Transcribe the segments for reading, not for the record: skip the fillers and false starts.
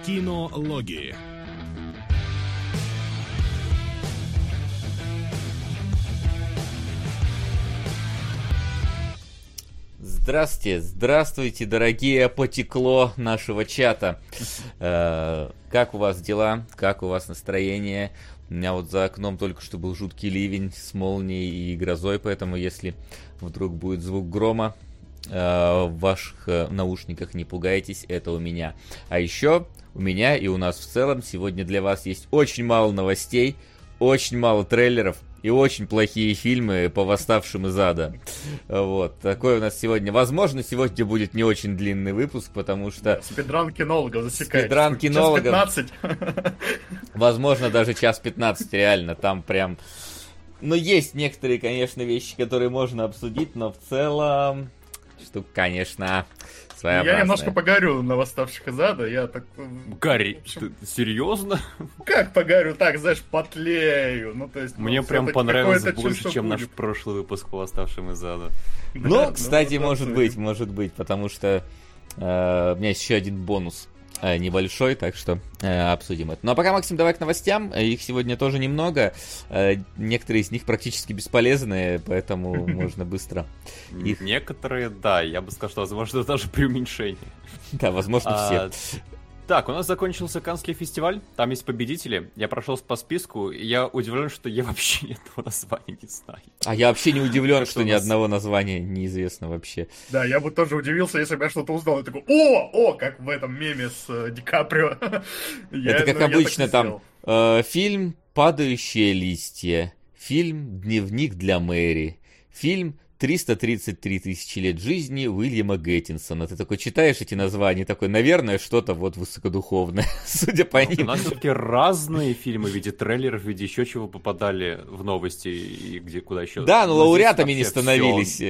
Кинологии. Здравствуйте, дорогие потекло нашего чата. Как у вас дела? Как у вас настроение? У меня вот за окном только что был жуткий ливень с молнией и грозой, поэтому если вдруг будет звук грома в ваших наушниках, не пугайтесь, это у меня. А еще у меня и у нас в целом сегодня для вас есть очень мало новостей, очень мало трейлеров и очень плохие фильмы по восставшим из ада. Вот. Такой у нас сегодня. Возможно, сегодня будет не очень длинный выпуск, потому что... Спидран кинологов засекает. Спидран кинологов. Час 15. Возможно, даже час 15, реально. Там прям... Ну, есть некоторые, конечно, вещи, которые можно обсудить, но в целом... Штука, конечно, своеобразная. Я немножко погорю на восставших из ада. Я так... Гори, ты серьезно? Как погорю? Так, знаешь, потлею. Ну, то есть, мне прям понравилось больше, чем наш прошлый выпуск по восставшим из ада. Ну, кстати, может быть, потому что у меня есть еще один бонус небольшой, так что обсудим это. Ну а пока, Максим, давай к новостям. Их сегодня тоже немного. Некоторые из них практически бесполезные, поэтому можно быстро их... Некоторые, да, я бы сказал, что, возможно, даже преуменьшение. Да, возможно, все. Так, у нас закончился Каннский фестиваль, там есть победители. Я прошел по списку, и я удивлен, что я вообще ни одного названия не знаю. А я вообще не удивлен, что ни одного названия неизвестно вообще. Да, я бы тоже удивился, если бы я что-то узнал. Я такой, о, как в этом меме с Ди Каприо. Это как обычно там фильм «Падающие листья», фильм «Дневник для Мэри», фильм 333 тысячи лет жизни Уильяма Гэттинсона. Ты такой читаешь эти названия, такой, наверное, что-то вот высокодуховное, судя по ним. У нас все-таки разные фильмы в виде трейлеров, в виде еще чего попадали в новости и где куда еще. Да, но лауреатами не становились.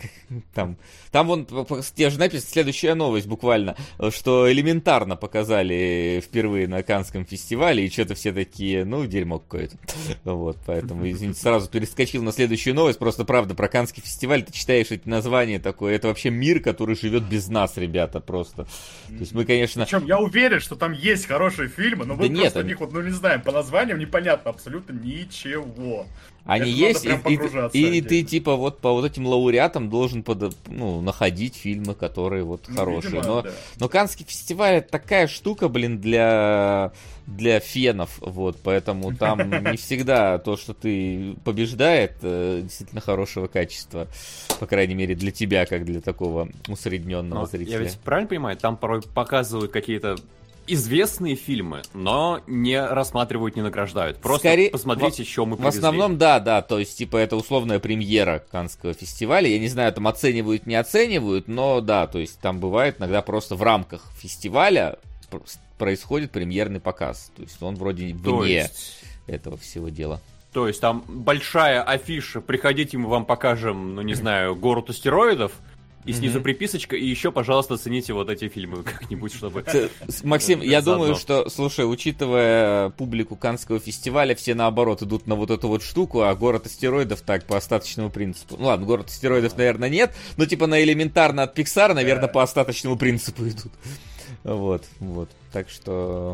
Там вон, тебе же написано следующая новость буквально, что элементарно показали впервые на Каннском фестивале, и что-то все такие, ну, дерьмо какое-то. Вот, поэтому, извините, сразу перескочил на следующую новость, просто правда, про Каннский фестиваль, ты читаешь эти названия, такое, это вообще мир, который живет без нас, ребята, просто. То есть мы, конечно... Причем я уверен, что там есть хорошие фильмы, но мы да просто о них вот, ну, не знаем, по названиям непонятно абсолютно ничего. Они есть, и ты типа вот по вот этим лауреатам должен находить фильмы, которые вот хорошие. Видимо, но Каннский фестиваль это такая штука, блин, для фенов, вот, поэтому там не всегда то, что ты побеждает, действительно хорошего качества, по крайней мере для тебя, как для такого усредненного зрителя. Я ведь правильно понимаю, там порой показывают какие-то известные фильмы, но не рассматривают, не награждают. Просто посмотрите, что мы привезли. В основном, да, то есть, типа, это условная премьера Каннского фестиваля. Я не знаю, там оценивают, не оценивают, но да, то есть, там бывает иногда просто в рамках фестиваля происходит премьерный показ. То есть, он вроде вне этого всего дела. То есть, там большая афиша, приходите, мы вам покажем, ну, не знаю, город астероидов, и снизу приписочка, и еще, пожалуйста, оцените вот эти фильмы как-нибудь, чтобы... Максим, я думаю, что, слушай, учитывая публику Каннского фестиваля, все наоборот идут на вот эту вот штуку, а город астероидов так, по остаточному принципу. Ну ладно, город астероидов, наверное, нет, но типа на элементарно от Pixar, наверное, по остаточному принципу идут. Вот. Так что...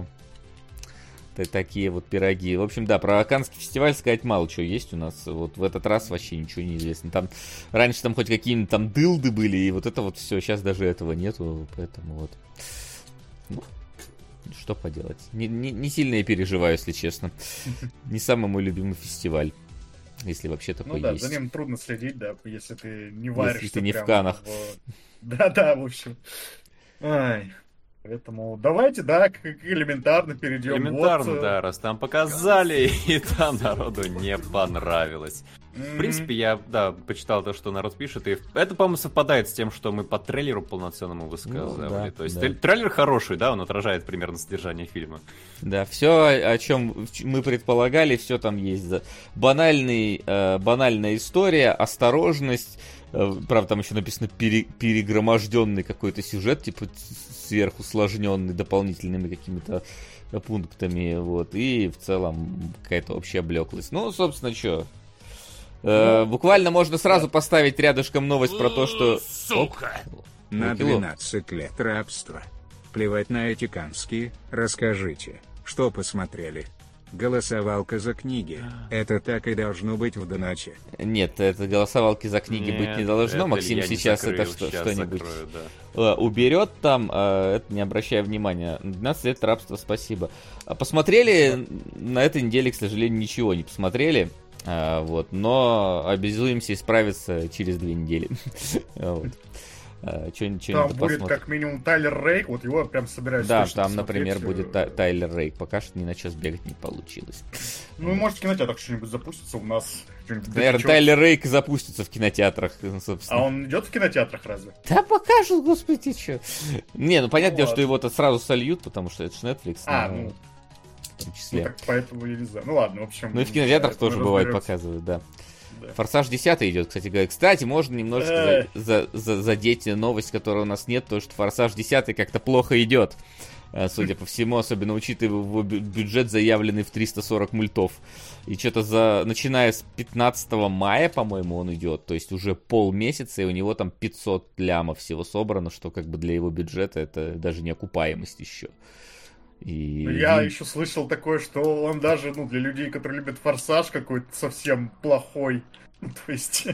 Такие вот пироги. В общем, да, про Каннский фестиваль сказать мало чего есть у нас. Вот в этот раз вообще ничего не известно. Там раньше там хоть какие-нибудь там дылды были, и вот это вот все. Сейчас даже этого нету, поэтому вот. Ну, что поделать. Не сильно я переживаю, если честно. Не самый мой любимый фестиваль. Если вообще такой есть. За ним трудно следить, да, если ты не варишься. Если ты не в Каннах. Да, в общем. Ай. Поэтому давайте, да, элементарно перейдем. Элементарно, да, раз там показали, и там народу не понравилось. В принципе, я, да, почитал то, что народ пишет, и это, по-моему, совпадает с тем, что мы по трейлеру полноценному высказывали. То есть трейлер хороший, да, он отражает примерно содержание фильма. Да, все, о чем мы предполагали, все там есть. Банальная история, осторожность. Правда, там еще написано перегроможденный какой-то сюжет, типа сверхусложненный дополнительными какими-то пунктами, вот, и в целом какая-то общая блеклость. Ну, собственно, что? Буквально можно сразу поставить рядышком новость про то, что... Сука! На 12 лет рабства. Плевать на эти канские, расскажите, что посмотрели. Голосовалка за книги. Это так и должно быть в доначе. Нет, это голосовалки за книги быть не должно. Максим сейчас это что-нибудь уберет там, это не обращая внимания. 12 лет рабства, спасибо. Посмотрели, на этой неделе, к сожалению, ничего не посмотрели. Вот, но обязуемся исправиться через 2 недели. Вот. Там будет как минимум Тайлер Рейк, вот его прям собираюсь. Да, там, например, будет Тайлер Рейк. Пока что ни на час бегать не получилось. Ну, может, в кинотеатрах что-нибудь запустится у нас. Наверное, Тайлер Рейк запустится в кинотеатрах, собственно. А он идет в кинотеатрах разве? Да покажут, господи, что. Не, ну понятно, что его-то сразу сольют, потому что это же Netflix. Ну, в том числе. Ну, так поэтому я не знаю. Ну ладно, в общем. Ну и в кинотеатрах тоже бывает показывают, да. Форсаж 10 идет, кстати говоря. Кстати, можно немножечко задеть новость, которой у нас нет, то что Форсаж 10 как-то плохо идет. Судя по всему, особенно учитывая его бюджет, заявленный в 340 мультов. И что-то начиная с 15 мая, по-моему, он идет. То есть уже полмесяца, и у него там 500 лямов всего собрано, что как бы для его бюджета это даже не окупаемость еще. Я еще слышал такое, что он даже, для людей, которые любят Форсаж, какой-то совсем плохой. То есть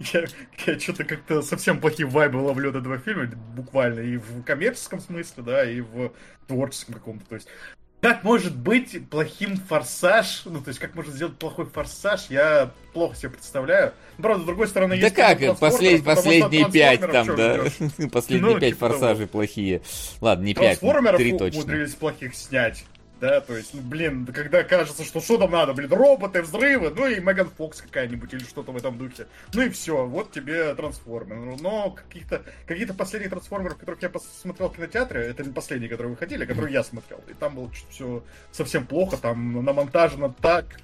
я что-то как-то совсем плохие вайбы ловлю от этого фильма, буквально и в коммерческом смысле, да, и в творческом каком-то. То есть как может быть плохим Форсаж? Ну, то есть, как можно сделать плохой Форсаж, я плохо себе представляю. Правда, с другой стороны, есть... Да как, последние 5 там, да? Последние 5 Форсажей плохие. Ладно, не 5, 3 точно. Трансформеров умудрились плохих снять. Да, то есть, когда кажется, что там надо, роботы, взрывы, ну и Меган Фокс какая-нибудь или что-то в этом духе. Ну и все, вот тебе трансформеры. Но какие-то последние трансформеры, которых я посмотрел в кинотеатре, это не последние, которые выходили, а которые я смотрел. И там было все совсем плохо, там намонтажено так,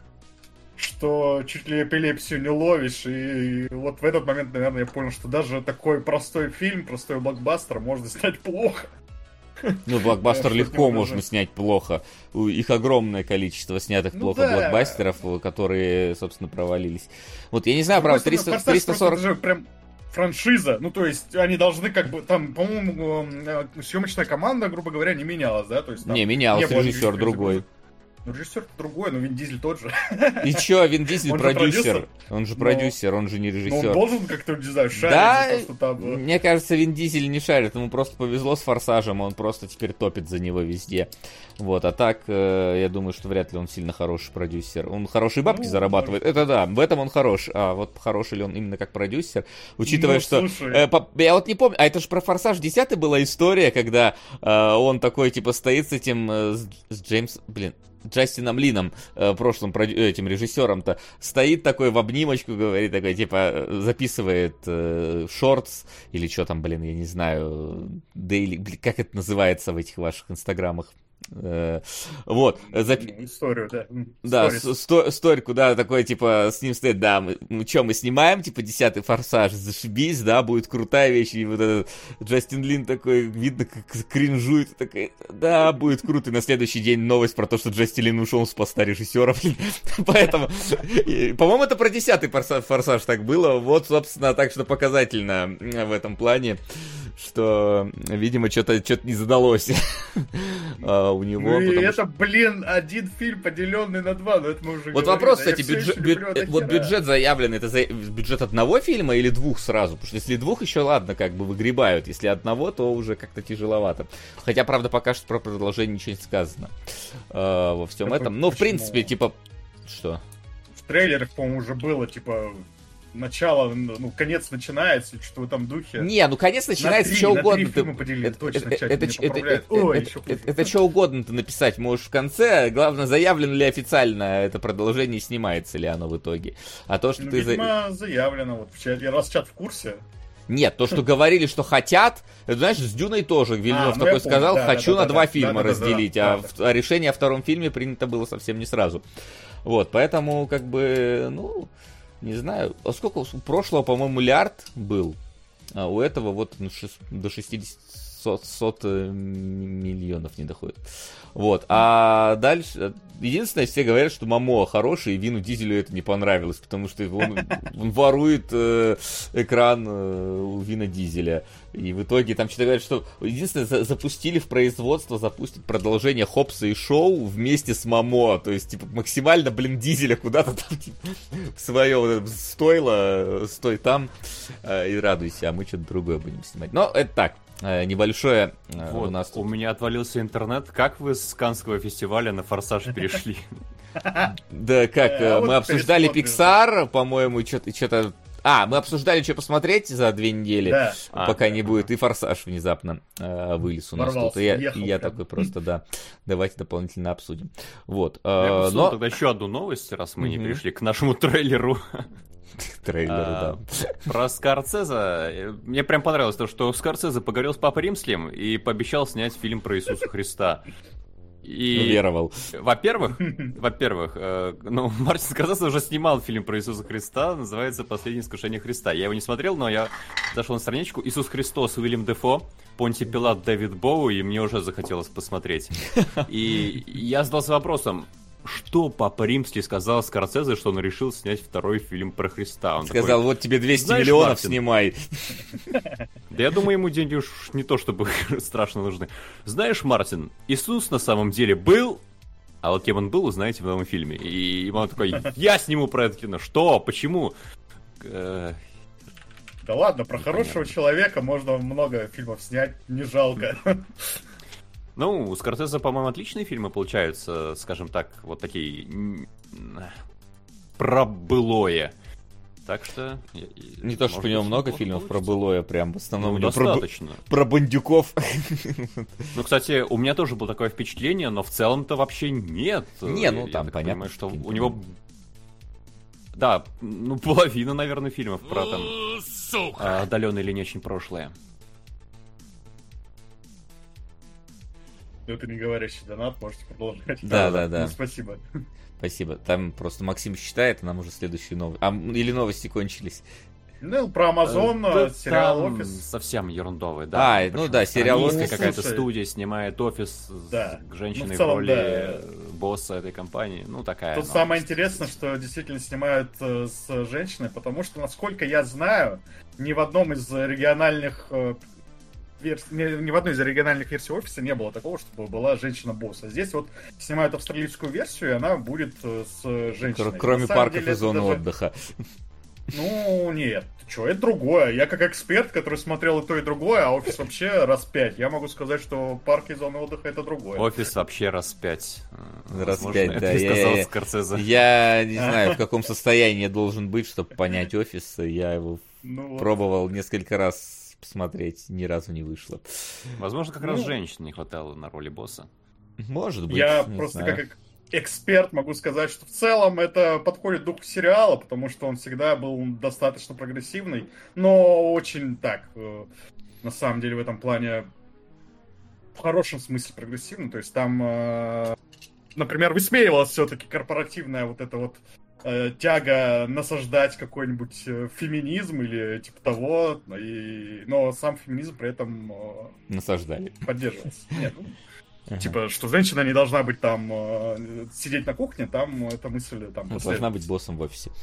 что чуть ли эпилепсию не ловишь. И вот в этот момент, наверное, я понял, что даже такой простой фильм, простой блокбастер можно снять плохо. Ну, блокбастер легко можно снять плохо. Их огромное количество снятых плохо блокбастеров, которые, собственно, провалились. Вот, я не знаю, правда, 340... Это же прям франшиза. Ну, то есть, они должны там, по-моему, съемочная команда, грубо говоря, не менялась, да? То есть, не менялась, режиссер другой. Ну, режиссер другой, но Вин Дизель тот же. И чё, Вин Дизель продюсер. Он же продюсер, он же не режиссер. Он должен как-то, не знаю, шарить. Да, что там... Мне кажется, Вин Дизель не шарит. Ему просто повезло с Форсажем, он просто теперь топит за него везде. Вот, а так, я думаю, что вряд ли он сильно хороший продюсер. Он хорошие бабки зарабатывает, это да, в этом он хорош. А вот хороший ли он именно как продюсер? Учитывая, что... я вот не помню, а это же про Форсаж 10 была история, когда он такой, типа, стоит с этим, с Джастином Лином, прошлым этим режиссером-то, стоит такой в обнимочку, говорит, такой, типа, записывает шортс, или что там, я не знаю, дейли, как это называется в этих ваших инстаграмах. Вот. Историю, да. Да, сторику, да, такой, типа, с ним стоит, да, мы снимаем, типа, 10-й Форсаж, зашибись, да, будет крутая вещь, и вот этот Джастин Лин такой, видно, как кринжует, такой, да, будет круто, и на следующий день новость про то, что Джастин Лин ушел с поста режиссера, поэтому, по-моему, это про 10-й Форсаж так было, вот, собственно, так что показательно в этом плане, что, видимо, что-то не задалось у него. Ну и это, один фильм, поделенный на 2, но это мы уже вот говорили. Вопрос, кстати, бюджет заявленный, это бюджет одного фильма или 2 сразу? Потому что если 2 еще, ладно, как бы выгребают, если одного, то уже как-то тяжеловато. Хотя, правда, пока что про продолжение ничего не сказано во всем этом. Ну, в принципе, типа, что? В трейлерах, по-моему, уже было, типа... Начало, конец начинается, или что в этом духе. Не, конец начинается что угодно. Это что угодно ты написать можешь в конце. Главное, заявлено ли официально это продолжение, снимается ли оно в итоге. А то, что ты... Видимо, заявлено. Вот раз чат в курсе. Нет, то, что говорили, что хотят, это, знаешь, с Дюной тоже Вильнёв такой сказал, хочу на 2 фильма разделить, а решение о 2-м фильме принято было совсем не сразу. Вот, поэтому, как бы, не знаю, а сколько у прошлого, по-моему, миллиард был, а у этого вот до 60 сот миллионов не доходит. Вот, а дальше... Единственное, все говорят, что Момоа хороший, и Вину Дизелю это не понравилось, потому что он ворует экран у Вина Дизеля. И в итоге там что-то говорят, что единственное, запустили в производство, запустят продолжение Хоббса и Шоу вместе с Момоа. То есть, типа, максимально, Дизеля куда-то там, типа, в свое вот стойло, стой там и радуйся, а мы что-то другое будем снимать. Но это так. Небольшое вот, у нас тут... У меня отвалился интернет. Как вы с Каннского фестиваля на «Форсаж» перешли? Да как, мы обсуждали Pixar, по-моему, что-то... мы обсуждали, что посмотреть за 2 недели, пока не будет, и «Форсаж» внезапно вылез у нас тут. И я такой просто, да, давайте дополнительно обсудим. Вот. Я посмотрел тогда еще одну новость, раз мы не перешли к нашему трейлеру. Да. Про Скорсезе. Мне прям понравилось то, что Скорсезе поговорил с Папой Римским и пообещал снять фильм про Иисуса Христа. И... Уверовал. Во-первых, Мартин Скорсезе уже снимал фильм про Иисуса Христа, называется «Последнее искушение Христа». Я его не смотрел, но я зашел на страничку. Иисус Христос, Уильям Дефо, Понтий Пилат, Дэвид Боуи, и мне уже захотелось посмотреть. И я задался вопросом, что Папа Римский сказал Скорсезе, что он решил снять второй фильм про Христа? Он сказал, такой, вот тебе 200 миллионов, Мартин, снимай. Да я думаю, ему деньги уж не то, чтобы страшно нужны. Знаешь, Мартин, Иисус на самом деле был, а вот кем он был, узнаете в новом фильме. И он такой, я сниму про это кино. Что? Почему? Да ладно, про хорошего человека можно много фильмов снять, не жалко. Ну, у Скорсезе, по-моему, отличные фильмы получаются, скажем так, вот такие про былое. Так что... Не то, что у него много фильмов про былое, прям в основном у него достаточно. Про бандюков. Ну, кстати, у меня тоже было такое впечатление, но в целом-то вообще нет. Не, ну там понятно. Что у него... Да, половина, наверное, фильмов про там отдаленное или не очень прошлое. Это не говорящий донат, можете продолжать. Да. Ну, спасибо. Спасибо. Там просто Максим считает, а нам уже следующие новости. Или новости кончились? Ну, про Amazon, сериал «Офис». Совсем ерундовый, да. Сериал «Офис». Какая-то студия снимает «Офис» с женщиной в роли босса этой компании. Ну, такая. Тут самое интересное, что действительно снимают с женщиной, потому что, насколько я знаю, ни в одном из региональных... Ни в одной из оригинальных версий «Офиса» не было такого, чтобы была женщина-босс. А здесь вот снимают австралийскую версию, и она будет с женщиной. Кроме парков и зоны отдыха. Ну, нет. Что, это другое. Я как эксперт, который смотрел и то, и другое, а «Офис» вообще раз 5. Я могу сказать, что парки и зоны отдыха — это другое. «Офис» вообще раз 5. Раз 5, да. Я не знаю, в каком состоянии я должен быть, чтобы понять «Офис». Я его пробовал несколько раз посмотреть, ни разу не вышло. Возможно, как раз женщин не хватало на роли босса. Может быть. Я просто как эксперт могу сказать, что в целом это подходит духу сериала, потому что он всегда был достаточно прогрессивный, но очень так, на самом деле в этом плане в хорошем смысле прогрессивный. То есть там, например, высмеивалась все-таки корпоративная вот эта вот тяга насаждать какой-нибудь феминизм или типа того, но сам феминизм при этом насаждали. Поддерживался. Нет, типа, что женщина не должна быть там сидеть на кухне, там эта мысль там должна быть боссом в офисе.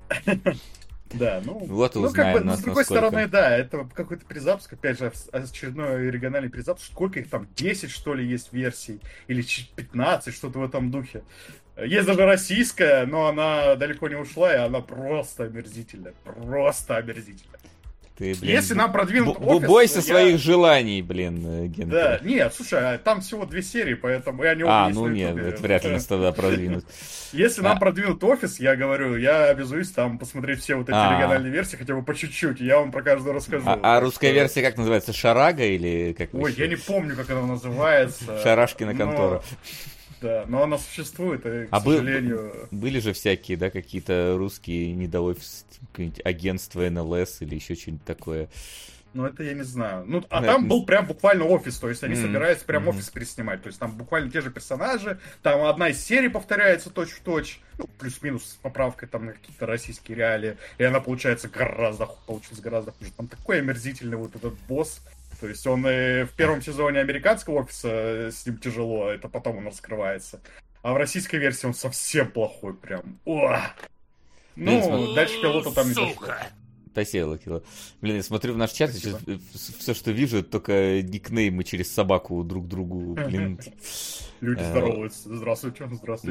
Да, вот и узнаем, с другой стороны, да, это какой-то перезапуск, опять же, очередной региональный перезапуск. Сколько их там, 10, что ли, есть версий? Или 15, что-то в этом духе. Есть даже российская, но она далеко не ушла, и она просто омерзительная. Просто омерзительная. Ты, если нам продвинут «Офис», бойся своих желаний, Генри. Да, нет, слушай, там всего 2 серии, поэтому я не уверен. Нет, это вряд ли нас тогда продвинут. Если нам продвинут «Офис», я говорю, я обязуюсь там посмотреть все вот эти региональные версии, хотя бы по чуть-чуть, я вам про каждую расскажу. А русская версия как называется? «Шарага» или как? Ой, я не помню, как она называется. «Шарашкина контора». Да, но она существует, и, к сожалению... Были же всякие, да, какие-то русские недоофис, агентство НЛС или еще что-нибудь такое. Ну, это я не знаю. Ну, там был прям буквально офис, то есть они собираются прям офис переснимать. То есть там буквально те же персонажи, там одна из серий повторяется точь-в-точь, ну, плюс-минус с поправкой там на какие-то российские реалии. И она получается гораздо хуже. Там такой омерзительный вот этот босс. То есть он в первом сезоне американского офиса с ним тяжело, это потом он раскрывается. А в российской версии он совсем плохой прям. Ну, дальше пилота там не дошло. Спасибо, Кило. Блин, я смотрю в наш чат, сейчас все, что вижу, это только никнеймы через собаку друг другу, блин. Люди здороваются. Здравствуйте.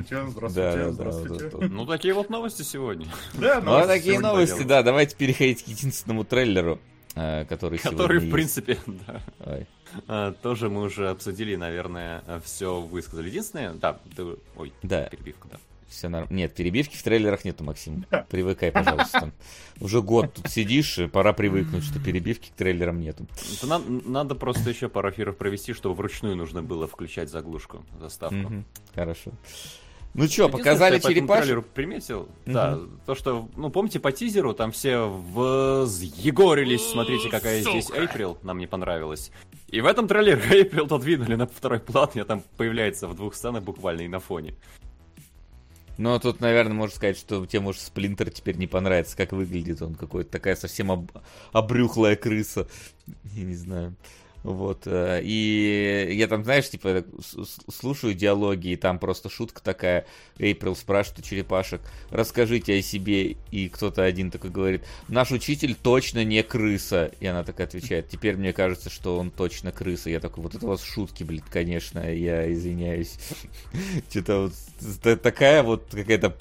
Да. Ну, такие вот новости сегодня. Да, ну, такие новости, да. Давайте переходить к единственному трейлеру, который в принципе, да. Тоже мы уже обсудили, наверное, все высказали. Единственное, да, перебивка, да. Все нормально. Нет, перебивки в трейлерах нету, Максим. Привыкай, пожалуйста. Уже год тут сидишь, пора привыкнуть, что перебивки к трейлерам нету. Надо просто еще пару эфиров провести, чтобы вручную нужно было включать заглушку, заставку. Хорошо. Ну что, показали черепашек? Приметил, да, то, что, ну, помните, по тизеру там все взъегорились, смотрите, какая здесь Эйприл, нам не понравилось. И в этом трейлере Эйприл подвинули на второй план, и там появляется в 2 сценах буквально и на фоне. Но тут, наверное, можно сказать, что тебе, может, Сплинтер теперь не понравится, как выглядит он. Какой-то такая совсем обрюхлая крыса. Я не знаю. Вот. И я там, знаешь, типа, слушаю диалоги, и там просто шутка такая. Эйприл спрашивает у черепашек: расскажите о себе. И кто-то один такой говорит: наш учитель точно не крыса. И она такая отвечает: теперь мне кажется, что он точно крыса. Я такой: вот это у вас шутки, блин, конечно, я извиняюсь. Что-то вот такая вот какая-то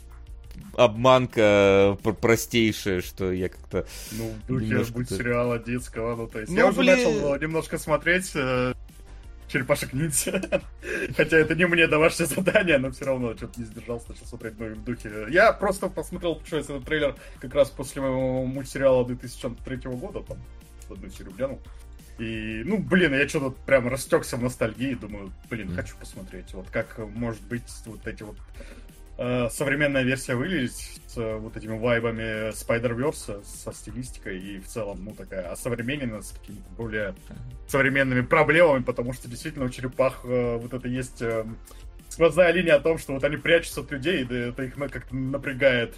обманка простейшая, что я как-то... Ну, в духе мультсериала детского, ну, то есть... Я уже начал немножко смотреть «Черепашек-ниндзя». Хотя это не мне домашнее задание, но все равно что-то не сдержался, начал смотреть, ну, в духе... Я просто посмотрел, получается, этот трейлер как раз после моего мультсериала 2003 года, там, в одну серию глянул. И, ну, блин, я что-то прям растекся в ностальгии, думаю, блин, хочу посмотреть. Вот как, может быть, вот эти вот... современная версия выглядит с вот этими вайбами Spider-Verse, со стилистикой и в целом, ну, такая осовремененная, с какими-то более современными проблемами, потому что действительно у черепах вот это есть сквозная линия о том, что вот они прячутся от людей, и это их как-то напрягает.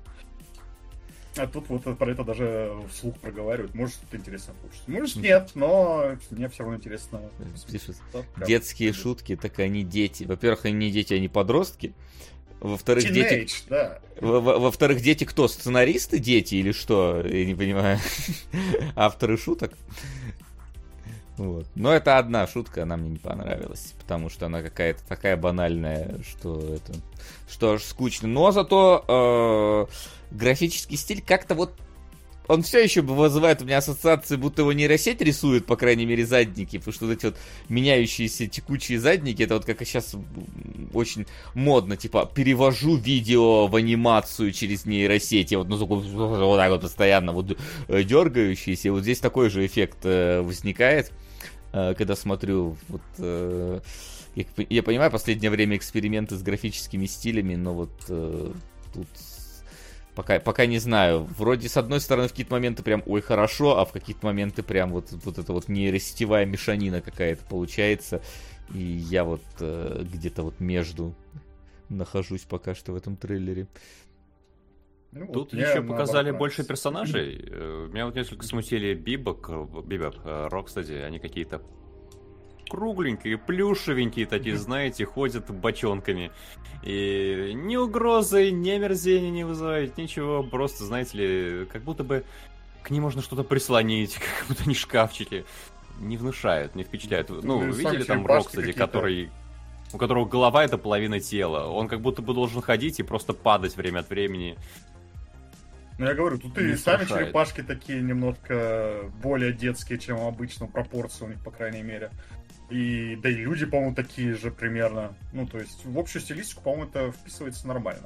А тут вот про это даже вслух проговаривают. Может, это интересно слушать. Может, нет, но мне все равно интересно. Пишут: детские шутки, так они дети. Во-первых, они не дети, они подростки. Во-вторых, Teenage, дети... Да. Во-вторых, дети кто? Сценаристы дети или что? Я не понимаю. Авторы шуток? Вот. Но это одна шутка, она мне не понравилась, потому что она какая-то такая банальная, что это... Что аж скучно. Но зато графический стиль как-то вот... Он все еще вызывает у меня ассоциации, будто его нейросеть рисует, по крайней мере, задники, потому что вот эти вот меняющиеся текучие задники, это вот как сейчас очень модно, типа, перевожу видео в анимацию через нейросеть, вот, ну, вот так вот постоянно вот дергающиеся, и вот здесь такой же эффект возникает, когда смотрю, вот, я понимаю, в последнее время эксперименты с графическими стилями, но вот тут... Пока не знаю. Вроде, с одной стороны, в какие-то моменты прям ой, хорошо, а в какие-то моменты прям вот эта вот нейросетевая мешанина какая-то получается. И я вот где-то вот между нахожусь пока что в этом трейлере. Ну, тут еще показали больше персонажей. Меня вот несколько смутили Бибоп, Рокстеди, они какие-то кругленькие, плюшевенькие такие, знаете, ходят бочонками. И ни угрозы, ни омерзения не вызывают, ничего. Просто, знаете ли, как будто бы к ним можно что-то прислонить, как будто они шкафчики. Не внушают, не впечатляют. Ну, видели там Рокстеди, у которого голова — это половина тела. Он как будто бы должен ходить и просто падать время от времени. Ну, я говорю, тут и сами черепашки такие немножко более детские, чем обычно, пропорции у них, по крайней мере. И, да и люди, по-моему, такие же примерно. Ну, то есть, в общую стилистику, по-моему, это вписывается нормально.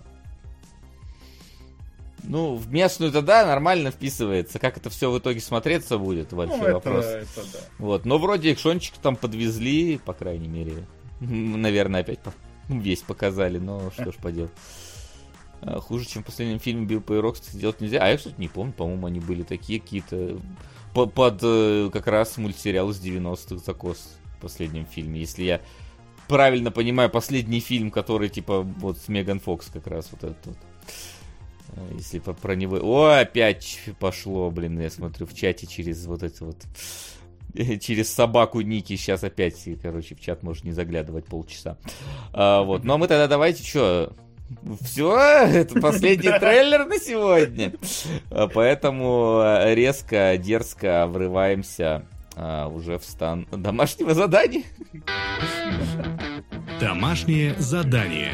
Ну, в местную-то, да, нормально вписывается. Как это все в итоге смотреться будет, большой вопрос. Это да. Вот, но вроде экшончик там подвезли, по крайней мере. Наверное, опять весь показали, но что ж поделать. Хуже, чем в последнем фильме Бибопа и Рокстеди делать нельзя. А я, кстати, не помню, по-моему, они были такие какие-то под как раз мультсериал из 90-х «Закос» в последнем фильме. Если я правильно понимаю, последний фильм, который типа вот с Меган Фокс как раз вот этот вот. Если про него... О, опять пошло, блин, я смотрю в чате через вот это вот... Через собаку Ники. Сейчас опять, короче, в чат может не заглядывать полчаса. Вот. Ну, а мы тогда давайте, что... Все, это последний трейлер на сегодня. Поэтому резко, дерзко врываемся уже в стан домашнего задания. Домашнее задание.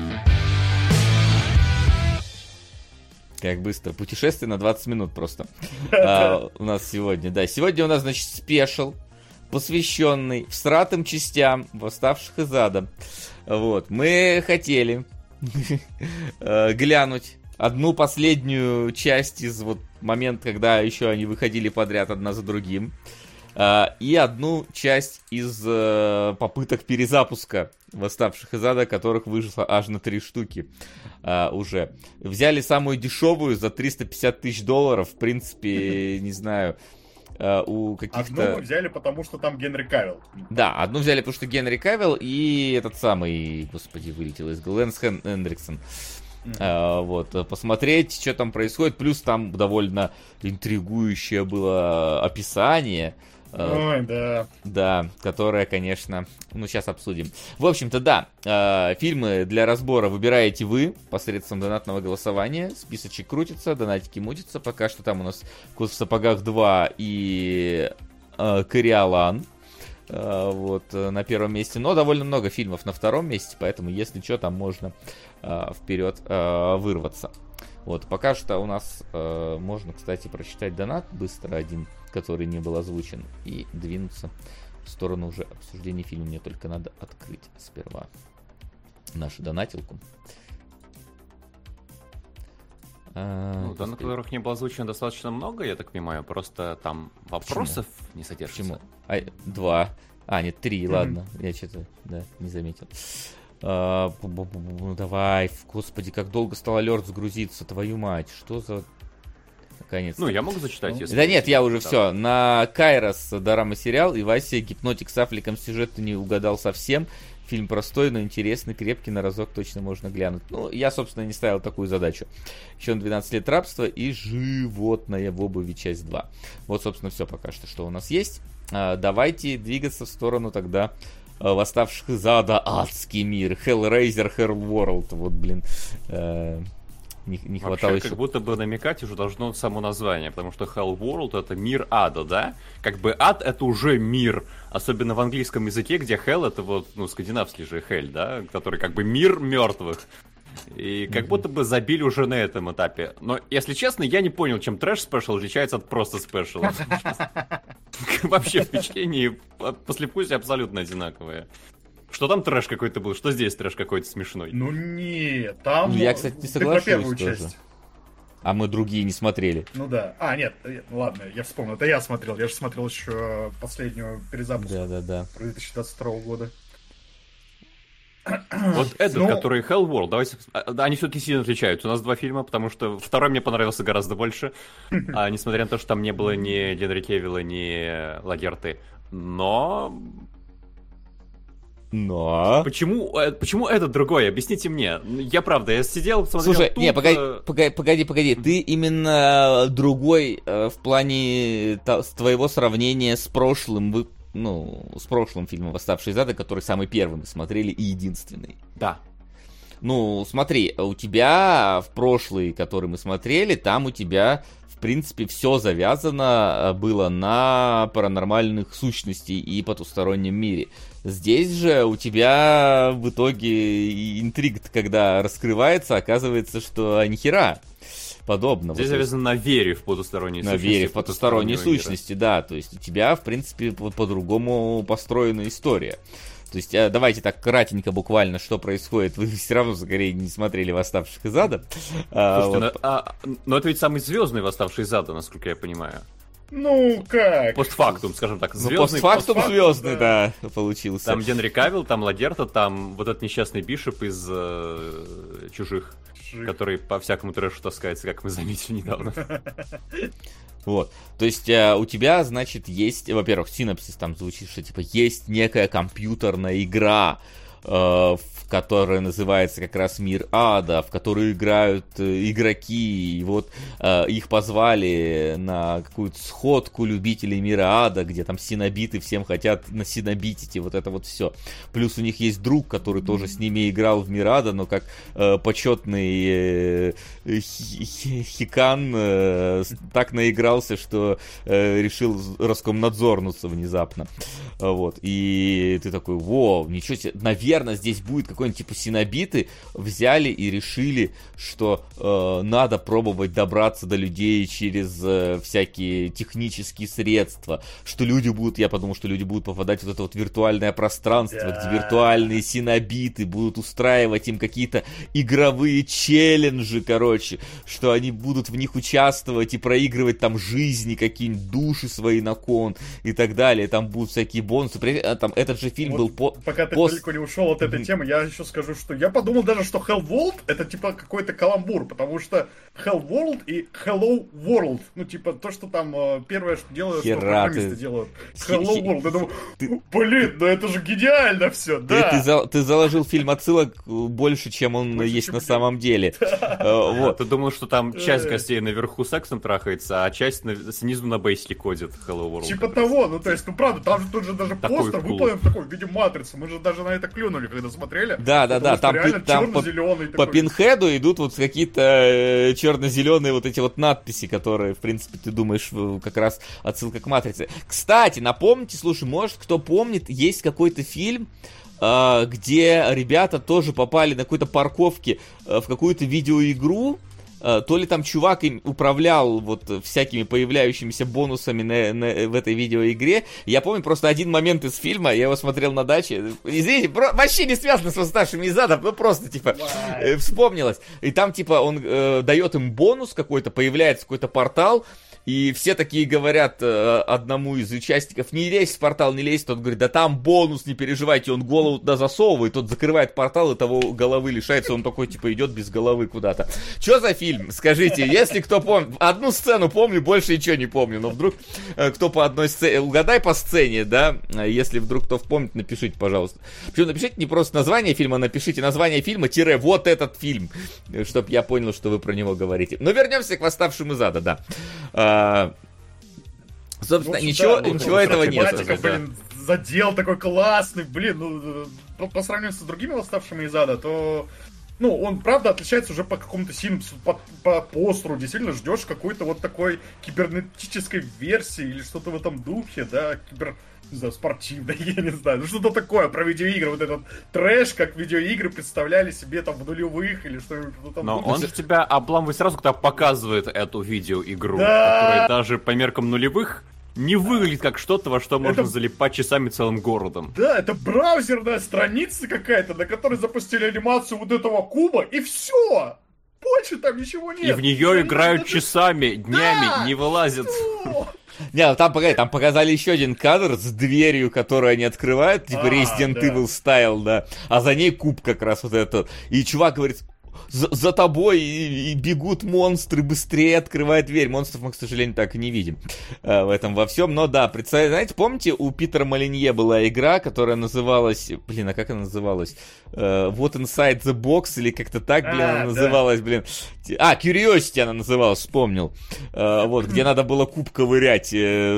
Как быстро. Путешествие на 20 минут просто. У нас сегодня. Да, сегодня у нас, значит, спешл, посвященный всратым частям восставших из ада. Вот. Мы хотели глянуть одну последнюю часть из вот момента, когда еще они выходили подряд одна за другим. И одну часть из попыток перезапуска восставших из ада, которых вышло аж на 3 штуки уже. Взяли самую дешевую за $350 тысяч. В принципе, не знаю, у каких-то... Одну взяли, потому что там Генри Кавилл. Да, одну взяли, потому что Генри Кавилл и этот самый, господи, вылетел из головы, Лэнс Хендриксон. Вот, посмотреть, что там происходит. Плюс там довольно интригующее было описание. Ой, да. Да, которое, конечно, ну, сейчас обсудим. В общем-то, да, фильмы для разбора выбираете вы посредством донатного голосования. Списочек крутится, донатики мутятся. Пока что там у нас «Кот в сапогах 2» и «Кориолан». Вот, на первом месте. Но довольно много фильмов на втором месте, поэтому, если что, там можно вперед вырваться. Вот, пока что у нас можно, кстати, прочитать донат быстро один, который не был озвучен, и двинуться в сторону уже обсуждения фильма. Мне только надо открыть сперва нашу донатилку. Ну, на которых не было озвучено достаточно много, я так понимаю, просто там вопросов не содержится. Почему? 2. Нет, 3, ладно. Я что-то, да, не заметил. Давай, господи, как долго стал алерт загрузиться, твою мать, что за... Наконец-то. Ну, я могу зачитать, если... Да нет, я уже все. На Кайрос дорама сериал, и Вася Гипнотик с Аффлеком сюжет не угадал совсем. Фильм простой, но интересный, крепкий, на разок точно можно глянуть. Ну, я, собственно, не ставил такую задачу. Еще на 12 лет рабства и животное в обуви, часть 2. Вот, собственно, все пока что у нас есть. Давайте двигаться в сторону тогда восставших из ада, адский мир, Hellraiser, Hellworld. Вот, блин, не хватало вообще, еще... как будто бы намекать уже должно само название, потому что Hellworld — это мир ада, да? Как бы ад — это уже мир, особенно в английском языке, где Hell — это вот, ну, скандинавский же Hell, да? Который как бы мир мертвых. И как будто бы забили уже на этом этапе. Но, если честно, я не понял, чем трэш-спешл отличается от просто спешла. Вообще впечатление послевкусие абсолютно одинаковое. Что там трэш какой-то был, что здесь трэш какой-то смешной. Ну нет, там... Я, кстати, не соглашусь тоже. А мы другие не смотрели. Ну да. Нет, ладно, я вспомнил. Это я смотрел. Я же смотрел еще последнюю перезапуск. Да. 2022 года. Вот этот, который Hellworld, давайте... Они все-таки сильно отличаются. У нас 2 фильма, потому что второй мне понравился гораздо больше. Несмотря на то, что там не было ни Генри Кевилла, ни Лагерты. Но... Почему этот другой? Объясните мне. Я правда, я сидел, смотрел. Слушай, тут... не, погоди. Ты именно другой в плане твоего сравнения с прошлым, с прошлым фильмом «Восставшие из ада», который самый первый мы смотрели и единственный. Да. Ну, смотри, у тебя в прошлый, который мы смотрели, там у тебя, в принципе, все завязано было на паранормальных сущностей и потустороннем мире. Здесь же у тебя в итоге интрига, когда раскрывается, оказывается, что нихера подобного. Здесь завязано на вере в потусторонние сущности. На вере в потусторонние сущности, да. То есть у тебя, в принципе, по-другому построена история. То есть, давайте так кратенько, буквально, что происходит. Вы все равно, скорее, не смотрели «Восставших из ада». Слушайте, но это ведь самый звездный «Восставший из ада», насколько я понимаю. Ну, как? Постфактум, скажем так. Постфактум звездный, да, получился. Там Генри Кавилл, там Ладерта, там вот этот несчастный Бишоп из «Чужих». который по всякому трэшу таскается, как мы заметили недавно. Вот, то есть у тебя, значит, есть, во-первых, синопсис там звучит, что типа есть некая компьютерная игра, которая называется как раз «Мир ада», в которую играют игроки, и вот их позвали на какую-то сходку любителей «Мира ада», где там синобиты всем хотят насинобитить, и вот это вот все. Плюс у них есть друг, который тоже с ними играл в «Мир ада», но как почетный хикан так наигрался, что решил Роскомнадзорнуться внезапно. Вот, и ты такой: во, ничего себе, наверное, здесь будет какой-нибудь типа синобиты, взяли и решили, что надо пробовать добраться до людей через всякие технические средства, что люди будут, я подумал, что люди будут попадать в вот это вот виртуальное пространство, где виртуальные синобиты будут устраивать им какие-то игровые челленджи, короче, что они будут в них участвовать и проигрывать там жизни, какие-нибудь души свои на кон и так далее, там будут всякие бонусы. Там этот же фильм вот был пока ты далеко не ушел от этой темы, я еще скажу, что я подумал даже, что Hellworld это типа какой-то каламбур, потому что Hellworld и Hello World, ну типа то, что там первое, что делают, что программисты делают с Hello World. Я думаю, блин, ну это же гениально все, да. Ты заложил фильм отсылок больше, чем он есть на самом деле. Вот. Ты думал, что там часть гостей наверху сексом трахается, а часть снизу на бейсике кодит Hello World. Типа того, ну то есть, ну правда, там же тут же даже постер выполнен в таком виде матрицы, мы же даже на это клюнули, когда смотрели. Да, там по пинхеду идут вот какие-то черно-зеленые вот эти вот надписи, которые, в принципе, ты думаешь, как раз отсылка к матрице. Кстати, напомните, слушай, может, кто помнит, есть какой-то фильм, где ребята тоже попали на какой-то парковке в какую-то видеоигру. То ли там чувак им управлял вот всякими появляющимися бонусами в этой видеоигре. Я помню просто один момент из фильма, я его смотрел на даче. Извините, вообще не связано с «Восставшими из ада», ну просто типа вспомнилось. И там типа он дает им бонус какой-то, появляется какой-то портал. И все такие говорят одному из участников: не лезь в портал, не лезь. Тот говорит: да там бонус, не переживайте. Он голову туда засовывает, тот закрывает портал, и того головы лишается. Он такой типа идет без головы куда-то. Что за фильм? Скажите, если кто помнит. Одну сцену помню, больше ничего не помню. Но вдруг кто по одной сцене, угадай по сцене, да? Если вдруг кто помнит, напишите, пожалуйста. Причем напишите не просто название фильма, напишите название фильма - вот этот фильм, чтобы я понял, что вы про него говорите. Но вернемся к «Восставшим из ада», да. Собственно, ничего этого нет. Блин, задел такой классный, блин, ну, по сравнению с другими «Восставшими из ада», то, ну, он, правда, отличается уже по какому-то синапсу, по постеру, действительно ждешь какой-то вот такой кибернетической версии или что-то в этом духе, да, не знаю, спортивной, я не знаю, ну что-то такое про видеоигры, вот этот трэш, как видеоигры представляли себе там в нулевых или что-нибудь там. Но он же тебя обламывает сразу, когда показывает эту видеоигру, которая даже по меркам нулевых не выглядит как что-то, во что можно залипать часами целым городом. Да, это браузерная страница какая-то, на которой запустили анимацию вот этого куба, и все! Больше там ничего нет. И в нее играют часами, днями, не вылазят. Не, там показали еще один кадр с дверью, которую они открывают, типа Resident Evil стайл, да. А за ней куб как раз вот этот. И чувак говорит: за тобой и бегут монстры, быстрее открывай дверь. Монстров мы, к сожалению, так и не видим в этом во всем. Но да, знаете, помните, у Питера Молинье была игра, которая называлась... Блин, а как она называлась? Вот Inside the Box или как-то так, блин, она называлась, блин. Curiosity она называлась, вспомнил. Вот, где надо было куб ковырять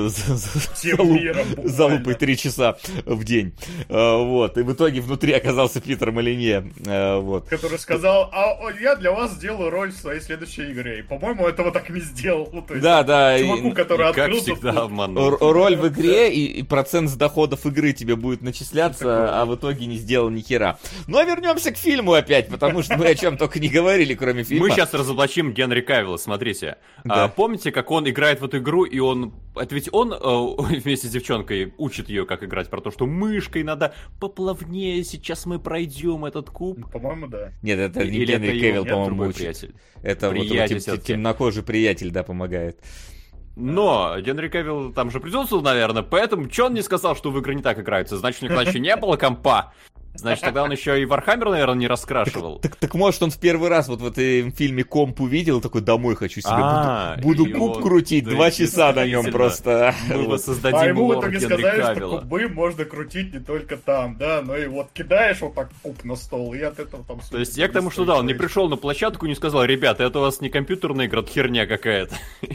за лупой 3 часа в день. Вот, и в итоге внутри оказался Питер Молинье. Вот. Который сказал: я для вас сделаю роль в своей следующей игре. И, по-моему, этого так и не сделал. Ну, то есть, да. Чуваку, который как открылся... всегда обманул. Роль в игре, и процент с доходов игры тебе будет начисляться, а в итоге не сделал ни хера. Ну, а вернемся к фильму опять, потому что мы о чем только не говорили, кроме фильма. Мы сейчас разоблачим Генри Кавилла, смотрите. Да. Помните, как он играет в эту игру, и он... Это ведь он вместе с девчонкой учит ее, как играть, про то, что мышкой надо поплавнее, сейчас мы пройдем этот куб. По-моему, да. Нет, это не Генри Кавилл, по-моему, учит. Это вот темнокожий приятель, да, помогает. Но Генри Кавилл там же присутствовал, наверное, поэтому что он не сказал, что в игры не так играются? Значит, у них иначе не было компа. Значит, тогда он еще и Вархаммер, наверное, не раскрашивал. Так может он в первый раз вот в этом фильме комп увидел, такой домой хочу себе, буду куб крутить, 2 часа на нем просто. Мы воссоздадим ему в лор итоге Генри сказали, что Кавилла. кубы можно крутить не только там, да, но и вот кидаешь вот так куб на стол, и от этого там... То есть я к тому, что да, он не пришел на площадку и не сказал: ребята, это у вас не компьютерная игра, это херня какая-то.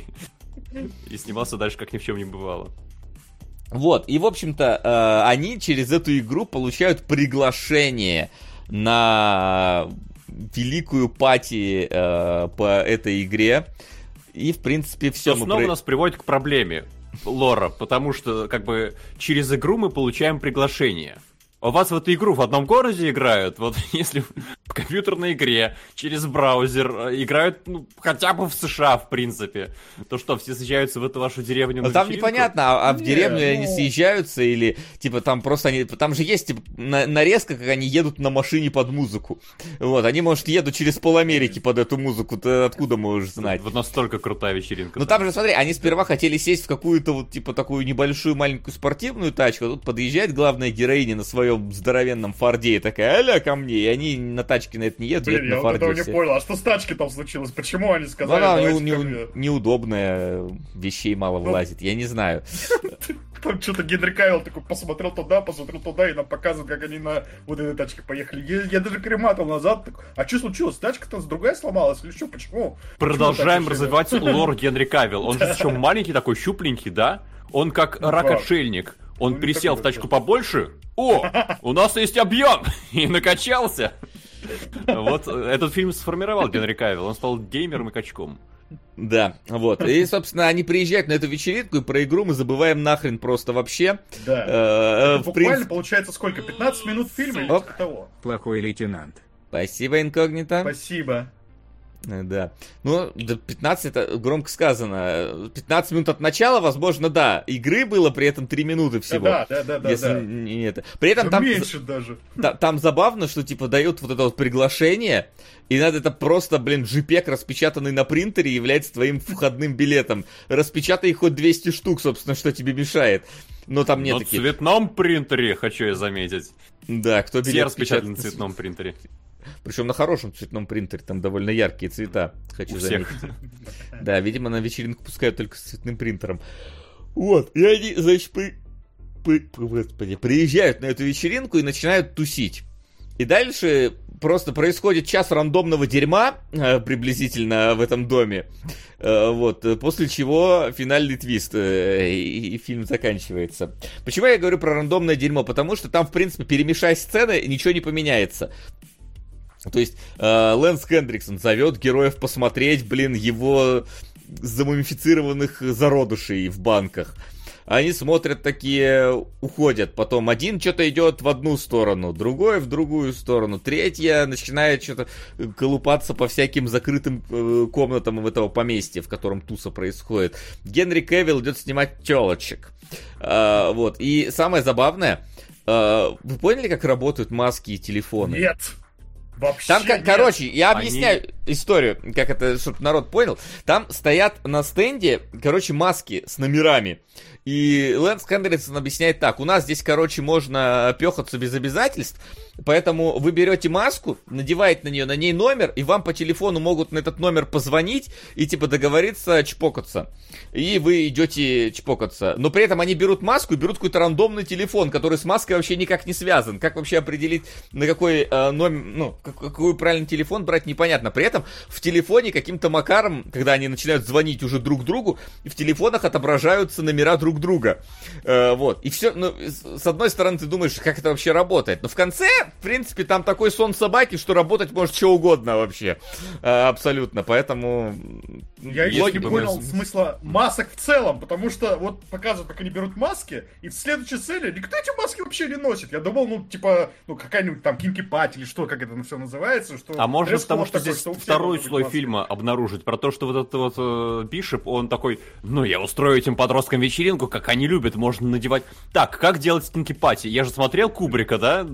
И снимался дальше, как ни в чем не бывало. Вот, и, в общем-то, они через эту игру получают приглашение на великую пати по этой игре. И, в принципе, все. Что снова нас приводит к проблеме лора, потому что, как бы, через игру мы получаем приглашение. У вас в эту игру в одном городе играют, вот если в компьютерной игре через браузер играют, ну, хотя бы в США, в принципе, то что, все съезжаются в эту вашу деревню на там вечеринку? непонятно, в деревню они съезжаются или, типа, там просто они, там же есть, типа, нарезка, как они едут на машине под музыку. Вот, они, может, едут через пол-Америки под эту музыку, ты откуда можешь знать? Вот настолько крутая вечеринка. Ну, там же, смотри, они сперва хотели сесть в какую-то вот, типа, такую небольшую маленькую спортивную тачку, а тут подъезжает главная героиня на своем здоровенном Форде и такая: аля, ко мне, и они на тачке на это не едут, едут на я вот Форде. этого не понял, а что с тачки там случилось? Почему они сказали? Она давайте ко мне? неудобная, вещей мало влазит, я не знаю. Там что-то Генри Кавилл такой посмотрел туда, и нам показывают, как они на вот этой тачке поехали. Я даже перемотал назад, такой: а что случилось? Тачка-то другая сломалась или что? Почему? Продолжаем развивать лор Генри Кавилл. Он же еще маленький такой, щупленький, да? Он как рак-отшельник. Он пересел в тачку побольше. О, у нас есть объем! И накачался. Вот этот фильм сформировал Генри Кавилл. Он стал геймером и качком. Да, вот. И, собственно, они приезжают на эту вечеринку, и про игру мы забываем нахрен просто вообще. Да. Буквально получается сколько? 15 минут фильма или типа того? Плохой лейтенант. Спасибо, инкогнито. Спасибо. Да. Ну, 15 это громко сказано. 15 минут от начала, возможно, да. Игры было при этом 3 минуты всего. Да. Если не это. При этом там меньше даже. Там забавно, что типа дают вот это вот приглашение, и надо это просто, JPEG, распечатанный на принтере, является твоим входным билетом. Распечатай их хоть 200 штук, собственно, что тебе мешает. Но там нет таких. На цветном принтере, хочу я заметить. Да, кто билет все распечатаны на цветном принтере. Причем на хорошем цветном принтере, там довольно яркие цвета, хочу заметить. Да, видимо, на вечеринку пускают только с цветным принтером. Вот, и они, значит, приезжают на эту вечеринку и начинают тусить. И дальше просто происходит час рандомного дерьма, приблизительно, в этом доме. Вот, после чего финальный твист, и фильм заканчивается. Почему я говорю про рандомное дерьмо? Потому что там, в принципе, перемешай сцены, ничего не поменяется. То есть Лэнс Хендриксон зовет героев посмотреть, его замумифицированных зародышей в банках. Они смотрят такие, уходят. Потом один что-то идет в одну сторону, другой в другую сторону, третья начинает что-то колупаться по всяким закрытым комнатам в этого поместья, в котором туса происходит. Генри Кавилл идет снимать телочек. Вот. И самое забавное, вы поняли, как работают маски и телефоны? Нет. Вообще там, нет. короче, я объясняю историю, как это, чтобы народ понял. Там стоят на стенде, маски с номерами. И Лэнс Хендриксон объясняет так: у нас здесь, можно пёхаться без обязательств, поэтому вы берете маску, надеваете на ней номер, и вам по телефону могут на этот номер позвонить и договориться чпокаться. И вы идете чпокаться. Но при этом они берут маску и берут какой-то рандомный телефон, который с маской вообще никак не связан. Как вообще определить, на какой номер, какой правильный телефон брать, непонятно. При этом в телефоне каким-то макаром, когда они начинают звонить уже друг другу, в телефонах отображаются номера друг друга. Вот. И все, с одной стороны, ты думаешь, как это вообще работает. Но в конце, в принципе, там такой сон собаки, что работать может что угодно вообще. Абсолютно. Поэтому... Я еще не понял смысла масок в целом, потому что вот показывают, как они берут маски, и в следующей сцене никто эти маски вообще не носит. Я думал, какая-нибудь там кинки-пати или что, как это все называется. Что а может потому, что здесь второй слой фильма обнаружить, про то, что вот этот вот Бишоп, он такой: я устрою этим подросткам вечеринку, как они любят, можно надевать. Так, как делать кинки-пати? Я же смотрел Кубрика, да?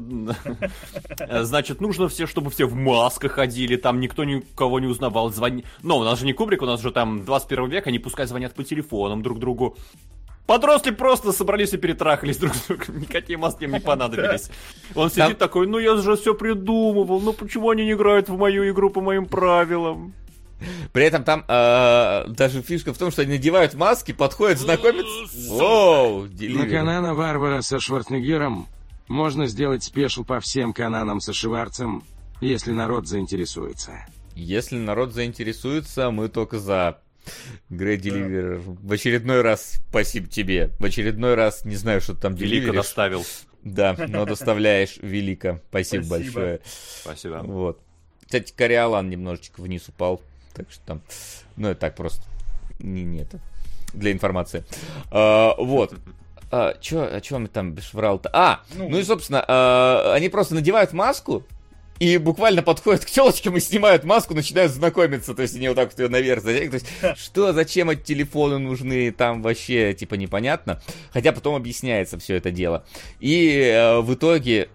Значит, нужно чтобы все в масках ходили, там никто никого не узнавал, звони. Но у нас же не Кубрик, у нас же там 21 век, они пускай звонят по телефонам друг другу. Подростки просто собрались и перетрахались друг с другом. Никакие маски им не понадобились. Он сидит такой, ну я же все придумывал, ну почему они не играют в мою игру по моим правилам? При этом там даже фишка в том, что они надевают маски, подходят, знакомятся. Воу, На Конана Варвара со Шварценеггером можно сделать спешл по всем Конанам со Шварцем, если народ заинтересуется. Если народ заинтересуется, мы только за. Great Deliverer. В очередной раз спасибо тебе. В очередной раз не знаю, что ты там деливеришь. Велико доставил. Да, но доставляешь велико. Спасибо большое. Спасибо. Вот. Кстати, Кориолан немножечко вниз упал. Так что там... Ну, это так просто. Не это. Для информации. Вот. Чё мы там врал-то? Ну и, собственно, они просто надевают маску, и буквально подходят к телочкам и снимают маску, начинают знакомиться. То есть они вот так вот ее наверх затягивают. То есть, что, зачем эти телефоны нужны, там вообще, типа, непонятно. Хотя потом объясняется все это дело. И в итоге...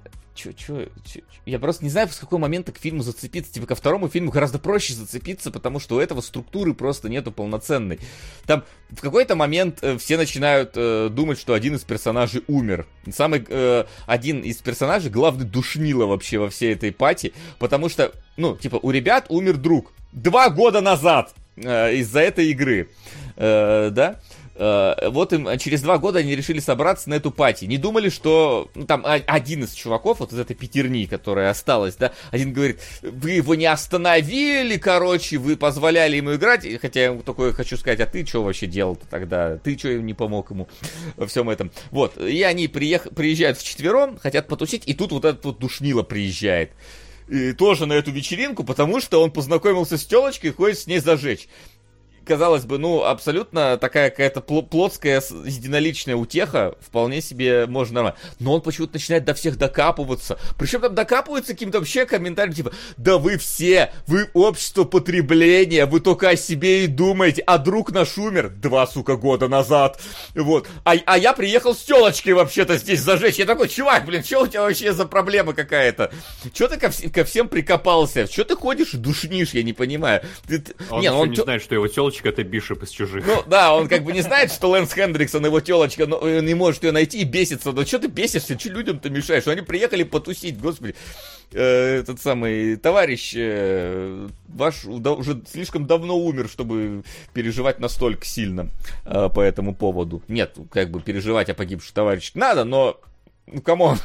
Я просто не знаю, с какого момента к фильму зацепиться. Типа, ко второму фильму гораздо проще зацепиться, потому что у этого структуры просто нету полноценной. Там в какой-то момент все начинают думать, что один из персонажей умер. Один из персонажей, главный душнило вообще во всей этой пати, потому что, ну, типа, у ребят умер друг 2 года назад из-за этой игры. Да? Вот им через 2 года они решили собраться на эту пати. Не думали, что... Ну, там один из чуваков, вот из этой пятерни, которая осталась, да, один говорит, вы его не остановили, короче, вы позволяли ему играть. Хотя я такое хочу сказать, а ты что вообще делал-то тогда? Ты что не помог ему во всем этом? Вот, и они приезжают вчетвером, хотят потусить, и тут вот этот вот душнило приезжает. И тоже на эту вечеринку, потому что он познакомился с телочкой и ходит с ней зажечь. Казалось бы, ну, абсолютно такая какая-то плотская, единоличная утеха, вполне себе можно нормально. Но он почему-то начинает до всех докапываться. Причем там докапывается каким-то вообще комментарием, типа, да вы все, вы общество потребления, вы только о себе и думаете, а друг наш умер 2, года назад. Вот. А я приехал с телочкой вообще-то здесь зажечь. Я такой, чувак, блин, что у тебя вообще за проблема какая-то? Че ты ко всем прикопался? Че ты ходишь и душнишь, я не понимаю. Он не знает, что его телочка это Бишоп из «Чужих». Ну да, он как бы не знает, что Лэнс Хендриксон его телочка, но не может ее найти и бесится. Но что ты бесишься, что людям-то мешаешь? Они приехали потусить, господи. Этот самый товарищ ваш уже слишком давно умер, чтобы переживать настолько сильно по этому поводу. Нет, как бы переживать о погибшем товарище надо, но... Ну, камон.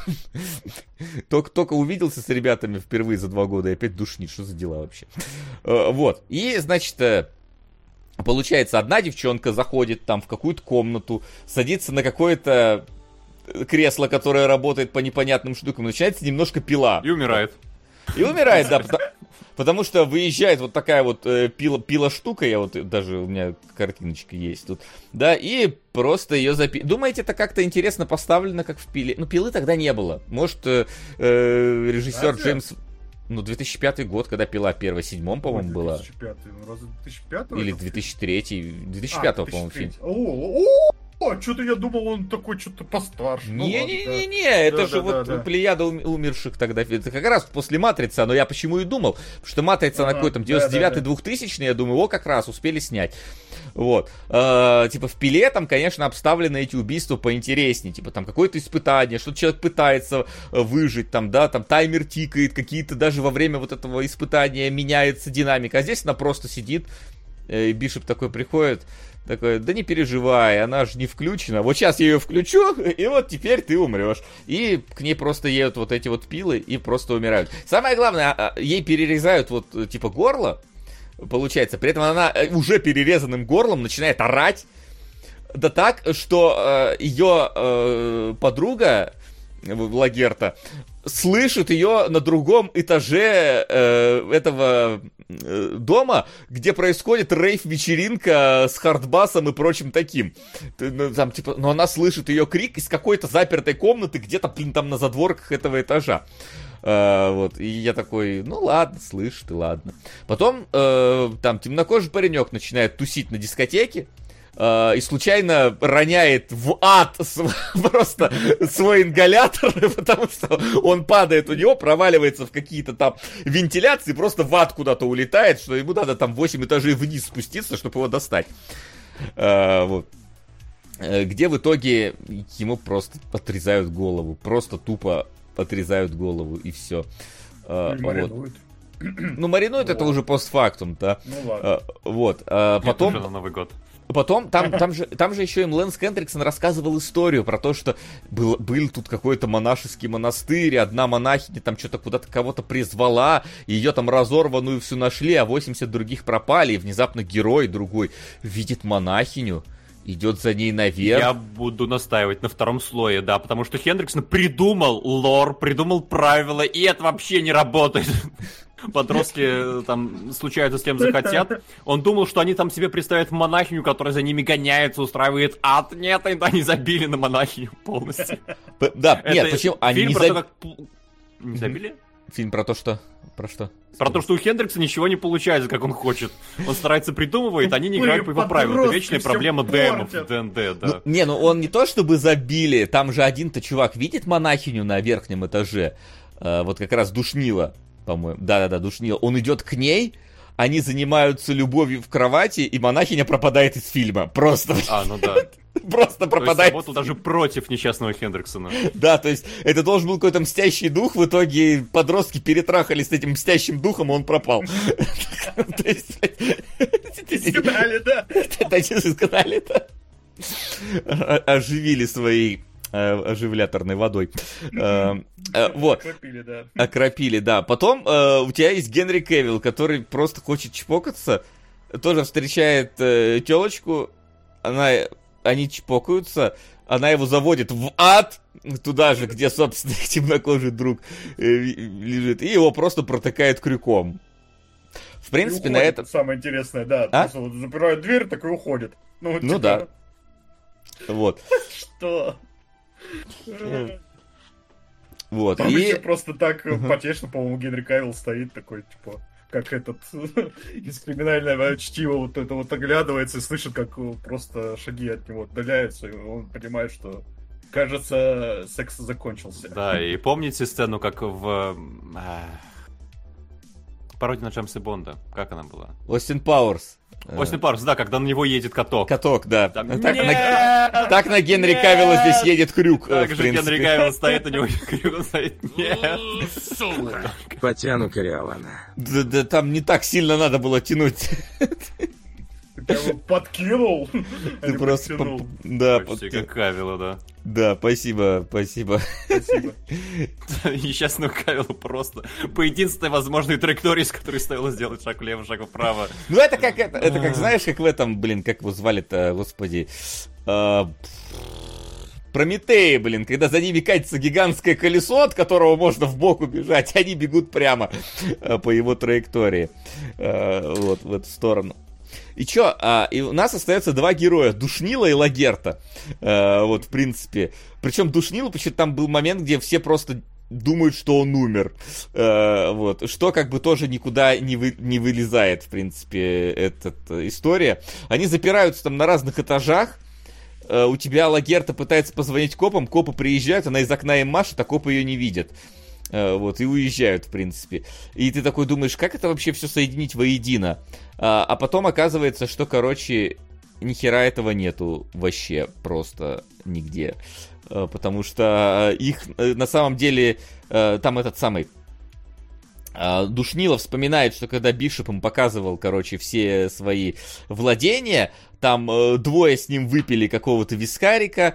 Только увиделся с ребятами впервые за 2 года и опять душнит. Что за дела вообще? Вот. И, значит... Получается, одна девчонка заходит там в какую-то комнату, садится на какое-то кресло, которое работает по непонятным штукам, начинается немножко пила. И умирает. И умирает, да, потому что выезжает вот такая вот пила-штука, я вот даже, у меня картиночка есть тут, да, и просто ее Думаете, это как-то интересно поставлено, как в пиле? Ну, пилы тогда не было. Может, режиссер Джеймс... Ну, 2005 год, когда пила первая, 7-м, по-моему, была. 2005, ну, разве 2005? Или 2003, 2005, по-моему, фильм. Что-то я думал, он такой что-то постарше. Не-не-не, это же вот плеяда умерших тогда. Это как раз после «Матрицы», но я почему и думал, потому что «Матрица» на какой-то 99-й, 2000-й, я думаю, как раз успели снять. Вот. Типа в «Пиле» там, конечно, обставлены эти убийства поинтереснее. Типа там какое-то испытание, что человек пытается выжить, там, да, там таймер тикает, какие-то даже во время вот этого испытания меняется динамика. А здесь она просто сидит, и Бишоп такой приходит, такой, да не переживай, она же не включена. Вот сейчас я ее включу, и вот теперь ты умрешь. И к ней просто едут вот эти вот пилы и просто умирают. Самое главное, ей перерезают вот типа горло, получается. При этом она уже перерезанным горлом начинает орать. Да так, что ее подруга Лагерта слышит ее на другом этаже этого дома, где происходит рейв-вечеринка с хардбасом и прочим таким. Там, типа, но она слышит ее крик из какой-то запертой комнаты где-то, блин, там на задворках этого этажа. Вот, и я такой, ну ладно, слышь ты, ладно. Потом там темнокожий паренек начинает тусить на дискотеке, и случайно роняет в ад просто свой ингалятор, потому что он падает у него, проваливается в какие-то там вентиляции, просто в ад куда-то улетает, что ему надо там 8 этажей вниз спуститься, чтобы его достать. Вот. где в итоге ему просто отрезают голову. Просто тупо отрезают голову, и все. Маринуют. Ну, маринуют это уже постфактум, да. Ну ладно. Вот. Потом... Это уже на Новый год. Потом, там же еще им Лэнс Хендриксон рассказывал историю про то, что был тут какой-то монашеский монастырь, одна монахиня там что-то куда-то кого-то призвала, ее там разорванную всю нашли, а 80 других пропали, и внезапно герой другой видит монахиню, идет за ней наверх. Я буду настаивать на втором слое, да, потому что Хендриксон придумал лор, придумал правила, и это вообще не работает. Подростки там случаются с кем захотят. Он думал, что они там себе представят монахиню, которая за ними гоняется, устраивает ад. Нет, они забили на монахиню полностью. Да, нет, почему? Они не забили. Не забили? Фильм про то, что... Про что? Про то, что у Хендрикса ничего не получается, как он хочет. Он старается придумывать, они не играют по его правилам. Это вечная проблема ДМов в ДНД, да. Ну он не то чтобы забили, там же один-то чувак видит монахиню на верхнем этаже, вот как раз Душнила, по-моему. Да-да-да, Душнила. Он идет к ней, они занимаются любовью в кровати, и монахиня пропадает из фильма. Просто. Ну да. Просто пропадает. То есть работал даже против несчастного Хендриксона. Да, то есть это должен был какой-то мстящий дух, в итоге подростки перетрахались с этим мстящим духом, и он пропал. Изгнали, да. Изгнали, да. Оживили своей оживляторной водой. Вот. Окропили, да. Потом у тебя есть Генри Кевилл, который просто хочет чпокаться, тоже встречает телочку, они чпокаются, она его заводит в ад, туда же, где, собственно, темнокожий друг лежит, и его просто протыкает крюком. В принципе, на этом... Самое интересное, да. Просто вот запирают дверь, так и уходит. Ну типа... да. Вот. Что? Вот. Там еще просто так потешно, по-моему, Генри Кавилл стоит такой, типа... Как этот из криминального чтива вот это вот оглядывается и слышит, как просто шаги от него отдаляются, и он понимает, что, кажется, секс закончился. Да, и помните сцену, как в пародии на Джеймса Бонда? Как она была? Остин Пауэрс. Остин Пауэрс, да, когда на него едет каток. Каток, да. Так на Генри Кавилла здесь едет крюк, в принципе. Генри Кавилл стоит, у него крюк, он стоит, нет. Сука. Потяну Кориолана. Да там не так сильно надо было тянуть. Ты его подкинул. Ты просто... Да, почти как Кавилла, да. Да, спасибо. Спасибо. Несчастного Кавилла просто по единственной возможной траектории, с которой стоило сделать шаг влево, шаг вправо. Ну это как, знаешь, как в этом, как его звали-то, господи... Прометеи, когда за ними катится гигантское колесо, от которого можно в бок убежать, они бегут прямо по его траектории. Вот, в эту сторону. И чё, и у нас остается два героя, Душнила и Лагерта. Вот, в принципе. Причем Душнила, почему там был момент, где все просто думают, что он умер. Вот, что как бы тоже никуда не вылезает, в принципе, эта история. Они запираются там на разных этажах. У тебя Лагерта пытается позвонить копам, копы приезжают, она из окна им машет, а копы ее не видят. Вот, и уезжают, в принципе. И ты такой думаешь, как это вообще все соединить воедино? А потом оказывается, что, короче, ни хера этого нету вообще просто нигде. Потому что их, на самом деле, там этот самый... Душнила вспоминает, что когда Бишоп им показывал, короче, все свои владения, там двое с ним выпили какого-то вискарика,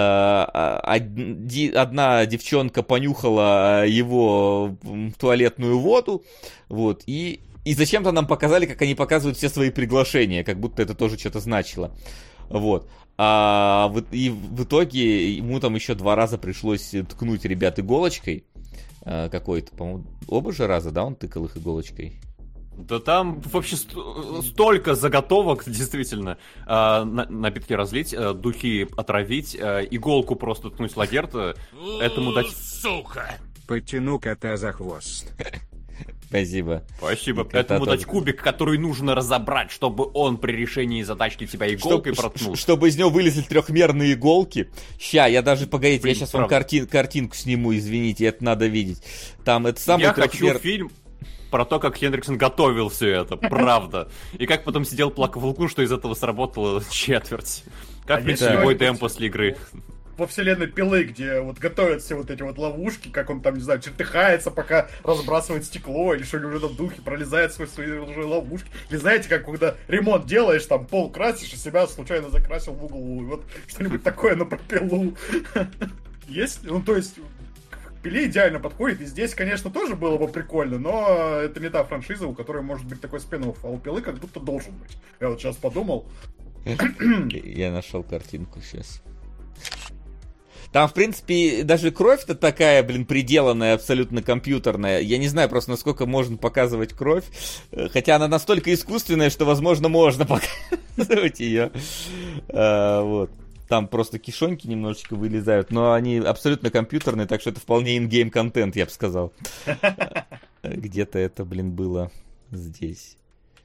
одна девчонка понюхала его туалетную воду, вот, и зачем-то нам показали, как они показывают все свои приглашения, как будто это тоже что-то значило, вот. И в итоге ему там еще 2 раза пришлось ткнуть ребят иголочкой, какой-то, по-моему, оба же раза, да, он тыкал их иголочкой? Да там вообще столько заготовок, действительно. Напитки разлить, духи отравить, иголку просто ткнуть Лагерта, этому дать... Сука! Подтяну кота за хвост. Спасибо. Спасибо. Этому дать кубик, который нужно разобрать, чтобы он при решении задачки тебя иголкой проткнул. Чтобы из него вылезли 3-мерные иголки. Ща, я даже, погодите, я сейчас вам картинку сниму, извините, это надо видеть. Там это самый хочу фильм про то, как Хендриксон готовил все это, правда. И как потом сидел плакал волкун, что из этого сработало четверть. Как, в принципе, любой ДМ после игры. Во вселенной Пилы, где вот готовят все вот эти вот ловушки, как он там, не знаю, чертыхается, пока разбрасывает стекло или что-нибудь в этом духе, пролезает сквозь свои же ловушки. Или знаете, как когда ремонт делаешь, там пол красишь, и себя случайно закрасил в угол, и вот что-нибудь такое, но про Пилу. Есть, ну то есть... Пиле идеально подходит, и здесь, конечно, тоже было бы прикольно, но это не та франшиза, у которой может быть такой спин-офф, а у Пилы как будто должен быть. Я вот сейчас подумал. Я нашел картинку сейчас. Там, в принципе, даже кровь-то такая, приделанная, абсолютно компьютерная. Я не знаю просто, насколько можно показывать кровь. Хотя она настолько искусственная, что, возможно, можно показывать ее. Вот. Там просто кишоньки немножечко вылезают, но они абсолютно компьютерные, так что это вполне ингейм контент, я бы сказал. Где-то это, было здесь.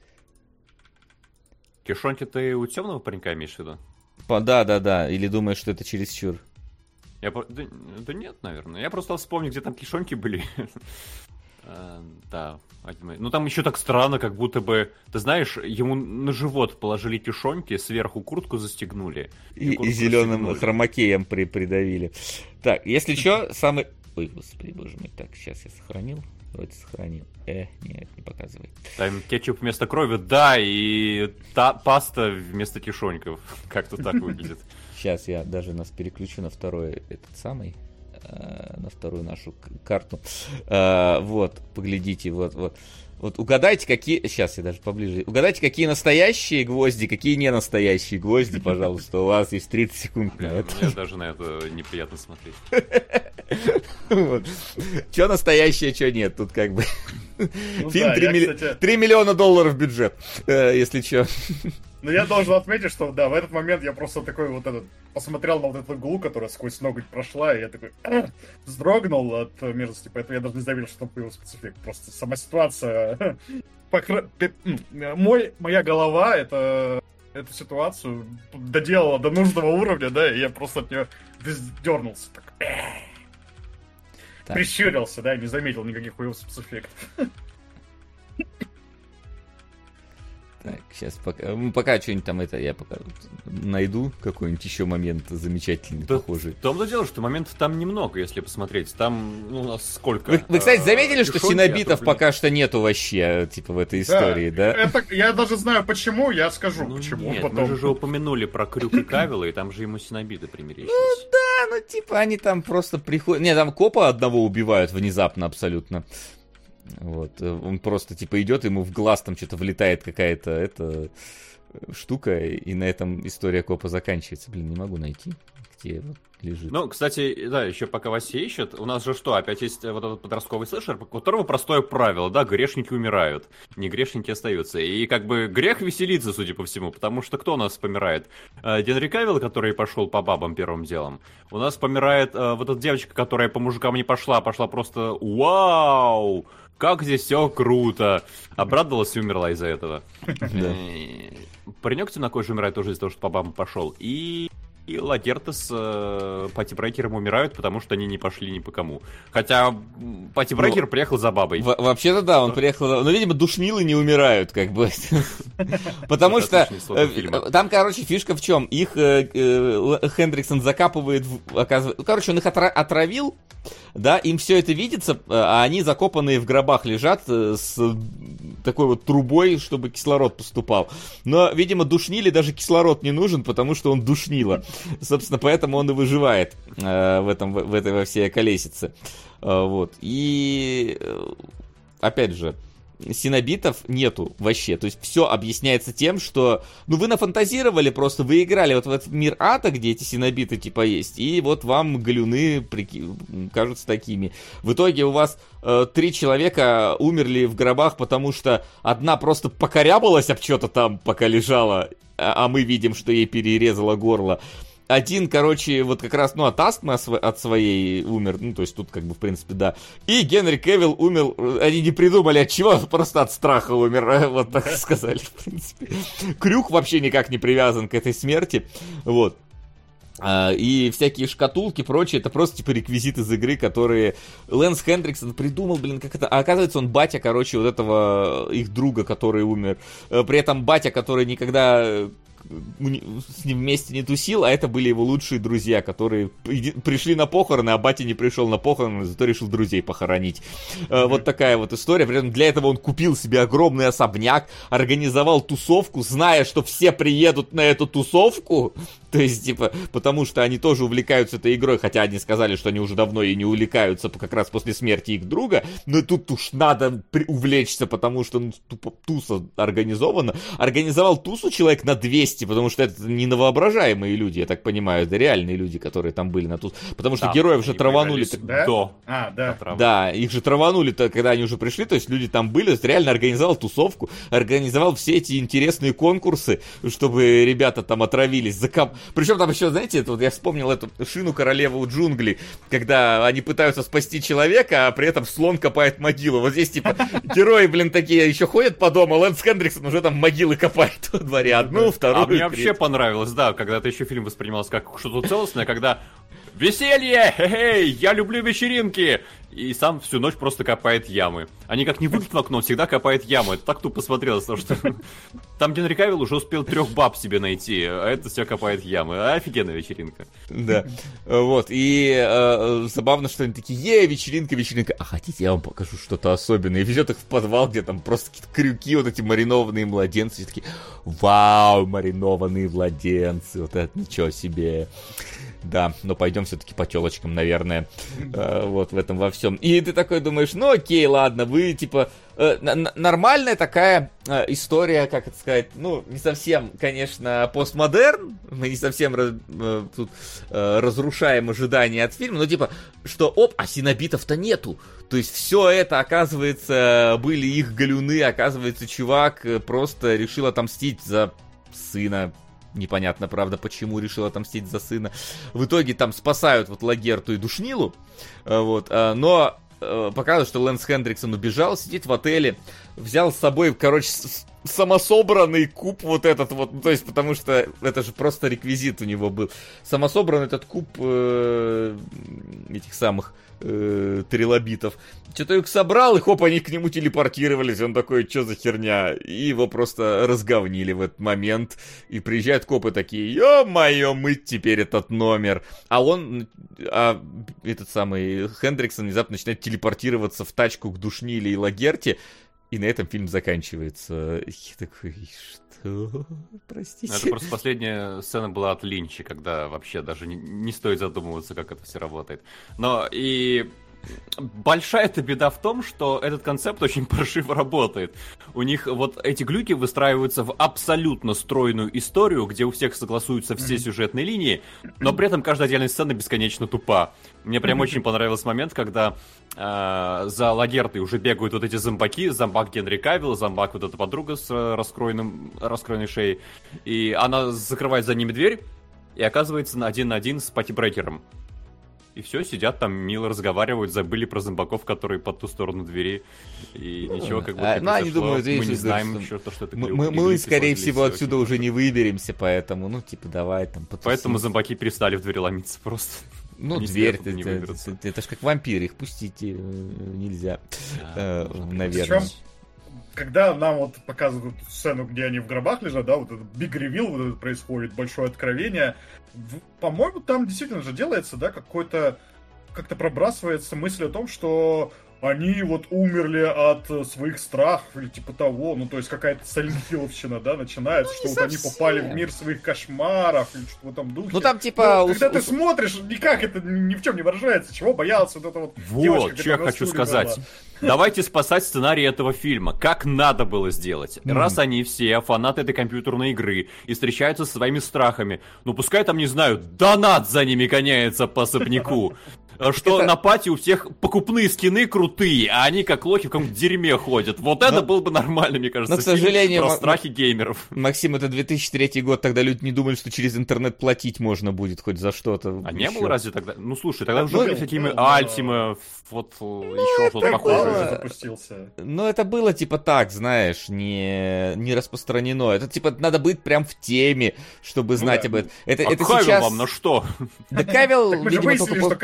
Кишоньки ты у темного паренька имеешь в виду? Да. Или думаешь, что это чересчур? Да нет, наверное. Я просто вспомню, где там кишоньки были. Да. Ну там еще так странно, как будто бы, ты знаешь, ему на живот положили кишоньки, сверху куртку застегнули. И зеленым хромакеем придавили. Так, если что, самый... Ой, господи, боже мой. Так, сейчас я сохранил. Вроде сохранил. Нет, не показывай. Там кетчуп вместо крови, да, и паста вместо кишоньков. Как-то так выглядит. Сейчас я даже нас переключу на второй на вторую нашу карту. Вот, поглядите, вот. Вот угадайте, какие... Сейчас я даже поближе. Угадайте, какие настоящие гвозди, какие не настоящие гвозди, пожалуйста. У вас есть 30 секунд на это. Мне даже на это неприятно смотреть. Что настоящее, что нет. Тут как бы... Фильм $3 миллиона бюджет, если что. Ну, я должен отметить, что, да, в этот момент я просто такой вот этот... Посмотрел на вот эту иглу, которая сквозь ноготь прошла, и я такой... вздрогнул от мерзости, поэтому я даже не заметил, что там появился спецэффект. Просто сама ситуация... Моя голова эту ситуацию доделала до нужного уровня, да, и я просто от нее дернулся. Так. Прищурился, да, и не заметил никаких спецэффектов. Так, сейчас пока что-нибудь там я пока найду какой-нибудь еще момент замечательный, да, похожий. В том-то дело, что моментов там немного, если посмотреть. Там, у нас сколько? Вы, кстати, заметили, что синобитов пока что нету вообще, в этой истории, да? Я даже знаю почему, я скажу почему. Нет, потом. мы же упомянули про Крюк и Кавилла, и там же ему синобиты примерещились. Ну да, они там просто приходят... Не, там копа одного убивают внезапно абсолютно. Вот, он просто, идет, ему в глаз там что-то влетает какая-то штука, и на этом история копа заканчивается. Не могу найти, где вот лежит. Ну, кстати, да, еще пока Вася ищет, у нас же что, опять есть вот этот подростковый слэшер, по которому простое правило, да, грешники умирают, не грешники остаются. И как бы грех веселится, судя по всему, потому что кто у нас помирает? Генри Кавилл, который пошел по бабам первым делом. У нас помирает вот эта девочка, которая по мужикам не пошла просто «Вау! Как здесь все круто!» Обрадовалась и умерла из-за этого. Паренек темнокожий же умирает тоже из-за того, что по бабам пошел. И Лагерта с Патибрейкером умирают, потому что они не пошли ни по кому. Хотя Патибрейкер приехал за бабой. Вообще-то да, он приехал... Но, видимо, душнилы не умирают, как бы. Потому что там, фишка в чем? Их Хендриксон закапывает... он их отравил, да, им все это видится, а они закопанные в гробах лежат с такой вот трубой, чтобы кислород поступал. Но, видимо, душниле даже кислород не нужен, потому что он душнило. Собственно, поэтому он и выживает во всей околесице. Вот. И опять же, синобитов нету вообще. То есть все объясняется тем, что вы нафантазировали просто, вы играли вот в этот мир ада, где эти синобиты есть, и вот вам галюны кажутся такими. В итоге у вас 3 человека умерли в гробах, потому что одна просто покорябалась об что-то там, пока лежала, а мы видим, что ей перерезало горло. Один, вот как раз, от астмы от своей умер, то есть тут в принципе, да. И Генри Кавилл умер, они не придумали от чего, просто от страха умер, вот так сказали, в принципе. Крюк вообще никак не привязан к этой смерти, вот. И всякие шкатулки, прочее, это просто реквизит из игры, которые Лэнс Хендриксон придумал, как это... А оказывается, он батя, вот этого их друга, который умер. При этом батя, который никогда с ним вместе не тусил, а это были его лучшие друзья, которые пришли на похороны, а батя не пришел на похороны, зато решил друзей похоронить. Вот такая вот история. При этом для этого он купил себе огромный особняк, организовал тусовку, зная, что все приедут на эту тусовку. То есть, типа, потому что они тоже увлекаются этой игрой, хотя они сказали, что они уже давно и не увлекаются как раз после смерти их друга, но тут уж надо увлечься, потому что туса организована. Организовал тусу человек на 200, потому что это не навоображаемые люди, я так понимаю, это реальные люди, которые там были на тусу. Потому что героев же траванули... Да, их же траванули-то, когда они уже пришли, то есть люди там были, то есть реально организовал тусовку, организовал все эти интересные конкурсы, чтобы ребята там отравились, Причем там еще, знаете, это вот я вспомнил эту Шину Королеву джунглей, когда они пытаются спасти человека, а при этом слон копает могилу. Вот здесь, типа, герои, блин, такие еще ходят по дому, а Лэнс Хендриксон уже там могилы копает во дворе. Одну, вторую, мне вообще понравилось, да, когда это еще фильм воспринимался как что-то целостное, когда веселье, хе-хей, я люблю вечеринки. И сам всю ночь просто копает ямы. Они как не выйдут в окно, он всегда копает ямы. Это так тупо смотрелось, потому что там Генри Кавилл уже успел 3 баб себе найти, а это все копает ямы. Офигенная вечеринка. Да, вот, и забавно, что они такие, вечеринка, вечеринка. А хотите, я вам покажу что-то особенное. И везет их в подвал, где там просто какие-то крюки, вот эти маринованные младенцы. И такие, вау, маринованные младенцы, вот это ничего себе. Да, но пойдем все-таки по телочкам, наверное, вот в этом во всем. И ты такой думаешь, ну окей, ладно, вы типа нормальная такая история, как это сказать, ну не совсем, конечно, постмодерн, мы не совсем тут разрушаем ожидания от фильма, но типа, что а синобитов-то нету. То есть все это, оказывается, были их галюны, оказывается, чувак просто решил отомстить за сына. Непонятно, правда, почему решил отомстить за сына. В итоге там спасают вот Лагерту и Душнилу. Вот, но показывают, что Лэнс Хендриксон убежал, сидит в отеле, взял с собой, короче, самособранный куб вот этот вот, ну, то есть, потому что это же просто реквизит у него был. Самособранный этот куб этих самых трилобитов. Что-то их собрал, и хоп, они к нему телепортировались. Он такой, что за херня? И его просто разговнили в этот момент. И приезжают копы такие, ё-моё, мыть теперь этот номер. А этот самый Хендриксон внезапно начинает телепортироваться в тачку к Душниле и Лагерте. И на этом фильм заканчивается. Я такой, что? Простите. Это просто последняя сцена была от Линча, когда вообще даже не стоит задумываться, как это все работает. Но и большая-то беда в том, что этот концепт очень паршиво работает. У них вот эти глюки выстраиваются в абсолютно стройную историю, где у всех согласуются все сюжетные линии, но при этом каждая отдельная сцена бесконечно тупа. Мне прям очень понравился момент, когда за Лагертой уже бегают вот эти зомбаки, зомбак Генри Кавилл, зомбак вот эта подруга с раскроенной шеей, и она закрывает за ними дверь и оказывается на один с пати-брейкером. И все, сидят там, мило разговаривают, забыли про зомбаков, которые по ту сторону двери. И ничего, как бы не они думают, мы не знаем еще то, что это глюк. Мы скорее всего, отсюда уже не выберемся, поэтому, ну, типа, давай там потусим. Поэтому зомбаки перестали в дверь ломиться просто. Ну, дверь, это ж как вампиры, их пустить нельзя, наверное. Причем, когда нам вот показывают сцену, где они в гробах лежат, да, вот этот big reveal вот это происходит, большое откровение, по-моему, там действительно же делается, да, как-то пробрасывается мысль о том, что они вот умерли от своих страхов или типа того, ну то есть какая-то сайлент-хилловщина, да, начинается, что вот они попали в мир своих кошмаров или что в этом духе. Ну там типа... когда ты смотришь, никак это ни в чем не выражается, чего боялся вот это вот девочка, что я хочу сказать. Давайте спасать сценарий этого фильма. Как надо было сделать. Раз они все фанаты этой компьютерной игры и встречаются со своими страхами, ну пускай там, не знаю, донат за ними гоняется по особняку. Что на пати у всех покупные скины крутые, а они как лохи в каком-то дерьме ходят. Вот это было бы нормально, мне кажется. Но, к сожалению, про страхи геймеров. Максим, это 2003 год, тогда люди не думали, что через интернет платить можно будет хоть за что-то. А не было разве тогда? Ну, слушай, тогда уже были всякими Альтима, вот еще что-то похожее. Запустился. Ну, это было типа так, знаешь, не распространено. Это типа надо быть прям в теме, чтобы знать об этом. Это Кавилл сейчас... вам на что? Да Кавилл, так мы же выяснили, что Кавилл не знает.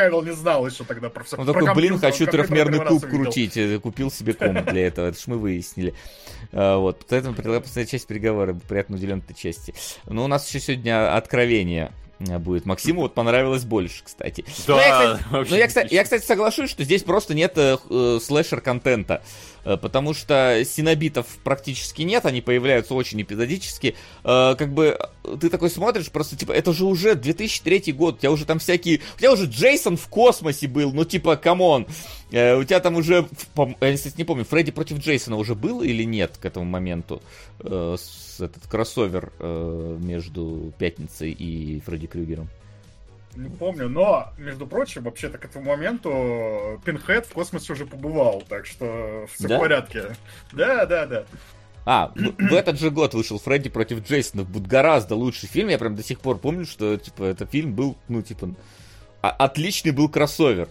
знал еще тогда про все. Он такой, блин, хочу трехмерный куб крутить. Купил себе комп для этого. Это ж мы выяснили. Вот. Поэтому предлагаю посмотреть часть переговора. Приятно удивлен этой части. Но у нас еще сегодня откровение будет. Максиму вот понравилось больше, кстати. Да, я, кстати, соглашусь, что здесь просто нет слэшер-контента. Потому что синобитов практически нет, они появляются очень эпизодически. Как бы ты такой смотришь, просто типа, это же уже 2003 год, у тебя уже там всякие... У тебя уже Джейсон в космосе был, ну типа, камон. У тебя там уже... Я, кстати, не помню, Фредди против Джейсона уже был или нет к этому моменту? Этот кроссовер между Пятницей и Фредди Крюгером. Не помню, но, между прочим, вообще-то к этому моменту Пинхед в космосе уже побывал, так что все в порядке. Да. В этот же год вышел Фредди против Джейсона. Будет гораздо лучший фильм. Я прям до сих пор помню, что типа этот фильм был, ну, типа, отличный был кроссовер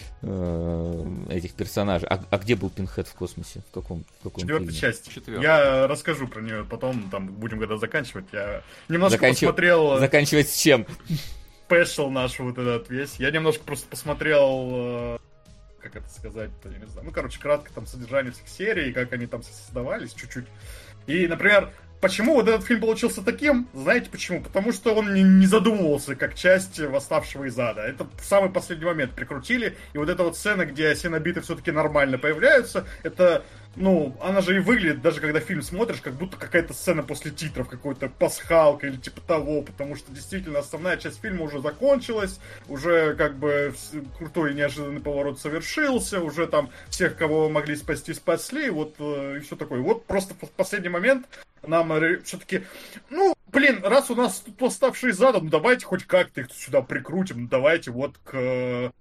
этих персонажей. А где был Пинхед в космосе? В каком Четвертая часть. Я расскажу про нее потом, там будем когда заканчивать. Я немножко посмотрел... Заканчивать с чем? Спешл наш вот этот весь. Я немножко просто посмотрел, как это сказать-то, я не знаю. Ну, короче, кратко там содержание всех серий, как они там создавались чуть-чуть. И, например, почему вот этот фильм получился таким? Знаете почему? Потому что он не задумывался как часть «Восставшего из ада». Это в самый последний момент прикрутили. И вот эта вот сцена, где синобиты все-таки нормально появляются, это... Ну, она же и выглядит, даже когда фильм смотришь, как будто какая-то сцена после титров, какой-то пасхалка или типа того, потому что действительно основная часть фильма уже закончилась, уже как бы крутой неожиданный поворот совершился, уже там всех, кого могли спасти, спасли, вот и все такое. Вот просто в последний момент нам все-таки, ну, блин, раз у нас тут «Восставшие из ада», ну давайте хоть как-то их сюда прикрутим, ну давайте вот к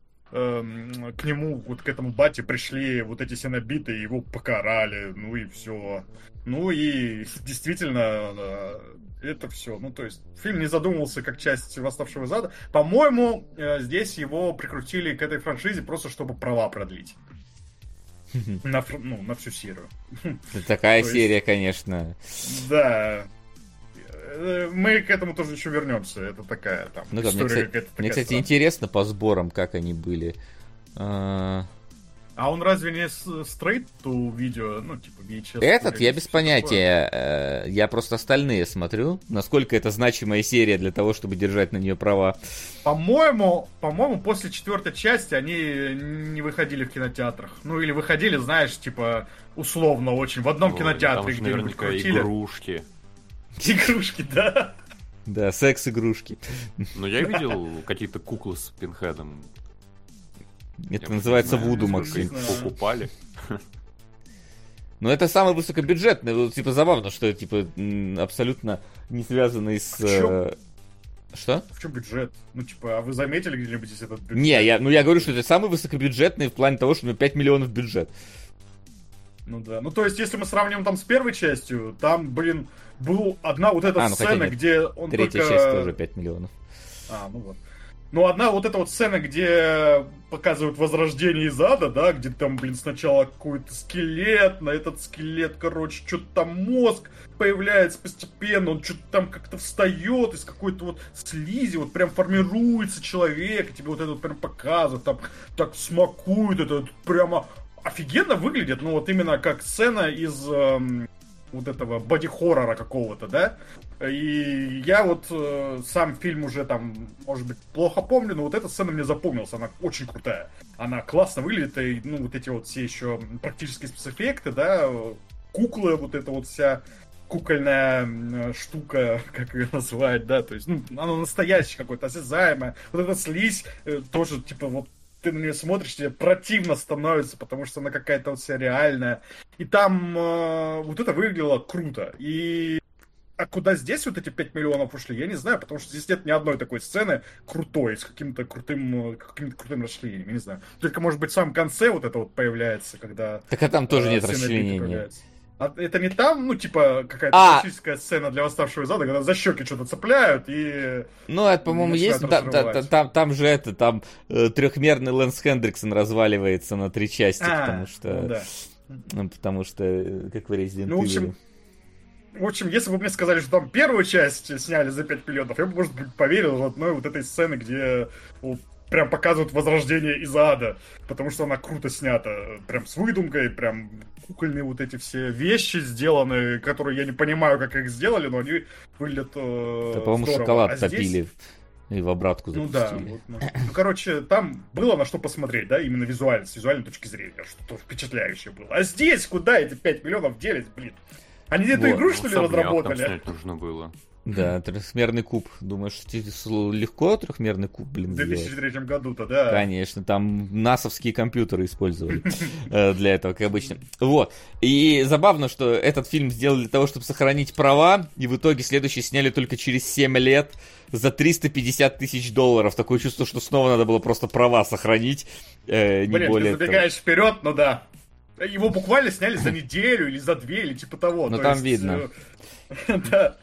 нему, вот к этому бате пришли вот эти синобиты, его покарали, ну и все. Ну и действительно, это все. Ну, то есть, фильм не задумывался как часть «Восставшего из ада». По-моему, здесь его прикрутили к этой франшизе просто, чтобы права продлить. На всю серию. Такая серия, конечно. Да. Мы к этому тоже еще вернемся. Это такая там история какая-то. Мне, кстати, интересно по сборам, как они были. А он разве не straight to видео, ну, типа VHS? Этот я без понятия. Я просто остальные смотрю. Насколько это значимая серия для того, чтобы держать на нее права. По-моему, после 4-й части они не выходили в кинотеатрах. Ну, или выходили, знаешь, типа, условно очень. В одном кинотеатре, где наверняка игрушки. Игрушки, да. Да, секс-игрушки. Ну, я видел какие-то куклы с Пинхедом. Это называется Вуду, Максим. Покупали. Но это самый высокобюджетный. Типа, забавно, что типа абсолютно не связанный с... Что? В чем бюджет? Ну, типа, а вы заметили где-нибудь здесь этот бюджет? Не, я говорю, что это самый высокобюджетный в плане того, что у него 5 миллионов бюджет. Ну да. Ну, то есть, если мы сравним там с первой частью, там, блин, была одна вот эта сцена, где он третья только... часть тоже 5 миллионов. Ну вот. Ну, одна вот эта вот сцена, где показывают возрождение из ада, да, где там, блин, сначала какой-то скелет, на этот скелет, короче, что-то там мозг появляется постепенно, он что-то там как-то встает из какой-то вот слизи, вот прям формируется человек, и тебе вот это вот прям показывают, там так смакуют, это прямо офигенно выглядит, ну вот именно как сцена из вот этого боди-хоррора какого-то, да? И я вот сам фильм уже там, может быть, плохо помню, но вот эта сцена мне запомнилась, она очень крутая. Она классно выглядит, и, ну, вот эти вот все еще практические спецэффекты, да, куклы, вот эта вот вся кукольная штука, как ее называть, да, то есть, ну, она настоящая какой-то, осязаемая. Вот эта слизь тоже, типа, вот ты на нее смотришь, тебе противно становится, потому что она какая-то вот вся реальная. И там вот это выглядело круто. А куда здесь вот эти 5 миллионов ушли, я не знаю, потому что здесь нет ни одной такой сцены крутой, с каким-то крутым расширением, я не знаю. Только, может быть, в самом конце вот это вот появляется, когда... Так а там тоже нет расчленения. А это не там, ну, типа, какая-то классическая сцена для «Восставшего из ада», когда за щеки что-то цепляют и... Ну, это, по-моему, есть. Там же это, там трехмерный Лэнс Хендриксон разваливается на 3 части, потому что... Потому что, как в Resident Evil. В общем, если бы мне сказали, что там первую часть сняли за 5 миллионов, я бы, может быть, поверил в одной вот этой сцены, где прям показывают возрождение из ада, потому что она круто снята, прям с выдумкой, прям кукольные вот эти все вещи сделаны, которые я не понимаю, как их сделали, но они выглядят по-моему, здорово. шоколад Здесь... топили и в обратку запустили. Ну да, вот, ну, короче, там было на что посмотреть, да, именно визуально, с визуальной точки зрения, что впечатляющее было. А здесь куда эти 5 миллионов делись, блин? Они эту игру, что ли, разработали? Там снять нужно было. Да, трехмерный куб. Думаешь, легко трехмерный куб, блин, В сделать? 2003 году-то, да. Конечно, там насовские компьютеры использовали для этого, как обычно. Вот. И забавно, что этот фильм сделали для того, чтобы сохранить права, и в итоге следующий сняли только через 7 лет за $350 тысяч. Такое чувство, что снова надо было просто права сохранить, не более ты забегаешь вперед, ну да. Его буквально сняли за неделю или за 2, или типа того. Ну там видно. Да.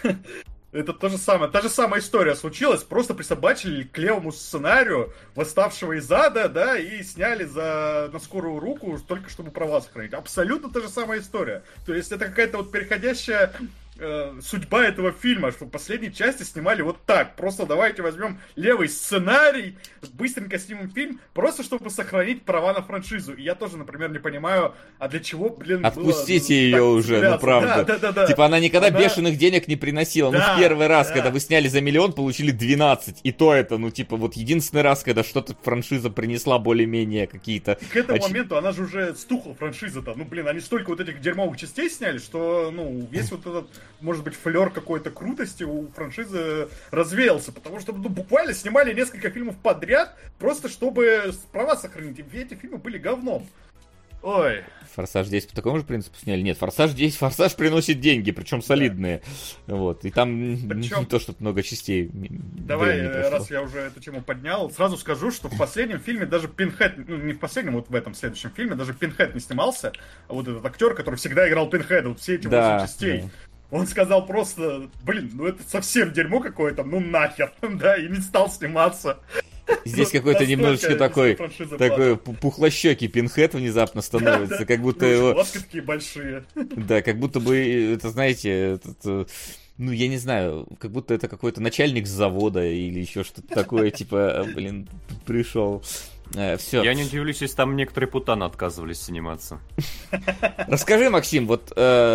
Это то же самое. Та же самая история случилась. Просто присобачили к левому сценарию «Восставшего из ада», да, и сняли на скорую руку, только чтобы права сохранить. Абсолютно та же самая история. То есть это какая-то вот переходящая судьба этого фильма, что в последней части снимали вот так. Просто давайте возьмем левый сценарий, быстренько снимем фильм, просто чтобы сохранить права на франшизу. И я тоже, например, не понимаю, а для чего, блин, отпустите ее уже, ну правда. Да. Типа она никогда бешеных денег не приносила. Ну в первый раз, когда вы сняли за 1 миллион, получили 12. И то это, ну типа вот единственный раз, когда что-то франшиза принесла более-менее какие-то... И к этому моменту она же уже стухла, франшиза-то. Ну блин, они столько вот этих дерьмовых частей сняли, что, ну, весь вот этот, может быть, флер какой-то крутости у франшизы развеялся, потому что буквально снимали несколько фильмов подряд, просто чтобы права сохранить. И эти фильмы были говном. Ой. «Форсаж 10» по такому же принципу сняли? Нет, «Форсаж 10», «Форсаж» приносит деньги, причем солидные. Да. Вот. И там не то, что много частей. Давай, раз я уже эту тему поднял, сразу скажу, что в последнем фильме даже Пинхед, ну не в последнем, вот в этом следующем фильме, даже Пинхед не снимался. А вот этот актер, который всегда играл Пинхеда, вот все эти 8 частей. Да. Он сказал просто, блин, ну это совсем дерьмо какое-то, ну нахер, да, и не стал сниматься. Здесь какой-то немножечко такой пухлощекий Пинхед внезапно становится, как будто его... Глазки такие большие. Да, как будто бы, это, знаете, ну, я не знаю, как будто это какой-то начальник завода или еще что-то такое, типа, блин, пришел. Все. Я не удивлюсь, если там некоторые путаны отказывались сниматься. Расскажи, Максим, вот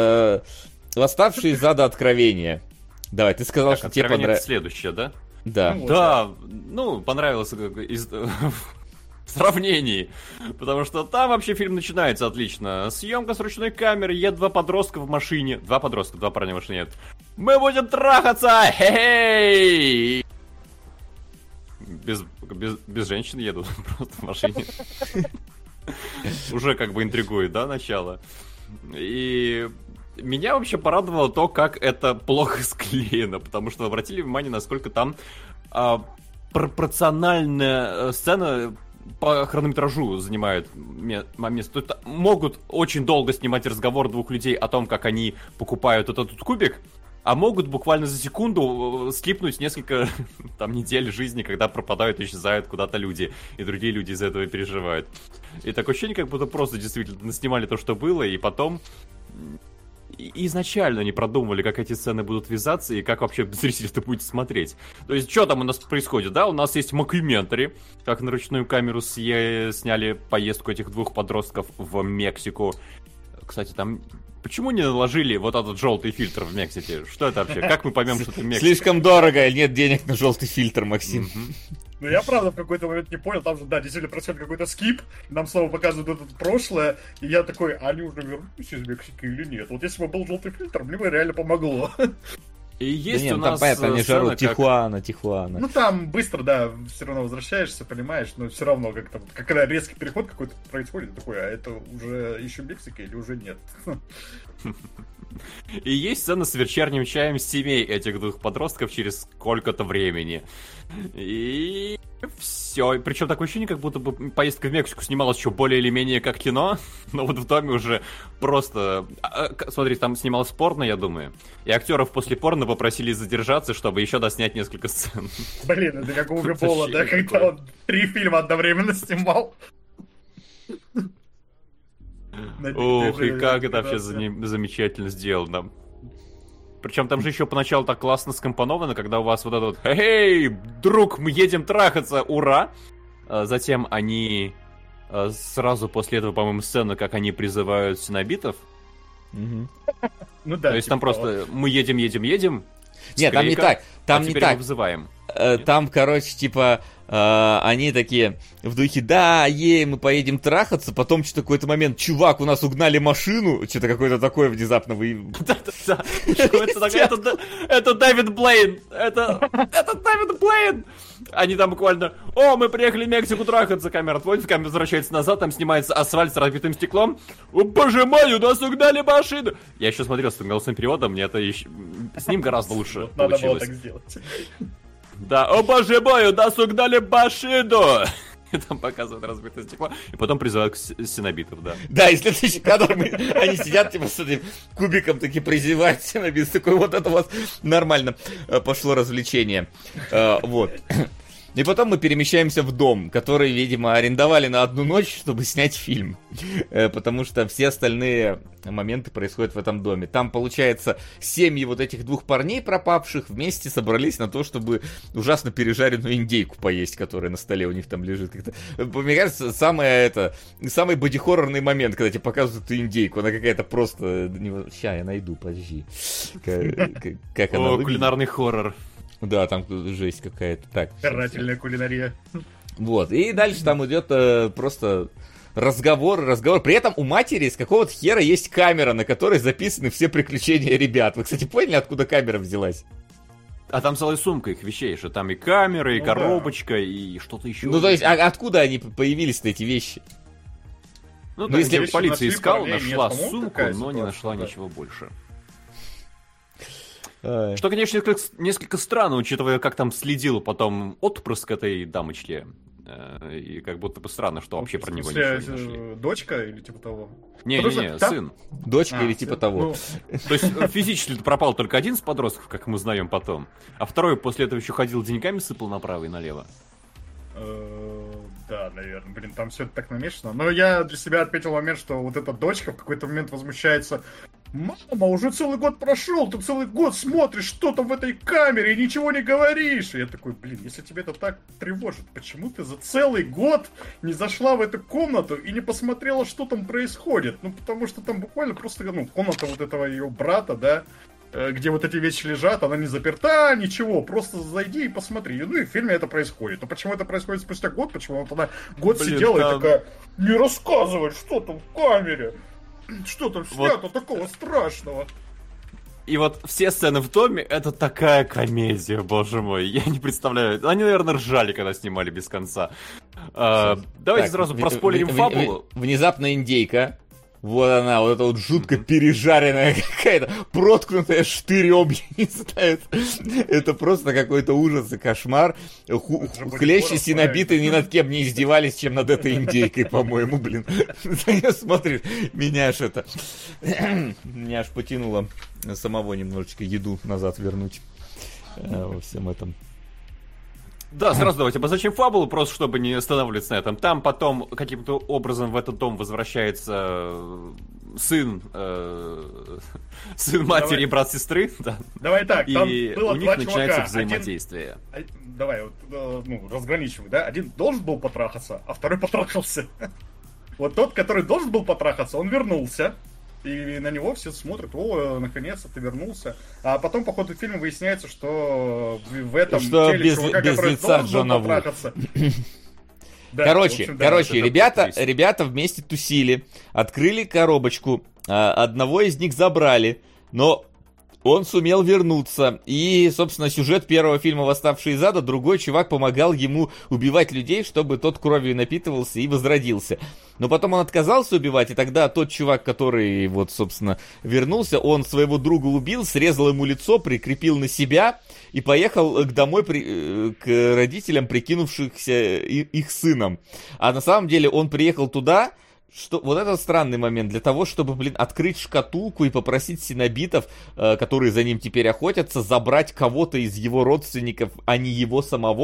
«Восставшие из ада. Откровения». Давай, ты сказал, что тебе понравилось. Следующее, да? Да. Да, ну, понравилось в сравнении, потому что там вообще фильм начинается отлично. Съемка с ручной камеры, едут 2 подростка в машине. 2 подростка, 2 парня в машине едут. Мы будем трахаться! Хе-хей! Без женщин едут, просто в машине. Уже как бы интригует, да, начало? И... Меня вообще порадовало то, как это плохо склеено, потому что обратили внимание, насколько там пропорциональная сцена по хронометражу занимает место. То есть могут очень долго снимать разговор 2 людей о том, как они покупают этот кубик, а могут буквально за секунду скипнуть несколько там недель жизни, когда пропадают, исчезают куда-то люди, и другие люди из-за этого переживают. И такое ощущение, как будто просто действительно снимали то, что было, и потом... изначально не продумывали, как эти сцены будут вязаться и как вообще зритель это будет смотреть. То есть, что там у нас происходит, да? У нас есть мокюментари, как на ручную камеру сняли поездку этих 2 подростков в Мексику. Кстати, там... Почему не наложили вот этот желтый фильтр в Мексике? Что это вообще? Как мы поймем, что это Мексика? Слишком дорого, нет денег на желтый фильтр, Максим. Ну, я правда в какой-то момент не понял, там же, да, действительно происходит какой-то скип, нам снова показывают это прошлое, и я такой, а они уже вернулись из Мексики или нет? Вот если бы был желтый фильтр, мне бы реально помогло. И есть у нас там, понятно, они жарут Тихуана. Ну, там быстро, да, все равно возвращаешься, понимаешь, но все равно как-то, когда резкий переход какой-то происходит, такой, а это уже еще Мексика или уже нет? И есть сцена с вечерним чаем семей этих 2 подростков через сколько-то времени. И все. Причем такое ощущение, как будто бы поездка в Мексику снималась еще более или менее как кино, но вот в доме уже просто... Смотри, там снималось порно, я думаю. И актеров после порно попросили задержаться, чтобы еще доснять несколько сцен. Блин, это как у Уве Болла, да, когда он 3 фильма одновременно снимал. Ух, и как это вообще замечательно сделано. Причем там же еще поначалу так классно скомпоновано, когда у вас вот это вот «Эй, друг, мы едем трахаться, ура!» Затем они сразу после этого, по-моему, сцена, как они призывают синобитов. Мгм. Ну да. То есть там типа просто мы едем. Нет, там не склейка, так. Там а не теперь так. мы вызываем. Там, короче, типа, они такие в духе, да, мы поедем трахаться, потом что-то какой-то момент, чувак, у нас угнали машину, что-то какое-то такое внезапно Да-да-да. Это Дэвид Блейн! Это Дэвид Блейн! Они там буквально, мы приехали в Мексику трахаться, камера отводит, камера возвращается назад, там снимается асфальт с разбитым стеклом. О, боже мой, у нас угнали машину! Я еще смотрел с голосовым переводом, мне это еще... С ним гораздо лучше надо было получилось. так сделать. Да, о боже мой, у нас угнали машину! И там показывают разбитое стекло, и потом призывают синобитов, да. Да, и следующий кадр, они сидят, типа, с этим кубиком таки призывают синобит, такой, вот это у вас нормально пошло развлечение. Вот. И потом мы перемещаемся в дом, который, видимо, арендовали на одну ночь, чтобы снять фильм. Потому что все остальные моменты происходят в этом доме. Там, получается, семьи вот этих двух парней пропавших вместе собрались на то, чтобы ужасно пережаренную индейку поесть, которая на столе у них там лежит. Мне кажется, самый бодихоррорный момент, когда тебе показывают эту индейку. Она какая-то просто... Ща, я найду, подожди. Как она выглядит. Кулинарный хоррор. Да, там жесть какая-то. Так. Карательная кулинария. Вот. И дальше там идет просто разговор. При этом у матери с какого-то хера есть камера, на которой записаны все приключения ребят. Вы, кстати, поняли, откуда камера взялась? А там целая сумка их вещей, что там и камера, и Ну коробочка, и что-то еще. Ну, то есть, откуда они появились-то, эти вещи? Ну, ну, если полиция нашли искала, парней, нашла нет, по-моему, сумку, такая но не ситуация, нашла да. ничего больше. Ай. Что, конечно, несколько странно, учитывая, как там следил потом отпрыск этой дамочки. И как будто бы странно, что вообще про него ничего не нашли. Дочка или типа того? Не-не-не, там- сын. Дочка или типа сын. того. То есть физически пропал только один из подростков, как мы узнаем потом, а второй после этого еще ходил деньгами, сыпал направо и налево. Да, наверное. Блин, там все это так намешано. Но я для себя отметил момент, что вот эта дочка в какой-то момент возмущается. Мама, уже целый год прошел, ты целый год смотришь, что там в этой камере, и ничего не говоришь. И я такой, блин, если тебе это так тревожит, почему ты за целый год не зашла в эту комнату и не посмотрела, что там происходит? Ну, потому что там буквально просто, комната вот этого ее брата, да, где вот эти вещи лежат, она не заперта, ничего, просто зайди и посмотри. Ну и в фильме это происходит. Но почему это происходит спустя год? Почему вот она год сидела и такая, не рассказывай, что там в камере? Что там снято такого страшного? И вот все сцены в доме, это такая комедия, боже мой, я не представляю. Они, наверное, ржали, когда снимали без конца. Давайте сразу проспойлерим фабулу. Внезапно индейка. Вот она, вот эта вот жутко пережаренная какая-то, проткнутая штырем, я не знаю. Это просто какой-то ужас и кошмар. Хлещи синобиты ни над кем не издевались, чем над этой индейкой, по-моему, блин. Смотришь, меня аж потянуло самого немножечко еду назад вернуть во всем этом. Да, сразу давайте обозначим фабулу, просто чтобы не останавливаться на этом. Там потом каким-то образом в этот дом возвращается сын матери и брат сестры. Да. Давай так, там и было у них два начинается чувака. взаимодействие. Давай, разграничивай, да? Один должен был потрахаться, а второй потрахался. Вот тот, который должен был потрахаться, он вернулся. И на него все смотрят, наконец-то ты вернулся. А потом по ходу фильма выясняется, что в этом теле чувака, который должен был потрахаться... Короче, ребята вместе тусили, открыли коробочку, одного из них забрали, но он сумел вернуться. И, собственно, сюжет первого фильма «Восставший из ада», другой чувак помогал ему убивать людей, чтобы тот кровью напитывался и возродился. Но потом он отказался убивать, и тогда тот чувак, который, вот, собственно, вернулся, он своего друга убил, срезал ему лицо, прикрепил на себя и поехал домой к родителям, прикинувшихся их сыном. А на самом деле он приехал туда... Что, вот это странный момент, для того, чтобы, открыть шкатулку и попросить синобитов, которые за ним теперь охотятся, забрать кого-то из его родственников, а не его самого,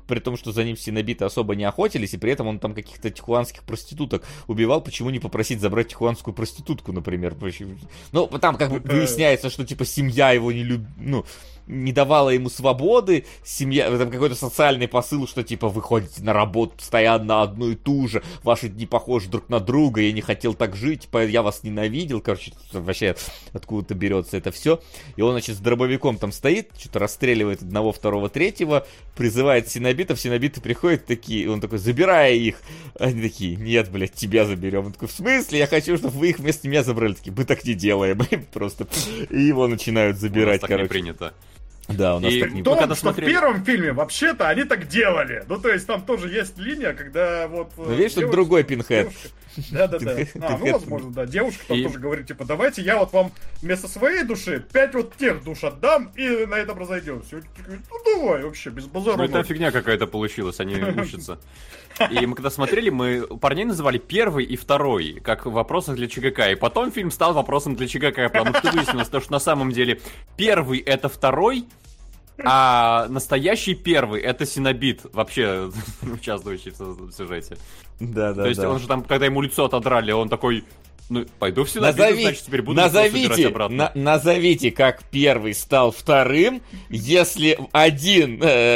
при том, что за ним синобиты особо не охотились, и при этом он там каких-то тихуанских проституток убивал, почему не попросить забрать тихуанскую проститутку, например? Ну, там как бы выясняется, что типа семья его не давала ему свободы, семья, там какой-то социальный посыл, что типа вы ходите на работу постоянно одну и ту же, ваши дни похожи друг на друга, я не хотел так жить, типа я вас ненавидел, короче, вообще откуда-то берется это все. И он, значит, с дробовиком там стоит, что-то расстреливает одного, второго, третьего, призывает синобитов приходят такие, он такой, забирая их, они такие, нет, блядь, тебя заберем. Он такой, в смысле? Я хочу, чтобы вы их вместо меня забрали. Такие, мы так не делаем, просто. И его начинают забирать, короче. Так не принято. Да, у нас так не принято. В первом фильме вообще-то они так делали. Ну, то есть там тоже есть линия, когда вот... Ну, видишь, тут другой Пинхед. Да-да-да. Ну, возможно, да. Девушка там тоже говорит, типа, давайте я вот вам вместо своей души 5 вот тех душ отдам, и на этом разойдемся. Ну, давай, вообще, без базара. Ну, это фигня какая-то получилась, они учатся. И мы когда смотрели, мы парней называли первый и второй, как в вопросах для ЧГК. И потом фильм стал вопросом для ЧГК, потому что выяснилось, что на самом деле первый это второй, а настоящий первый это синобит, вообще участвующий в сюжете. Да. То есть он же там, когда ему лицо отодрали, он такой... Ну, пойду в синобит, значит, теперь буду собирать обратно. Назовите, как первый стал вторым, если один...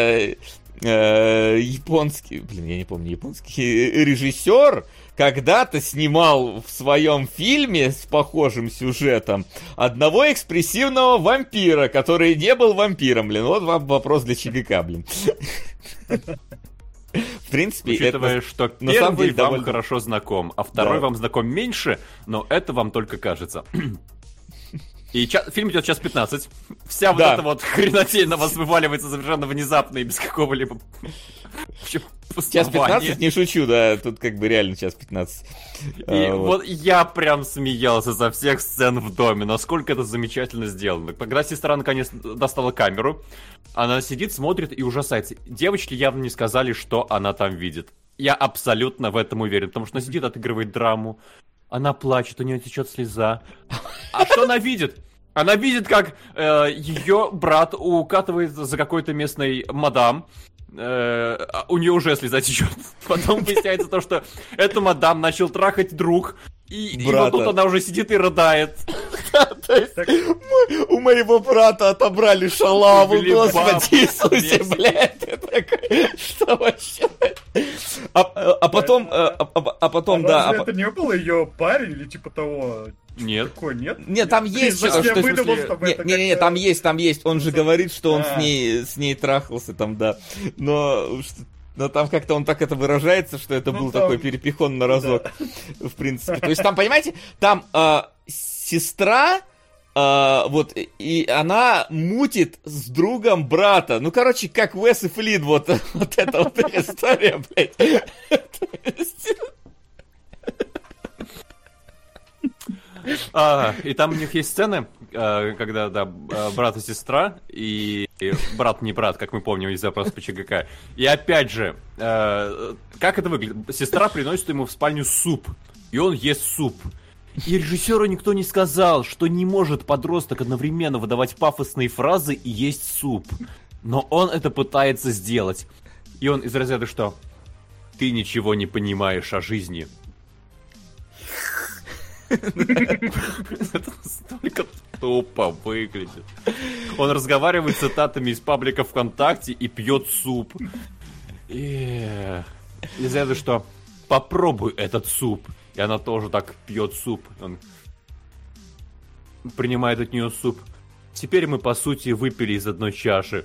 японский, я не помню, японский режиссер когда-то снимал в своем фильме с похожим сюжетом одного экспрессивного вампира, который не был вампиром, Вот вам вопрос для ЧГК, В принципе, учитывая, что первый вам хорошо знаком, а второй вам знаком меньше, но это вам только кажется. И фильм идет час 15. Вся вот эта вот хренотень на вас вываливается совершенно внезапно и без какого-либо... Час 15, не шучу, да, тут как бы реально час 15. И вот я прям смеялся за всех сцен в доме, насколько это замечательно сделано. Когда сестра наконец достала камеру, она сидит, смотрит и ужасается. Девочки явно не сказали, что она там видит. Я абсолютно в этом уверен, потому что она сидит, отыгрывает драму. Она плачет, у нее течет слеза. А что она видит? Она видит, как ее брат укатывает за какой-то местной мадам. У нее уже слеза течет. Потом выясняется то, что эту мадам начал трахать друг. И вот тут она уже сидит и рыдает. У моего брата отобрали шалаву, господи Иисусе, блядь. Что вообще? А потом, да. Это не был ее парень или типа того? Нет. Такой, нет? Нет, там есть что-то, не, там есть. Он же говорит, что он с ней трахался там, да. Но там как-то он так это выражается, что это был такой перепихон на разок, в принципе. То есть там, понимаете, там сестра, вот, и она мутит с другом брата. Ну, короче, как Уэс и Флинн, вот эта вот история, блядь. И там у них есть сцены, когда, да, брат и сестра, и брат не брат, как мы помним из запроса по ЧГК. И опять же, как это выглядит? Сестра приносит ему в спальню суп, и он ест суп. И режиссеру никто не сказал, что не может подросток одновременно выдавать пафосные фразы и есть суп. Но он это пытается сделать. И он из разряда что? Ты ничего не понимаешь о жизни. Это настолько тупо выглядит. Он разговаривает цитатами из паблика ВКонтакте и пьет суп. И из-за что попробуй этот суп. И она тоже так пьет суп. Он принимает от нее суп. Теперь мы, по сути, выпили из одной чаши.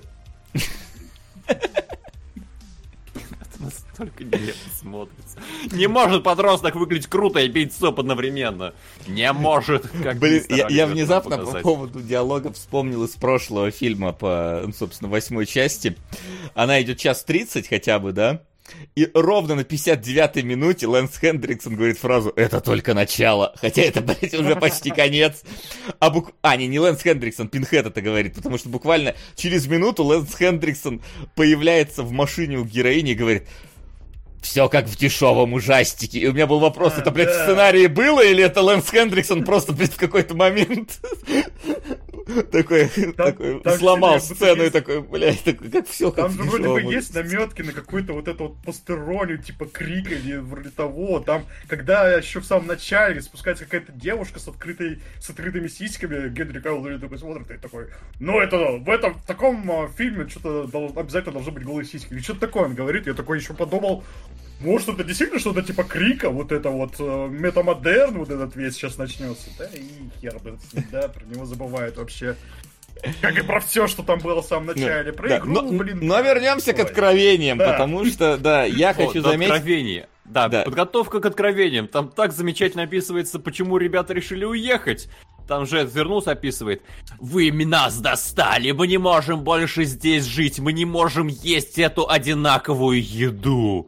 Настолько нелепо смотрится. Не может подросток выглядеть круто и пить суп одновременно. Не может. Блин, я внезапно по поводу диалога вспомнил из прошлого фильма по, собственно, 8 части. Она идет 1:30 хотя бы, да? И ровно на 59-й минуте Лэнс Хендриксон говорит фразу «Это только начало». Хотя это, блядь, уже почти конец. Не Лэнс Хендриксон, Пинхед это говорит. Потому что буквально через минуту Лэнс Хендриксон появляется в машине у героини и говорит «Все как в дешевом ужастике». И у меня был вопрос, это, блядь, в сценарии было или это Лэнс Хендриксон просто, блядь, в какой-то момент такой сломал сцену и такой, блядь, как все как там же вроде бы есть наметки на какую-то вот эту вот постеронию, типа крика или вроде того. Там, когда еще в самом начале спускается какая-то девушка с открытыми сиськами, Генри Кавилл такой смотрит и такой, ну это, в таком фильме что-то обязательно должны быть голые сиськи. Или что-то такое он говорит. Я такой еще подумал, может это действительно что-то типа крика, вот это вот метамодерн, вот этот весь сейчас начнется. Да, и хер бы с ним, да, про него забывают вообще. Как и про все, что там было в самом начале. Про игру, блин. Но вернемся к откровениям, потому что, да, я хочу заметить... Откровение. Да, подготовка к откровениям. Там так замечательно описывается, почему ребята решили уехать. Там же вернулся, описывает. Вы нас достали, мы не можем больше здесь жить, мы не можем есть эту одинаковую еду.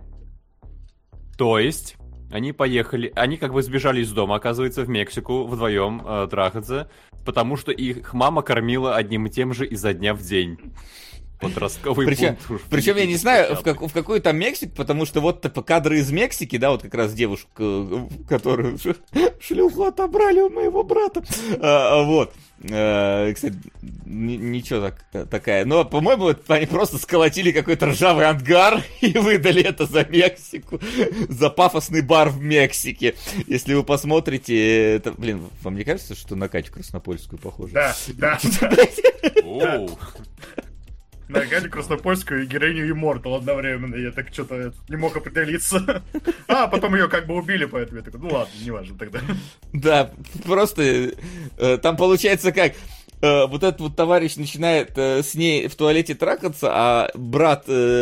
То есть, они поехали, они как бы сбежали из дома, оказывается, в Мексику вдвоем трахаться, потому что их мама кормила одним и тем же изо дня в день. Подростковый пункт. Причем я не знаю, в какую там Мексику, потому что вот типа кадры из Мексики, да, вот как раз девушку, которую шлюху отобрали у моего брата. Вот. Кстати, ничего такая. Но, по-моему, они просто сколотили какой-то ржавый ангар и выдали это за Мексику. За пафосный бар в Мексике. Если вы посмотрите, это, блин, вам не кажется, что на Катю Краснопольскую похоже? Да. На Галю Краснопольскую и героиню Immortal одновременно. Я так что-то не мог определиться. А потом ее как бы убили, поэтому я такой, ну ладно, неважно тогда. Да, просто там получается как... Вот этот вот товарищ начинает с ней в туалете трахаться, а брат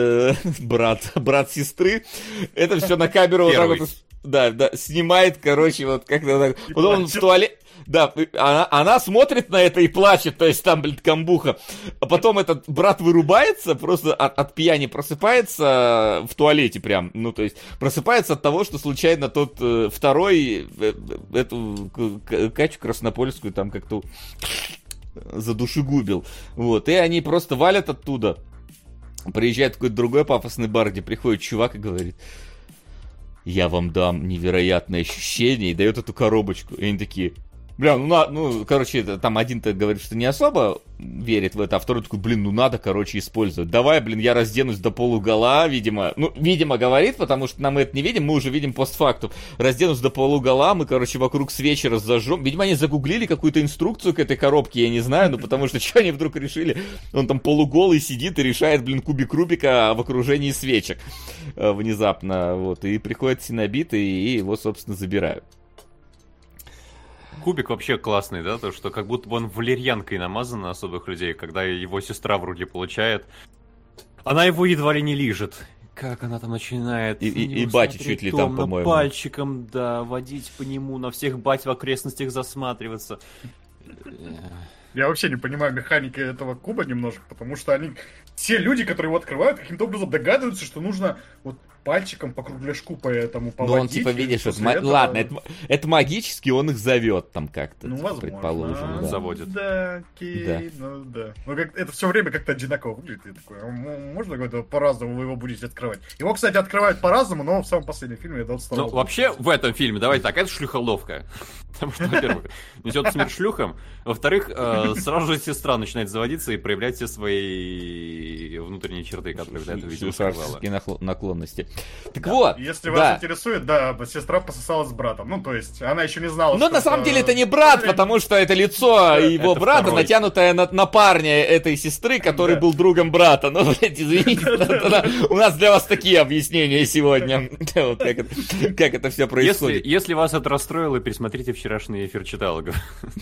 сестры это все на камеру вот так вот, да, снимает, короче, вот как-то так. Потом он в туалете... Да, она смотрит на это и плачет, то есть там, блин, камбуха. А потом этот брат вырубается, просто от пьяни просыпается в туалете прям. Ну, то есть просыпается от того, что случайно тот второй эту Катю Краснопольскую там как-то задушегубил. Вот, и они просто валят оттуда. Приезжает в какой-то другой пафосный бар, где приходит чувак и говорит: я вам дам невероятное ощущение, и дает эту коробочку. И они такие... Бля, короче, там один-то говорит, что не особо верит в это, а второй такой, блин, надо, короче, использовать. Давай, блин, я разденусь до полугола, видимо. Ну, видимо, говорит, потому что нам это не видим, мы уже видим постфактум. Разденусь до полугола, мы, короче, вокруг свечи разожжем. Видимо, они загуглили какую-то инструкцию к этой коробке, я не знаю, ну, потому что что они вдруг решили? Он там полуголый сидит и решает, блин, кубик Рубика в окружении свечек внезапно, вот. И приходят синобиты, и его, собственно, забирают. Кубик вообще классный, да, то, что как будто бы он валерьянкой намазан на особых людей, когда его сестра вроде получает. Она его едва ли не лижет. Как она там начинает... И батя чуть ли там, по-моему. Пальчиком, да, водить по нему, на всех бать в окрестностях засматриваться. Я вообще не понимаю механики этого куба немножко, потому что они... Все люди, которые его открывают, каким-то образом догадываются, что нужно вот пальчиком по кругляшку по этому поводить. Ну, он типа, видишь, ладно, это магически он их зовет там как-то, ну, типа, предположим. Да. Заводит. Да, окей, ну да. Ну, как, это все время как-то одинаково выглядит. Я такой, можно как-то по-разному вы его будете открывать? Его, кстати, открывают по-разному, но в самом последнем фильме это вот стало... Ну, вообще, в этом фильме, давайте так, это шлюхоловка. Потому что, во-первых, несет смерть шлюхам. Во-вторых, сразу же сестра начинает заводиться и проявлять все свои внутренние черты, которые для этого видео скрывала. Наклонности. Так да. вот. Если вас интересует, да, сестра пососалась с братом. Ну, то есть, она еще не знала, что... Ну, на самом деле, это не брат, потому что это лицо его брата, натянутое на парня этой сестры, который был другом брата. Ну, блядь, извините, у нас для вас такие объяснения сегодня. Как это все происходит. Если вас это расстроило, пересмотрите вчерашний эфир читалогов.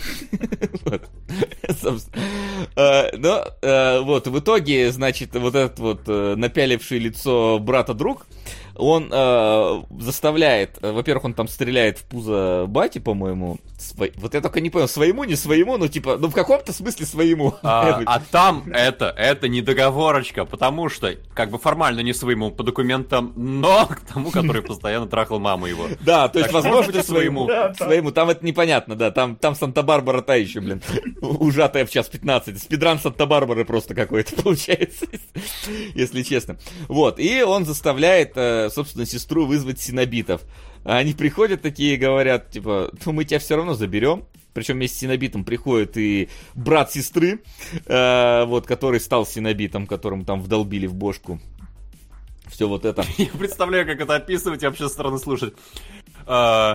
Ну, вот, в итоге, значит, вот этот вот напяливший лицо брата-друг, он заставляет, во-первых, он там стреляет в пузо бати, по-моему, вот я только не понял, своему, не своему, ну типа, ну в каком-то смысле своему. А там это не договорочка, потому что, как бы формально не своему по документам, но к тому, который постоянно трахал маму его. Да, то есть, возможно, своему, там это непонятно, да, там Санта-Барбара та еще, блин, ужатая в час 15, спидран Санта-Барбары просто какой-то получается, если честно. Вот, и он заставляет, собственно, сестру вызвать синобитов. А они приходят такие и говорят, типа, ну мы тебя все равно заберем. Причем вместе с Синобитом приходит и брат сестры, вот, который стал Синобитом, которому там вдолбили в бошку. Все вот это. Я представляю, как это описывать, и вообще странно слушать. То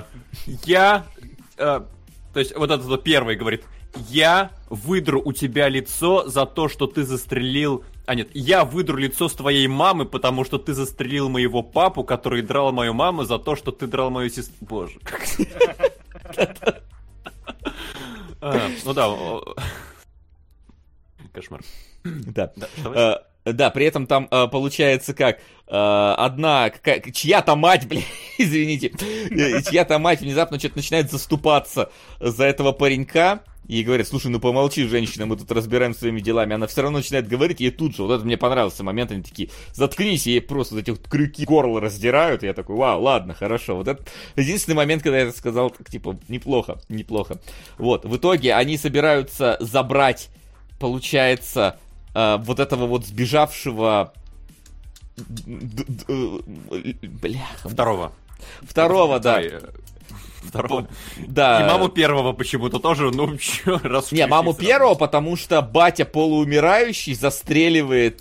есть вот этот вот первый говорит: я выдру у тебя лицо за то, что ты застрелил... А нет, я выдру лицо с твоей мамы, потому что ты застрелил моего папу, который драл мою маму, за то, что ты драл мою сестру. Боже, как... Ну да. Кошмар. Да. Да, при этом там получается как одна, чья-то мать, блин, извините, чья-то мать внезапно что-то начинает заступаться за этого паренька и говорит: слушай, ну помолчи, женщина, мы тут разбираем своими делами. Она все равно начинает говорить, и тут же, вот это мне понравился момент, они такие: заткнись, и ей просто вот эти вот крюки горла раздирают, и я такой: вау, ладно, хорошо. Вот это единственный момент, когда я это сказал, типа, неплохо. Вот, в итоге они собираются забрать, получается, вот этого вот сбежавшего... Бляха. Второго, да. Второго. Да. И маму первого почему-то тоже, ну, чё, раз... Не, маму первого, потому что батя полуумирающий застреливает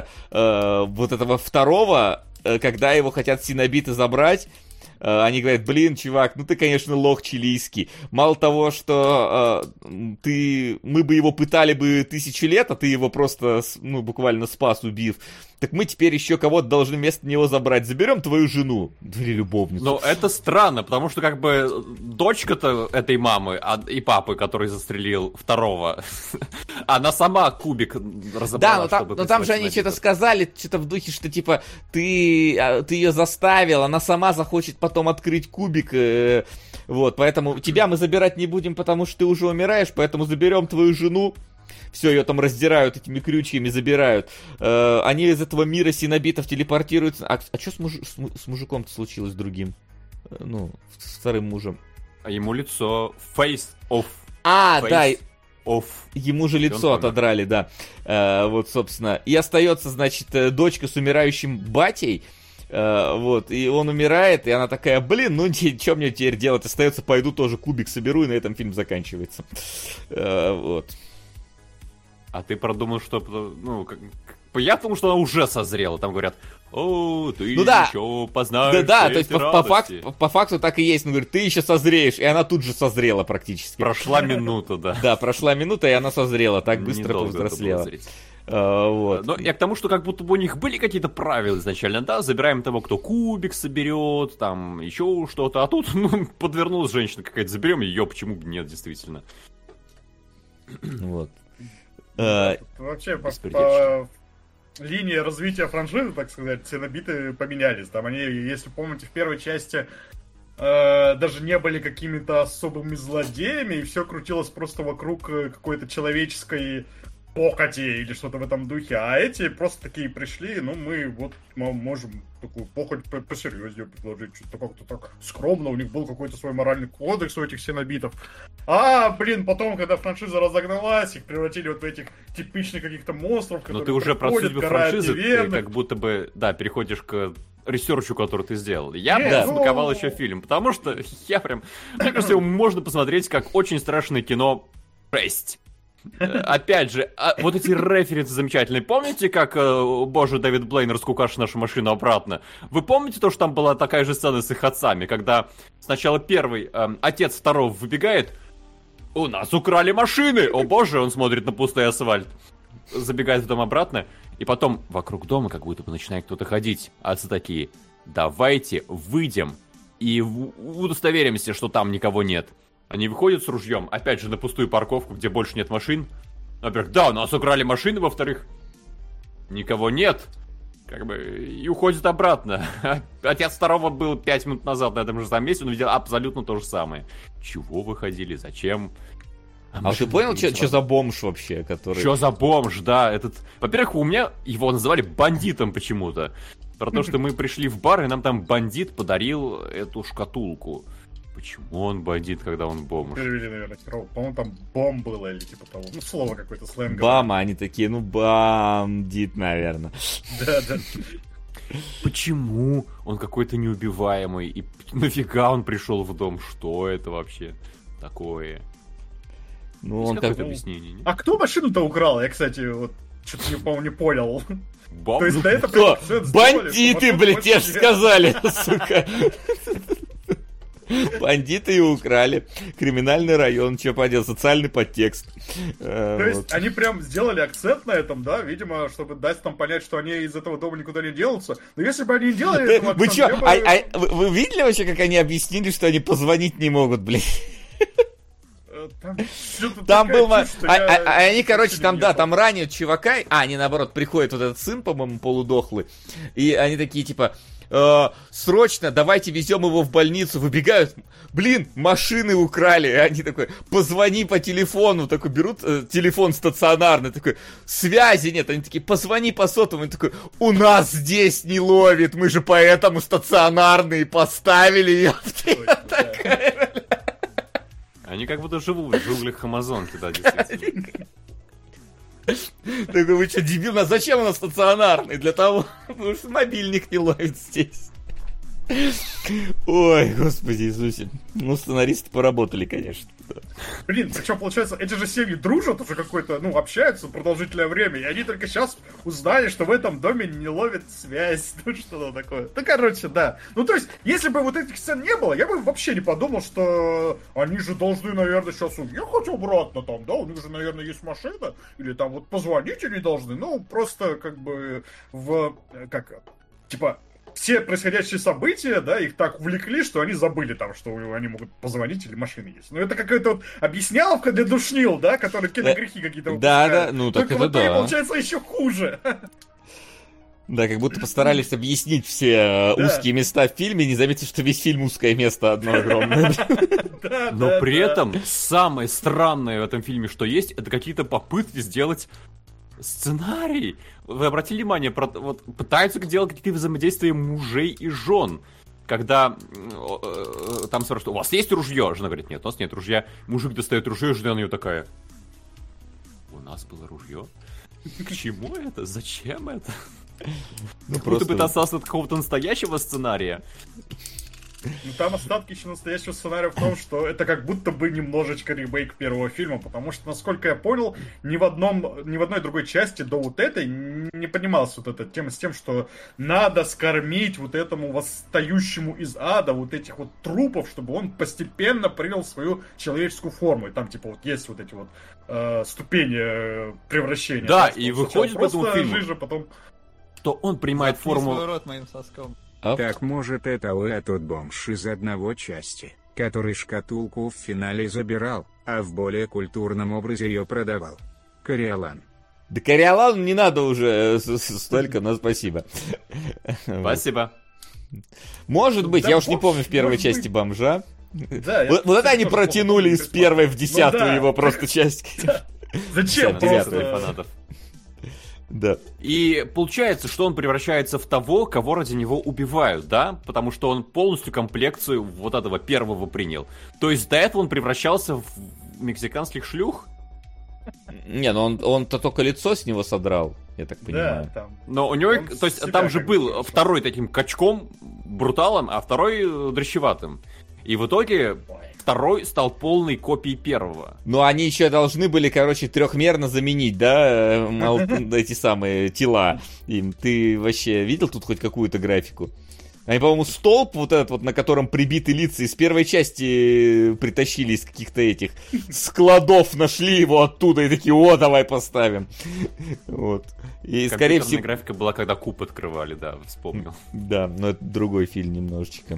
вот этого второго, когда его хотят синобиты забрать. Они говорят: блин, чувак, ну ты, конечно, лох чилийский. Мало того, что мы бы его пытали бы 1000 лет, а ты его просто, ну, буквально спас, убив. Так мы теперь еще кого-то должны вместо него забрать. Заберем твою жену. Или любовницу. Но это странно, потому что как бы дочка-то этой мамы и папы, который застрелил второго, она сама кубик разобрала. Да, но там же они что-то сказали, что-то в духе, что типа ты ее заставил, она сама захочет потом открыть кубик. Вот, поэтому тебя мы забирать не будем, потому что ты уже умираешь, поэтому заберем твою жену. Все, ее там раздирают этими крючьями, забирают. Они из этого мира синобитов телепортируются. А что с мужиком-то случилось другим? Ну, с вторым мужем. А ему лицо face off. Да. Off. Ему же лицо отодрали, да. Вот, собственно. И остается, значит, дочка с умирающим батей. Вот, и он умирает, и она такая: блин, ну что мне теперь делать? Остается, пойду тоже кубик соберу, и на этом фильм заканчивается. Вот. А ты продумал, что... Ну, я думал, что она уже созрела. Там говорят: о, ты еще познаешь. Да, то есть по факту так и есть. Он говорит: ты еще созреешь, и она тут же созрела практически. Прошла минута, да. Да, прошла минута, и она созрела, так быстро повзрослела. Вот. Но я к тому, что как будто бы у них были какие-то правила изначально, да, забираем того, кто кубик соберет, там еще что-то, а тут, ну, подвернулась женщина какая-то, заберем ее, почему бы нет, действительно. Вот. Вообще, по линии развития франшизы, так сказать, синобиты поменялись. Там они, если помните, в первой части даже не были какими-то особыми злодеями, и все крутилось просто вокруг какой-то человеческой похоти или что-то в этом духе. А эти просто такие пришли: ну, мы вот можем такую похоть посерьезнее предложить, что-то как-то так скромно, у них был какой-то свой моральный кодекс у этих синобитов. Потом, когда франшиза разогналась, их превратили вот в этих типичных каких-то монстров, которые... Но ты уже про судьбу франшизы, ты как будто бы, да, переходишь к ресерчу, который ты сделал. Я смаковал еще фильм, потому что мне кажется, его можно посмотреть как очень страшное кино 6. Опять же, вот эти референсы замечательные. Помните, как, боже, Дэвид Блейн раскукашил нашу машину обратно? Вы помните то, что там была такая же сцена с их отцами, когда сначала первый, отец второго выбегает: у нас украли машины! О боже, он смотрит на пустой асфальт. Забегает в дом обратно, и потом вокруг дома как будто бы начинает кто-то ходить. Отцы такие: давайте выйдем и удостоверимся, что там никого нет. Они выходят с ружьем, опять же, на пустую парковку, где больше нет машин. Во-первых, да, у нас украли машины, во-вторых, никого нет. Как бы, и уходит обратно. Отец второго был 5 минут назад на этом же самом месте, он видел абсолютно то же самое. Чего выходили, зачем? А ты понял, что за бомж вообще, который... Что за бомж, да, этот... Во-первых, у меня его называли бандитом почему-то. Про то, что мы пришли в бар, и нам там бандит подарил эту шкатулку. Почему он бандит, когда он бомж? Перевели, наверное, по-моему, там бом было или типа того. Ну, слово какое-то сленговое. Бама, они такие: ну, бандит, наверное. Да. почему он какой-то неубиваемый, и нафига он пришел в дом, что это вообще такое? Ну, Есть он какое-то как... объяснение, нет? А кто машину-то украл? Я, кстати, вот что-то, по-моему, не понял. Баб? То есть до этого Кто? акцент сделали, что Бандиты, машину блядь, больше тебе ж нет. сказали, сука. Бандиты и украли. Криминальный район, что поделать, социальный подтекст. То есть они прям сделали акцент на этом, да, видимо, чтобы дать нам понять, что они из этого дома никуда не делаются. Но если бы они не делали этого Вы акцента, что, я бы... вы видели вообще, как они объяснили, что они позвонить не могут, блядь? Там был... Они, короче, там, да, там ранят чувака, они, наоборот, приходит вот этот сын, по-моему, полудохлый, и они такие, типа, срочно, давайте везем его в больницу, выбегают, блин, машины украли, и они такой, позвони по телефону, такой, берут телефон стационарный, такой, связи нет, они такие, позвони по сотовому, они такой, у нас здесь не ловит, мы же поэтому стационарные поставили, ёпта, такая... Они как будто живут в джунглях Амазонки, да, действительно. Такой, вы что, дебил? А зачем у нас стационарный? Для того, потому что мобильник не ловит здесь. Ой, господи Иисусе. Ну, сценаристы поработали, конечно. Блин, причем, получается, эти же семьи дружат уже какое-то, ну, общаются продолжительное время, и они только сейчас узнали, что в этом доме не ловит связь, ну, что-то такое. Ну, короче, да. Ну, то есть, если бы вот этих сцен не было, я бы вообще не подумал, что они же должны, наверное, сейчас уехать обратно там, да, у них же, наверное, есть машина, или там вот позвонить они должны, ну, просто, как бы, все происходящие события, да, их так увлекли, что они забыли там, что они могут позвонить или машины есть. Ну, это какая-то вот объясняловка для душнил, да, которые киногрехи какие-то выпускают. Да, ну так только это в итоге да. получается еще хуже. Да, как будто постарались объяснить все узкие места в фильме, не заметив, что весь фильм узкое место одно огромное. Но при этом самое странное в этом фильме, что есть, это какие-то попытки сделать сценарий. Вы обратили внимание, вот, пытаются делать какие-то взаимодействия мужей и жен. Когда там спрашивают, у вас есть ружье? Жена говорит, нет, у нас нет ружья. Мужик достает ружье, жена на нее такая, у нас было ружье? К чему это? Зачем это? Ну, просто бы это осталось от какого-то настоящего сценария. Ну, там остатки еще настоящего сценария в том, что это как будто бы немножечко ремейк первого фильма, потому что, насколько я понял, ни в одной другой части до вот этой не поднималась вот эта тема с тем, что надо скормить вот этому восстающему из ада вот этих вот трупов, чтобы он постепенно принял свою человеческую форму. И там, типа, вот есть вот эти вот ступени превращения. Да, и выходит в этому фильму, жижа, потом... что он принимает форму... моим соском. Так может это тот бомж из одного части, который шкатулку в финале забирал, а в более культурном образе ее продавал. Кориолан. Да Кориолану не надо уже столько, но спасибо. Спасибо. Может быть, я уж не помню в первой части бомжа. Вот это они протянули из первой в 10-ю его просто часть. Зачем просто? Фанатов. Да. И получается, что он превращается в того, кого ради него убивают, да? Потому что он полностью комплекцию вот этого первого принял. То есть до этого он превращался в мексиканских шлюх? Не, ну он-то только лицо с него содрал, я так понимаю. Да, там. Но у него, то есть там же был второй таким качком, бруталом, а второй дрыщеватым. И в итоге второй стал полной копией первого. Ну, они еще должны были, короче, трехмерно заменить, да, эти самые тела. Им. Ты вообще видел тут хоть какую-то графику? Они, по-моему, столб вот этот вот, на котором прибиты лица, из первой части притащили из каких-то этих складов, нашли его оттуда и такие, о, давай поставим. Вот. И, скорее всего... графика была, когда куб открывали, да, вспомнил. Да, но это другой фильм немножечко.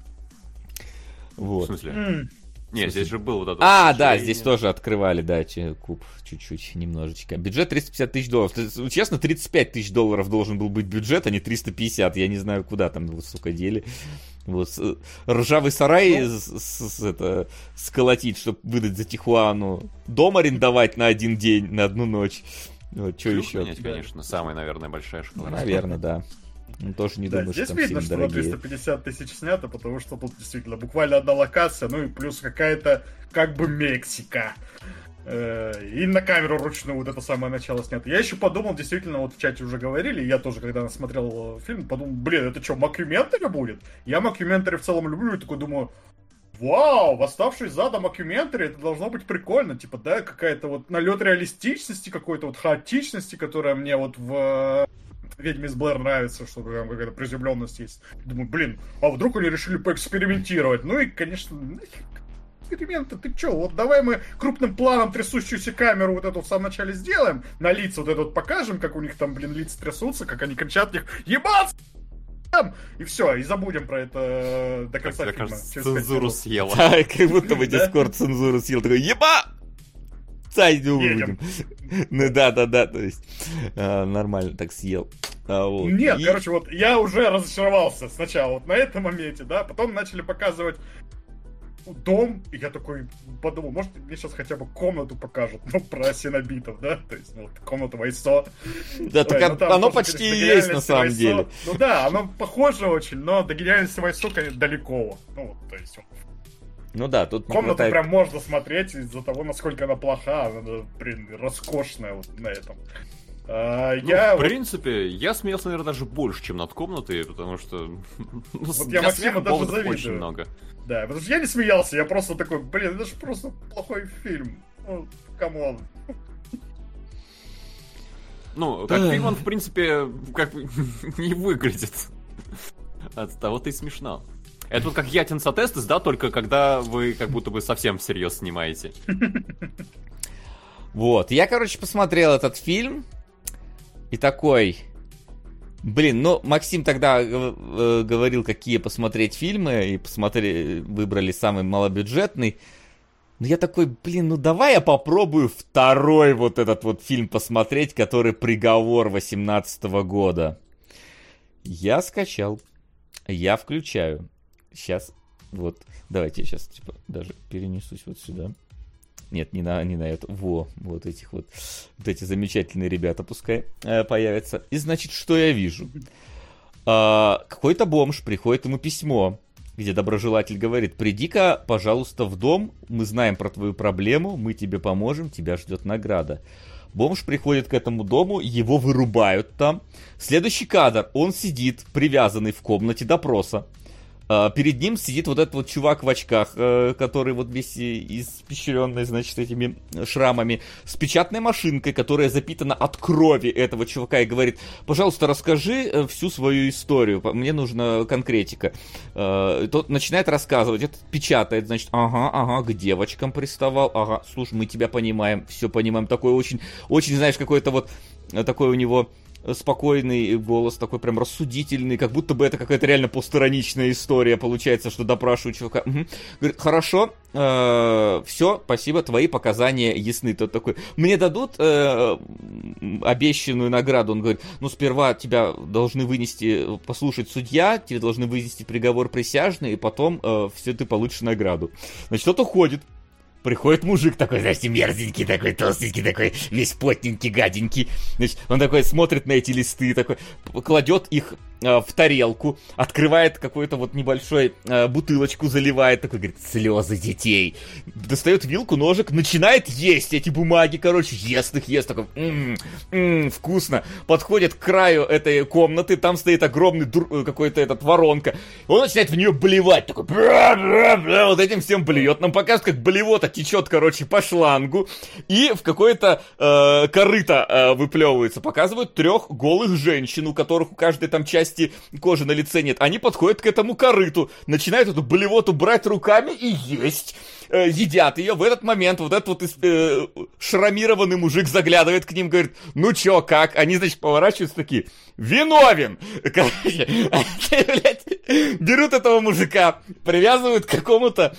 Вот. В смысле? Нет, здесь же был вот этот... Да, здесь тоже открывали, да, куб чуть-чуть, немножечко. Бюджет $350 тысяч. Честно, $35 тысяч должен был быть бюджет, а не 350. Я не знаю, куда там его, сука, дели. Вот. Ржавый сарай сколотить, чтобы выдать за Тихуану. Дом арендовать на один день, на одну ночь. Вот, что еще? Понять, конечно, самая, наверное, большая школа. Наверное, да. Ну, тоже не думаю, здесь что там видно, сильно что дорогие. на 350 тысяч снято, потому что тут действительно буквально одна локация, ну и плюс какая-то как бы Мексика. И на камеру ручную вот это самое начало снято. Я еще подумал, действительно, вот в чате уже говорили, я тоже, когда смотрел фильм, подумал, блин, это что, мокюментари будет? Я мокюментари в целом люблю, и такой думаю, вау, восставший задом мокюментари, это должно быть прикольно, типа, да, какая-то вот налет реалистичности, какой-то вот хаотичности, которая мне вот в «Ведьме из Блэр» нравится, что там какая-то приземленность есть. Думаю, блин, а вдруг они решили поэкспериментировать? Ну и, конечно, эксперименты, ты чё, вот давай мы крупным планом трясущуюся камеру вот эту в самом начале сделаем, на лица вот это вот покажем, как у них там, блин, лица трясутся, как они кричат, них ебаться! И все, и забудем про это до конца так, фильма. Кажется, цензуру съела. Да, как будто бы Дискорд цензуру съел. Такой, еба! Сайдю Едем. Ну да, то есть нормально так съел. Вот. Нет, короче, вот я уже разочаровался сначала вот на этом моменте, да, потом начали показывать дом, и я такой подумал, может, мне сейчас хотя бы комнату покажут, ну, про синобитов, да, то есть, ну, комната Вайсо. Да, так оно почти и есть на самом деле. Ну да, оно похоже очень, но до гениальности Вайсо, конечно, далеко. Ну, то есть, ну да, тут комнату прям можно смотреть из-за того, насколько она плоха, она, блин, роскошная вот на этом. В принципе, я смеялся, наверное, даже больше, чем над комнатой, потому что вот я Максима даже завидую. Очень много. Да, потому что я не смеялся, я просто такой, блин, это же просто плохой фильм. Ну, камон. Ну, как фильм он, в принципе, как не выглядит. От того-то и смешно. Это вот как Ятин Сатестес, да, только когда вы как будто бы совсем всерьез снимаете. Вот, я, короче, посмотрел этот фильм и такой... Блин, ну, Максим тогда говорил, какие посмотреть фильмы, и выбрали самый малобюджетный. Но я такой, блин, ну давай я попробую второй вот этот вот фильм посмотреть, который «Приговор» 2018 года. Я скачал, я включаю. Сейчас, вот, давайте я сейчас, типа, даже перенесусь вот сюда. Нет, не на это. Вот эти замечательные ребята пускай появятся. И значит, что я вижу? Какой-то бомж, приходит ему письмо, где доброжелатель говорит: приди-ка, пожалуйста, в дом, мы знаем про твою проблему, мы тебе поможем, тебя ждет награда. Бомж приходит к этому дому, его вырубают там. Следующий кадр, он сидит, привязанный в комнате допроса. Перед ним сидит вот этот вот чувак в очках, который вот весь испещренный, значит, этими шрамами, с печатной машинкой, которая запитана от крови этого чувака, и говорит: пожалуйста, расскажи всю свою историю, мне нужна конкретика. Тот начинает рассказывать, этот печатает, значит, ага, к девочкам приставал, ага, слушай, мы тебя понимаем, все понимаем, такой очень, знаешь, какой-то вот, такой у него... спокойный голос, такой прям рассудительный, как будто бы это какая-то реально постироничная история получается, что допрашивают чувака. Угу. Говорит: хорошо, все, спасибо, твои показания ясны. Тот такой: мне дадут обещанную награду? Он говорит: ну, сперва тебя должны послушать судья, тебе должны вынести приговор присяжные, и потом все ты получишь награду. Значит, тот уходит. Приходит мужик такой, знаете, мерзенький такой, толстенький такой, весь потненький, гаденький. Значит, он такой смотрит на эти листы, такой, кладет их в тарелку, открывает какую-то вот небольшую бутылочку, заливает, такой, говорит: слезы детей. Достает вилку, ножик, начинает есть эти бумаги, короче, ест их, такой, вкусно. Подходит к краю этой комнаты, там стоит огромный какой-то этот воронка. Он начинает в нее блевать, такой, вот этим всем блюет. Нам показывают, как блевота течет, короче, по шлангу, и в какое-то корыто выплевывается. Показывают 3 голых женщин, у которых у каждой там части кожи на лице нет. Они подходят к этому корыту, начинают эту блевоту брать руками и есть. Едят ее. В этот момент вот этот вот шрамированный мужик заглядывает к ним, говорит: ну чё, как? Они, значит, поворачиваются такие: виновен! Короче, блядь, берут этого мужика, привязывают к какому-то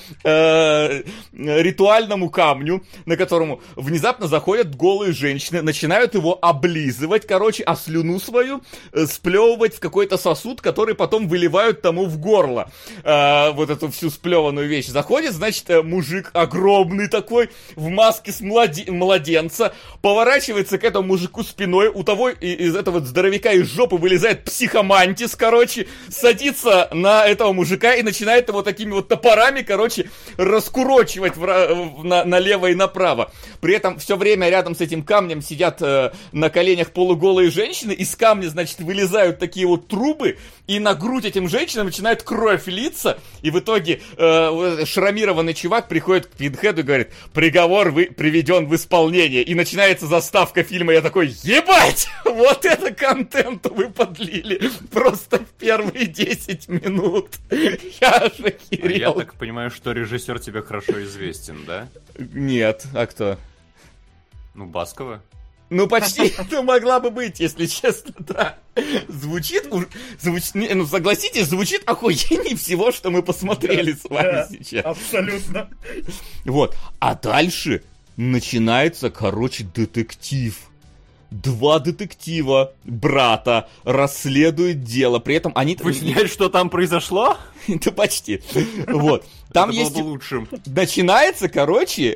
ритуальному камню, на которому внезапно заходят голые женщины, начинают его облизывать, короче, а слюну свою сплевывать в какой-то сосуд, который потом выливают тому в горло. Вот эту всю сплеванную вещь. Заходит, значит, мужик мужик огромный такой, в маске с младенца, поворачивается к этому мужику спиной, у того из этого здоровяка из жопы вылезает психомантис, короче, садится на этого мужика и начинает его такими вот топорами, короче, раскурочивать налево и направо. При этом все время рядом с этим камнем сидят на коленях полуголые женщины, из камня, значит, вылезают такие вот трубы, и на грудь этим женщинам начинает кровь литься, и в итоге шрамированный чувак приходит к Пинхеду и говорит: приговор приведен в исполнение. И начинается заставка фильма. Я такой: ебать! Вот это контенту вы подлили просто в первые 10 минут. Я аж охерел. Я так понимаю, что режиссер тебе хорошо известен, да? Нет, а кто? Ну, Баскова. Ну, почти это могла бы быть, если честно, да. Звучит, ну, согласитесь, звучит охуеннее всего, что мы посмотрели с вами сейчас. Абсолютно. Вот, а дальше начинается, короче, детектив. 2 детектива, брата, расследуют дело, при этом они... Выясняют, что там произошло? Да почти. Вот. Там есть... было бы лучшим. Начинается, короче,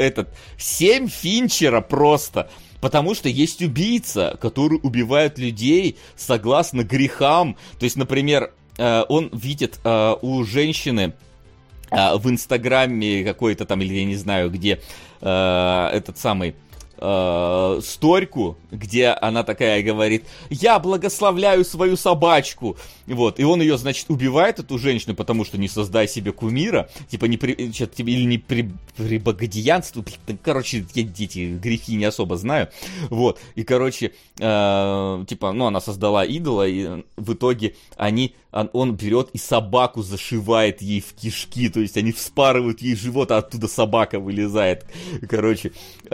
7 Финчера просто... Потому что есть убийца, который убивает людей согласно грехам. То есть, например, он видит у женщины в Инстаграме какой-то там, или я не знаю где, этот самый... сторьку, где она такая говорит: я благословляю свою собачку. Вот, и он ее, значит, убивает, эту женщину, потому что не создай себе кумира, типа, или не прибогодиянству, короче, я эти грехи не особо знаю. Вот, и, короче, типа, ну, она создала идола, и в итоге он берет и собаку зашивает ей в кишки, то есть они вспарывают ей живот, а оттуда собака вылезает. Короче,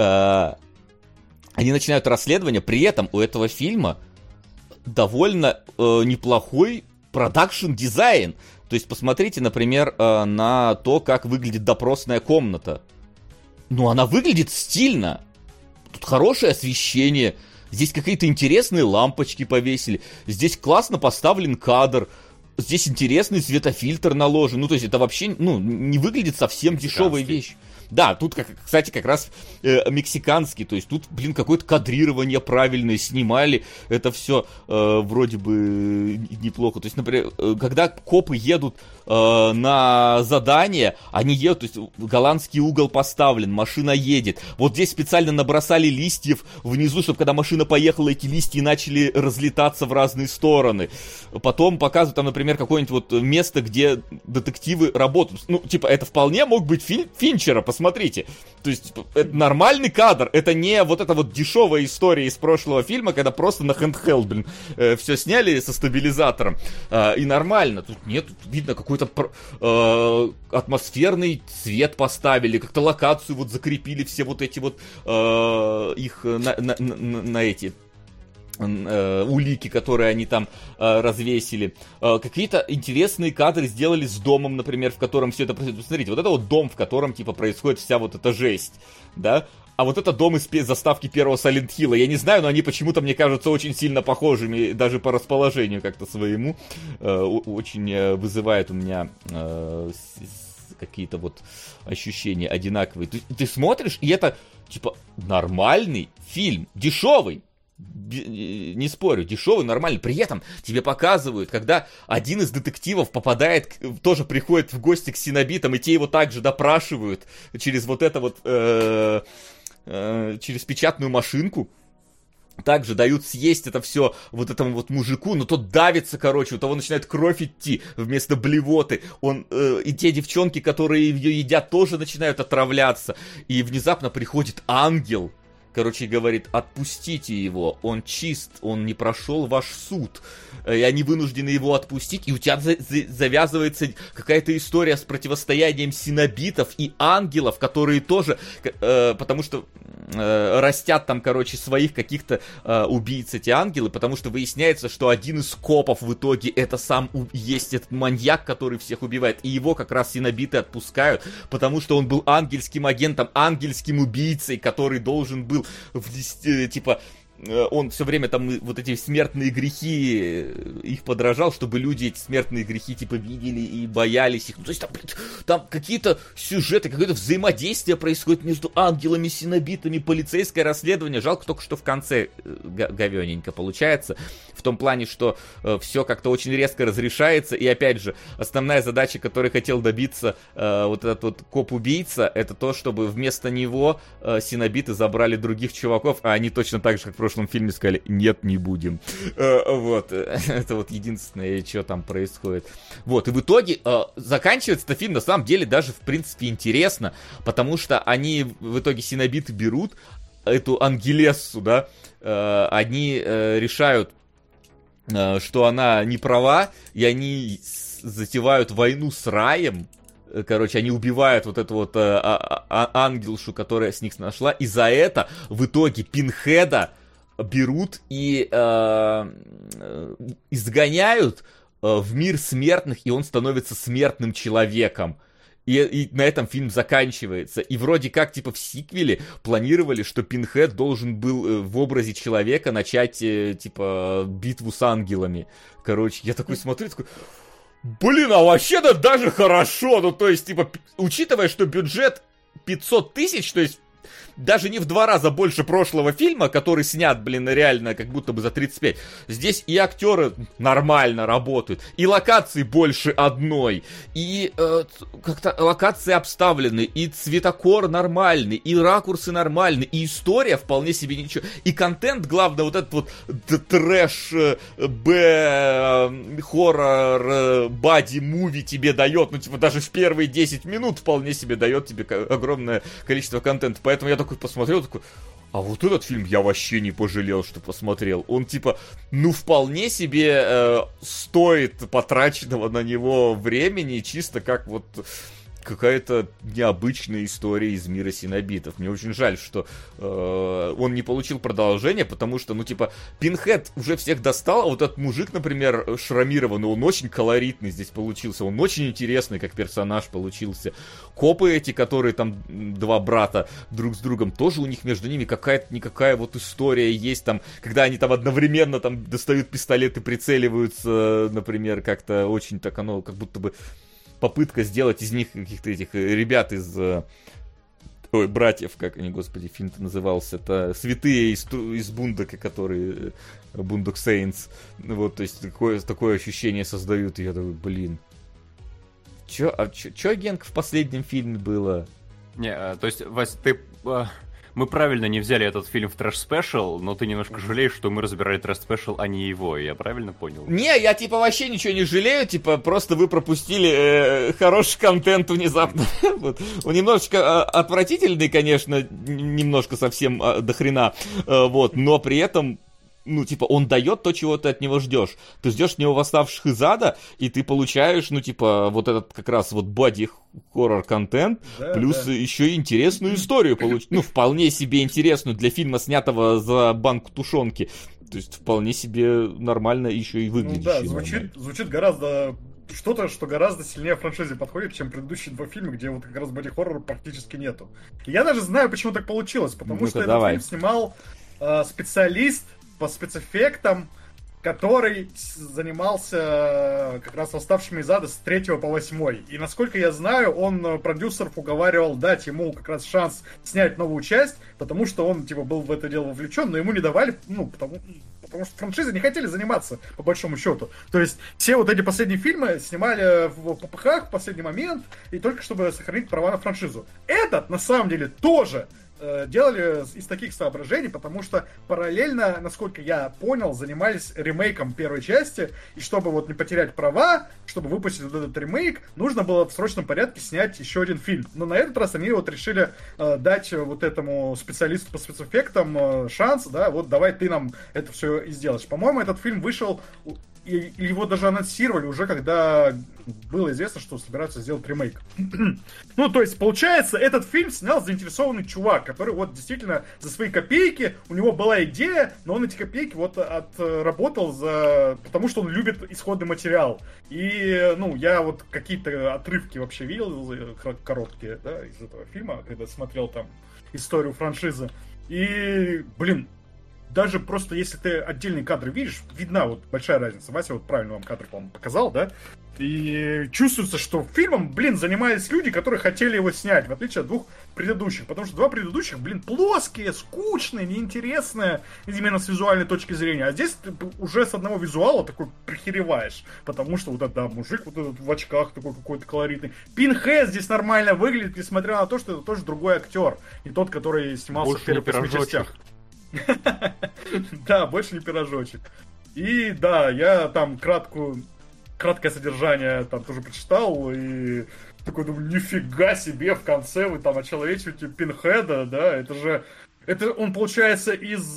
они начинают расследование, при этом у этого фильма довольно неплохой продакшн-дизайн. То есть посмотрите, например, на то, как выглядит допросная комната. Ну, она выглядит стильно. Тут хорошее освещение. Здесь какие-то интересные лампочки повесили. Здесь классно поставлен кадр. Здесь интересный светофильтр наложен. Ну, то есть это вообще, ну, не выглядит совсем дешевая вещь. Да, тут, кстати, как раз мексиканский, то есть тут, блин, какое-то кадрирование правильное снимали, это все вроде бы неплохо. То есть, например, когда копы едут на задание, они едут, то есть голландский угол поставлен, машина едет. Вот здесь специально набросали листьев внизу, чтобы когда машина поехала, эти листья начали разлетаться в разные стороны. Потом показывают там, например, какое-нибудь вот место, где детективы работают. Ну, типа, это вполне мог быть фильм Финчера, посмотрите. То есть, это нормальный кадр, это не вот эта вот дешевая история из прошлого фильма, когда просто на handheld, блин, все сняли со стабилизатором. И нормально. Тут нет, тут видно какой-то атмосферный цвет поставили, как-то локацию вот закрепили, все вот эти вот их на эти... улики, которые они там развесили. Какие-то интересные кадры сделали с домом, например, в котором все это происходит. Посмотрите, вот это вот дом, в котором, типа, происходит вся вот эта жесть, да? А вот это дом из заставки первого Silent Hill'а. Я не знаю, но они почему-то, мне кажутся, очень сильно похожими, даже по расположению как-то своему. Очень вызывает у меня какие-то вот ощущения одинаковые. Ты смотришь, и это, типа, нормальный фильм, дешевый. Не спорю, дешевый, нормальный. При этом тебе показывают, когда один из детективов попадает, тоже приходит в гости к синобитам, и те его также допрашивают через вот это вот, через печатную машинку. Также дают съесть это все вот этому вот мужику, но тот давится, короче, у того начинает кровь идти вместо блевоты. И те девчонки, которые ее едят, тоже начинают отравляться. И внезапно приходит ангел, короче, говорит: отпустите его, он чист, он не прошел ваш суд. И они вынуждены его отпустить, и у тебя завязывается какая-то история с противостоянием синобитов и ангелов, которые тоже, потому что растят там, короче, своих каких-то убийц эти ангелы, потому что выясняется, что один из копов в итоге это сам есть этот маньяк, который всех убивает, и его как раз синобиты отпускают, потому что он был ангельским агентом, ангельским убийцей, который должен был типа он все время там вот эти смертные грехи их подражал, чтобы люди эти смертные грехи типа видели и боялись их. Ну, то есть там какие-то сюжеты, какое-то взаимодействие происходит между ангелами, синобитами, полицейское расследование. Жалко только, что в конце говененько получается. В том плане, что все как-то очень резко разрешается. И опять же, основная задача, которой хотел добиться вот этот вот коп-убийца, это то, чтобы вместо него синобиты забрали других чуваков, а они точно так же, как в прошлом фильме, сказали: нет, не будем. Вот. Это вот единственное, что там происходит. Вот. И в итоге заканчивается этот фильм, на самом деле, даже в принципе интересно, потому что они в итоге синобиты берут эту Ангелессу, да, они решают, что она не права, и они затевают войну с раем. Короче, они убивают вот эту вот ангелшу, которая с них нашла, и за это в итоге Пинхеда берут и изгоняют в мир смертных, и он становится смертным человеком. И на этом фильм заканчивается. И вроде как, типа, в сиквеле планировали, что Пинхед должен был в образе человека начать, типа, битву с ангелами. Короче, я такой смотрю, такой: блин, а вообще-то даже хорошо. Ну, то есть, типа, учитывая, что бюджет 500 тысяч, то есть даже не в 2 раза больше прошлого фильма, который снят, блин, реально как будто бы за 35. Здесь и актеры нормально работают, и локаций больше одной, и как-то локации обставлены, и цветокор нормальный, и ракурсы нормальные, и история вполне себе ничего. И контент, главное, вот этот вот трэш, хоррор, бади-муви тебе дает, ну, типа, даже в первые 10 минут вполне себе дает тебе огромное количество контента. Поэтому я такой посмотрел, такой: а вот этот фильм я вообще не пожалел, что посмотрел. Он, типа, ну, вполне себе стоит потраченного на него времени, чисто как вот какая-то необычная история из мира синобитов. Мне очень жаль, что он не получил продолжения, потому что, ну, типа, Пинхед уже всех достал, а вот этот мужик, например, шрамированный, он очень колоритный здесь получился, он очень интересный как персонаж получился. Копы эти, которые там 2 брата друг с другом, тоже у них между ними какая-то никакая вот история есть там, когда они там одновременно там достают пистолет и прицеливаются, например, как-то очень так оно, как будто бы попытка сделать из них каких-то этих ребят из... Ой, братьев, как они, господи, фильм-то назывался. Это святые из Бундока, которые... Бундок Сейнтс. Вот, то есть такое ощущение создают. И я такой, блин. Чё, Генк, в последнем фильме было? Не, то есть, Вась, ты... Мы правильно не взяли этот фильм в трэш-спешл, но ты немножко жалеешь, что мы разбирали трэш-спешл, а не его, я правильно понял? Не, я типа вообще ничего не жалею, типа просто вы пропустили хороший контент внезапно. Вот. Он немножечко отвратительный, конечно, немножко совсем до хрена, вот, но при этом... Ну, типа, он дает то, чего ты от него ждешь. Ты ждешь от него «Восставших из ада», и ты получаешь, ну, типа, вот этот как раз вот боди-хоррор-контент, да, плюс еще и интересную историю получить. Ну, вполне себе интересную для фильма, снятого за банку тушенки. То есть, вполне себе нормально еще и выглядит. Ну, да, звучит гораздо... Что-то, что гораздо сильнее франшизе подходит, чем предыдущие 2 фильма, где вот как раз боди-хоррора практически нету. И я даже знаю, почему так получилось. Потому что этот фильм снимал специалист по спецэффектам, который занимался как раз «Восставшими из ада» с 3 по 8. И насколько я знаю, он продюсеров уговаривал дать ему как раз шанс снять новую часть, потому что он типа был в это дело вовлечен, но ему не давали, ну, потому что франшизы не хотели заниматься, по большому счету. То есть все вот эти последние фильмы снимали в ППХ в последний момент, и только чтобы сохранить права на франшизу. Этот, на самом деле, тоже делали из таких соображений, потому что параллельно, насколько я понял, занимались ремейком первой части, и чтобы вот не потерять права, чтобы выпустить вот этот ремейк, нужно было в срочном порядке снять еще один фильм. Но на этот раз они вот решили дать вот этому специалисту по спецэффектам шанс, да, вот давай ты нам это все и сделаешь. По-моему, этот фильм вышел... И его даже анонсировали уже, когда было известно, что собираются сделать ремейк. Ну, то есть, получается, этот фильм снял заинтересованный чувак, который вот действительно за свои копейки, у него была идея, но он эти копейки вот отработал потому что он любит исходный материал. И, ну, я вот какие-то отрывки вообще видел, короткие, да, из этого фильма, когда смотрел там историю франшизы. И, блин, даже просто если ты отдельные кадры видишь, видна вот большая разница. Вася вот правильно вам кадр, по-моему, показал, да? И чувствуется, что фильмом, блин, занимались люди, которые хотели его снять, в отличие от двух предыдущих. Потому что два предыдущих, блин, плоские, скучные, неинтересные, именно с визуальной точки зрения. А здесь ты уже с одного визуала такой прихереваешь. Потому что вот этот, да, мужик вот этот в очках такой какой-то колоритный. Пинхед здесь нормально выглядит, несмотря на то, что это тоже другой актер. Не тот, который снимался в первых 8 частях. Да, больше не пирожочек. И да, я там краткое содержание там тоже прочитал, и такой думаю, нифига себе, в конце вы там очеловечиваете Пинхеда, да, это он, получается, из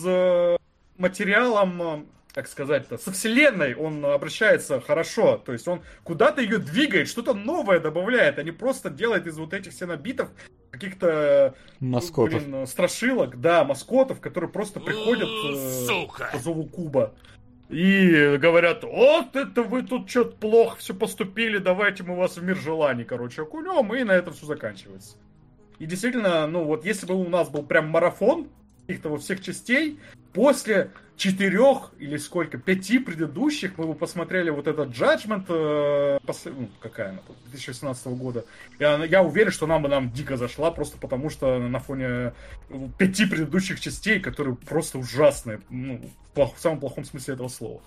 материалом, как сказать-то, со вселенной он обращается хорошо, то есть он куда-то ее двигает, что-то новое добавляет, а не просто делает из вот этих сенобитов каких-то маскотов, страшилок, да, маскотов, которые просто приходят по зову Куба. И говорят, вот это вы тут что-то плохо все поступили, давайте мы вас в мир желаний, короче, окунем, и на этом все заканчивается. И действительно, ну вот если бы у нас был прям марафон каких-то во всех частей, после 4 или сколько, 5 предыдущих мы бы посмотрели вот этот Judgment, какая она, 2018 года. Я уверен, что нам дико зашла, просто потому что на фоне 5 предыдущих частей, которые просто ужасные, ну, в самом плохом смысле этого слова.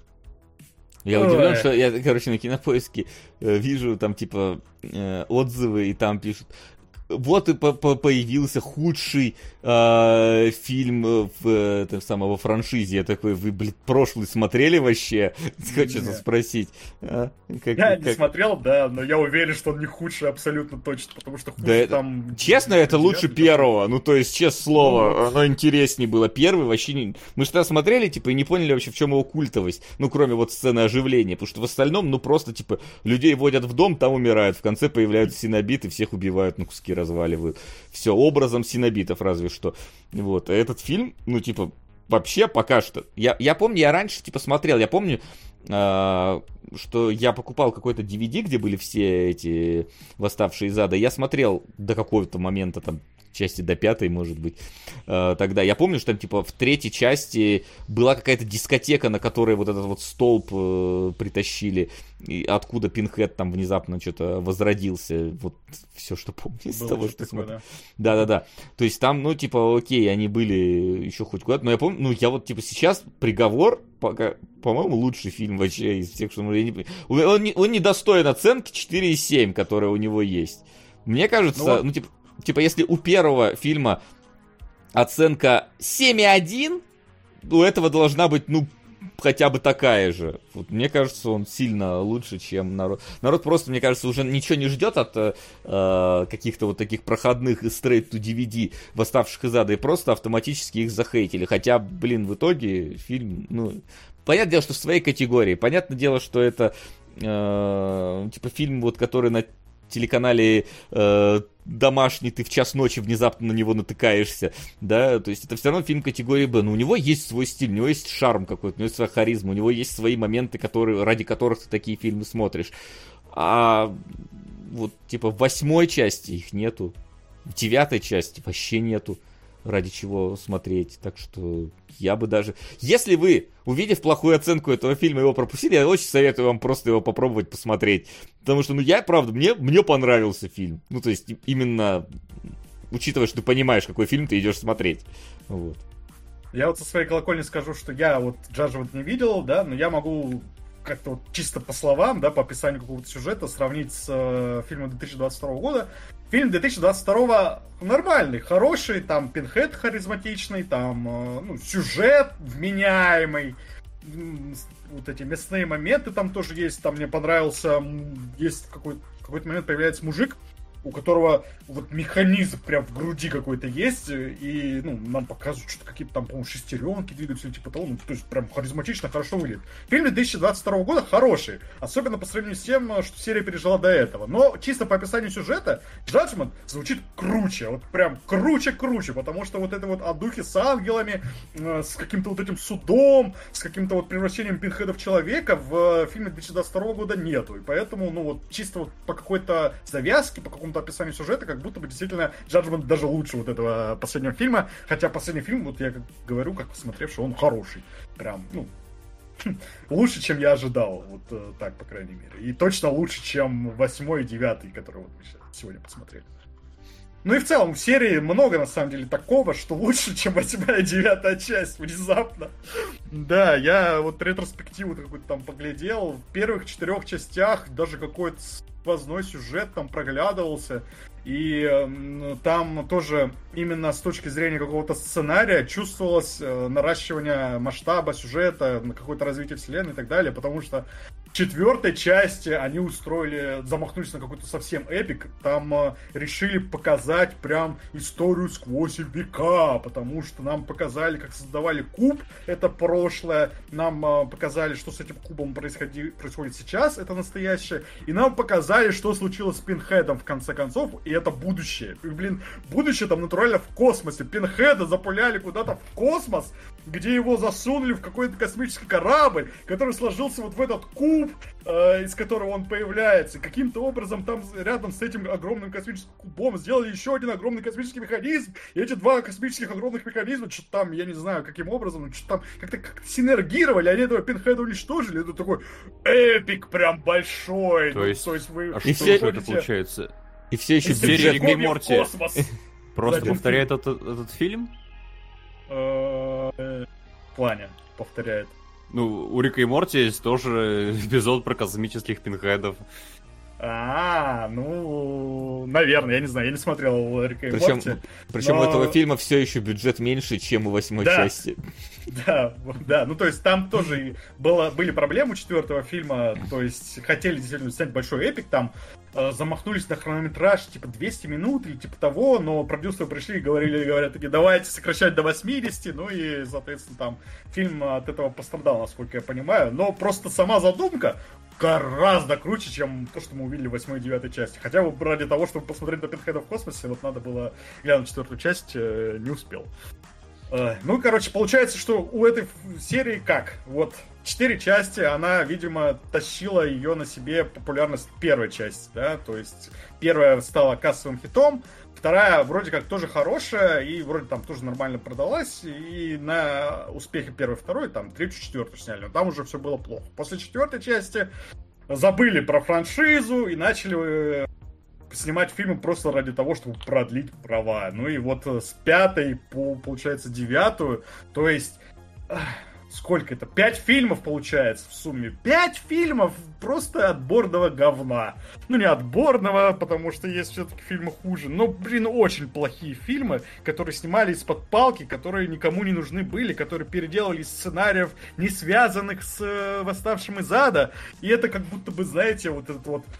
Я удивлен, что я, короче, на Кинопоиске вижу там, типа, отзывы, и там пишут: вот и появился худший фильм во франшизе. Я такой, вы, блин, прошлый смотрели вообще? Хочется спросить. Я не смотрел, да, но я уверен, что он не худший абсолютно точно, потому что худший там... Честно, это лучше первого. Ну, то есть, честное слово, оно интереснее было. Первый вообще не... Мы же тогда смотрели, типа, и не поняли вообще, в чем его культовость. Ну, кроме вот сцены оживления. Потому что в остальном, ну, просто, типа, людей водят в дом, там умирают. В конце появляются синобиты, всех убивают, на куски разваливают. Все образом синобитов разве что. Вот. А этот фильм, ну, типа, вообще пока что... Я помню, я раньше, типа, смотрел, я помню, что я покупал какой-то DVD, где были все эти восставшие из ада. Я смотрел до какого-то момента, там, части до 5, может быть. Тогда я помню, что там, типа, в 3-й части была какая-то дискотека, на которой вот этот вот столб притащили, и откуда Пинхед там внезапно что-то возродился. Вот все, что помню из того, что смотрел. Да. То есть там, ну, типа, окей, они были еще хоть куда-то, но я помню, ну, я вот, типа, сейчас «Приговор», пока, по-моему, лучший фильм вообще из всех, что я не... Он не достоин оценки 4,7, которая у него есть. Мне кажется, ну типа, если у первого фильма оценка 7,1, у этого должна быть, ну, хотя бы такая же. Вот, мне кажется, он сильно лучше, чем народ. Народ просто, мне кажется, уже ничего не ждет от каких-то вот таких проходных и straight-to-DVD восставших из ада, и просто автоматически их захейтили. Хотя, блин, в итоге фильм, ну... Понятное дело, что в своей категории. Понятное дело, что это типа фильм, вот, который на телеканале домашний, ты в час ночи внезапно на него натыкаешься, да, то есть это все равно фильм категории Б, но у него есть свой стиль, у него есть шарм какой-то, у него есть своя харизма, у него есть свои моменты, ради которых ты такие фильмы смотришь. А вот, типа, в 8-й части их нету, в 9-й части вообще нету ради чего смотреть, так что я бы даже... Если вы, увидев плохую оценку этого фильма, его пропустили, я очень советую вам просто его попробовать посмотреть, потому что, ну, правда, мне понравился фильм, ну, то есть, именно, учитывая, что ты понимаешь, какой фильм ты идешь смотреть, вот. Я вот со своей колокольни скажу, что я вот Judgment не видел, да, но я могу как-то вот чисто по словам, да, по описанию какого-то сюжета сравнить с фильмом 2022 года. Фильм 2022 нормальный, хороший, там Пинхед харизматичный, там ну, сюжет вменяемый, вот эти мясные моменты там тоже есть, там мне понравился, есть в какой-то момент появляется мужик, у которого вот механизм прям в груди какой-то есть, и, ну, нам показывают, что какие-то там, по-моему, шестеренки двигаются, типа того, ну, то есть прям харизматично, хорошо выглядит. Фильм 2022 года хороший, особенно по сравнению с тем, что серия пережила до этого, но чисто по описанию сюжета Judgment звучит круче, вот прям круче, потому что вот это вот о духе с ангелами, с каким-то вот этим судом, с каким-то вот превращением Пинхеда в человека в фильме 2022 года нету, и поэтому, ну, вот чисто вот по какой-то завязке, по какому какому-то описанию сюжета, как будто бы действительно Judgment даже лучше вот этого последнего фильма. Хотя последний фильм, вот я говорю, как посмотревший, он хороший. Прям, лучше, чем я ожидал. Вот так, по крайней мере. И точно лучше, чем 8 и 9, который вот мы сегодня посмотрели. Ну и в целом в серии много, на самом деле, такого, что лучше, чем 8 и 9 часть, внезапно. Да, я вот ретроспективу какую-то там поглядел. В первых 4 частях даже какой-то сквозной сюжет там проглядывался. И там тоже именно с точки зрения какого-то сценария чувствовалось наращивание масштаба сюжета, какое-то развитие вселенной и так далее, потому что в 4 части они замахнулись на какой-то совсем эпик, там решили показать прям историю сквозь века, потому что нам показали, как создавали куб, это прошлое, нам показали, что с этим кубом происходит сейчас, это настоящее, и нам показали, что случилось с Пинхедом в конце концов, и это будущее. И, будущее там натурально в космосе. Пинхеда запуляли куда-то в космос, где его засунули в какой-то космический корабль, который сложился вот в этот куб, из которого он появляется. И каким-то образом там рядом с этим огромным космическим кубом сделали еще один огромный космический механизм. И эти 2 космических огромных механизма, что-то там, я не знаю, каким образом, но что-то там как-то синергировали, они этого Пинхеда уничтожили. Это такой эпик прям большой. То есть вы... А что же это получается? И все еще серия Рик и Морти просто Один повторяет этот фильм? В плане повторяет. Ну, у Рика и Морти есть тоже эпизод про космических пинхедов. Наверное, я не знаю, я не смотрел Рика и Морти. Причем у этого фильма все еще бюджет меньше, чем у 8 части. Да, ну то есть там тоже были проблемы у 4 фильма, то есть хотели действительно снять большой эпик, там замахнулись на хронометраж типа 200 минут или типа того, но продюсеры пришли и говорят такие, давайте сокращать до 80, ну и, соответственно, там фильм от этого пострадал, насколько я понимаю, но просто сама задумка гораздо круче, чем то, что мы увидели в 8 и 9 части. Хотя бы ради того, чтобы посмотреть на Пинхеда в космосе, вот надо было глянуть 4 часть, не успел. Ну, короче, получается, что у этой серии как? Вот 4 части, она, видимо, тащила ее на себе популярность первой части, да, то есть первая стала кассовым хитом, вторая вроде как тоже хорошая, и вроде там тоже нормально продалась, и на успехе первой, второй, там, 3-4 сняли, но там уже все было плохо. После 4 части забыли про франшизу и начали снимать фильмы просто ради того, чтобы продлить права. Ну и вот с 5 по, получается, 9, то есть... Сколько это? 5 фильмов получается в сумме. 5 фильмов просто отборного говна. Ну, не отборного, потому что есть все-таки фильмы хуже. Но, очень плохие фильмы, которые снимали из-под палки, которые никому не нужны были, которые переделали из сценариев, не связанных с «Восставшим из ада». И это как будто бы, знаете, вот этот вот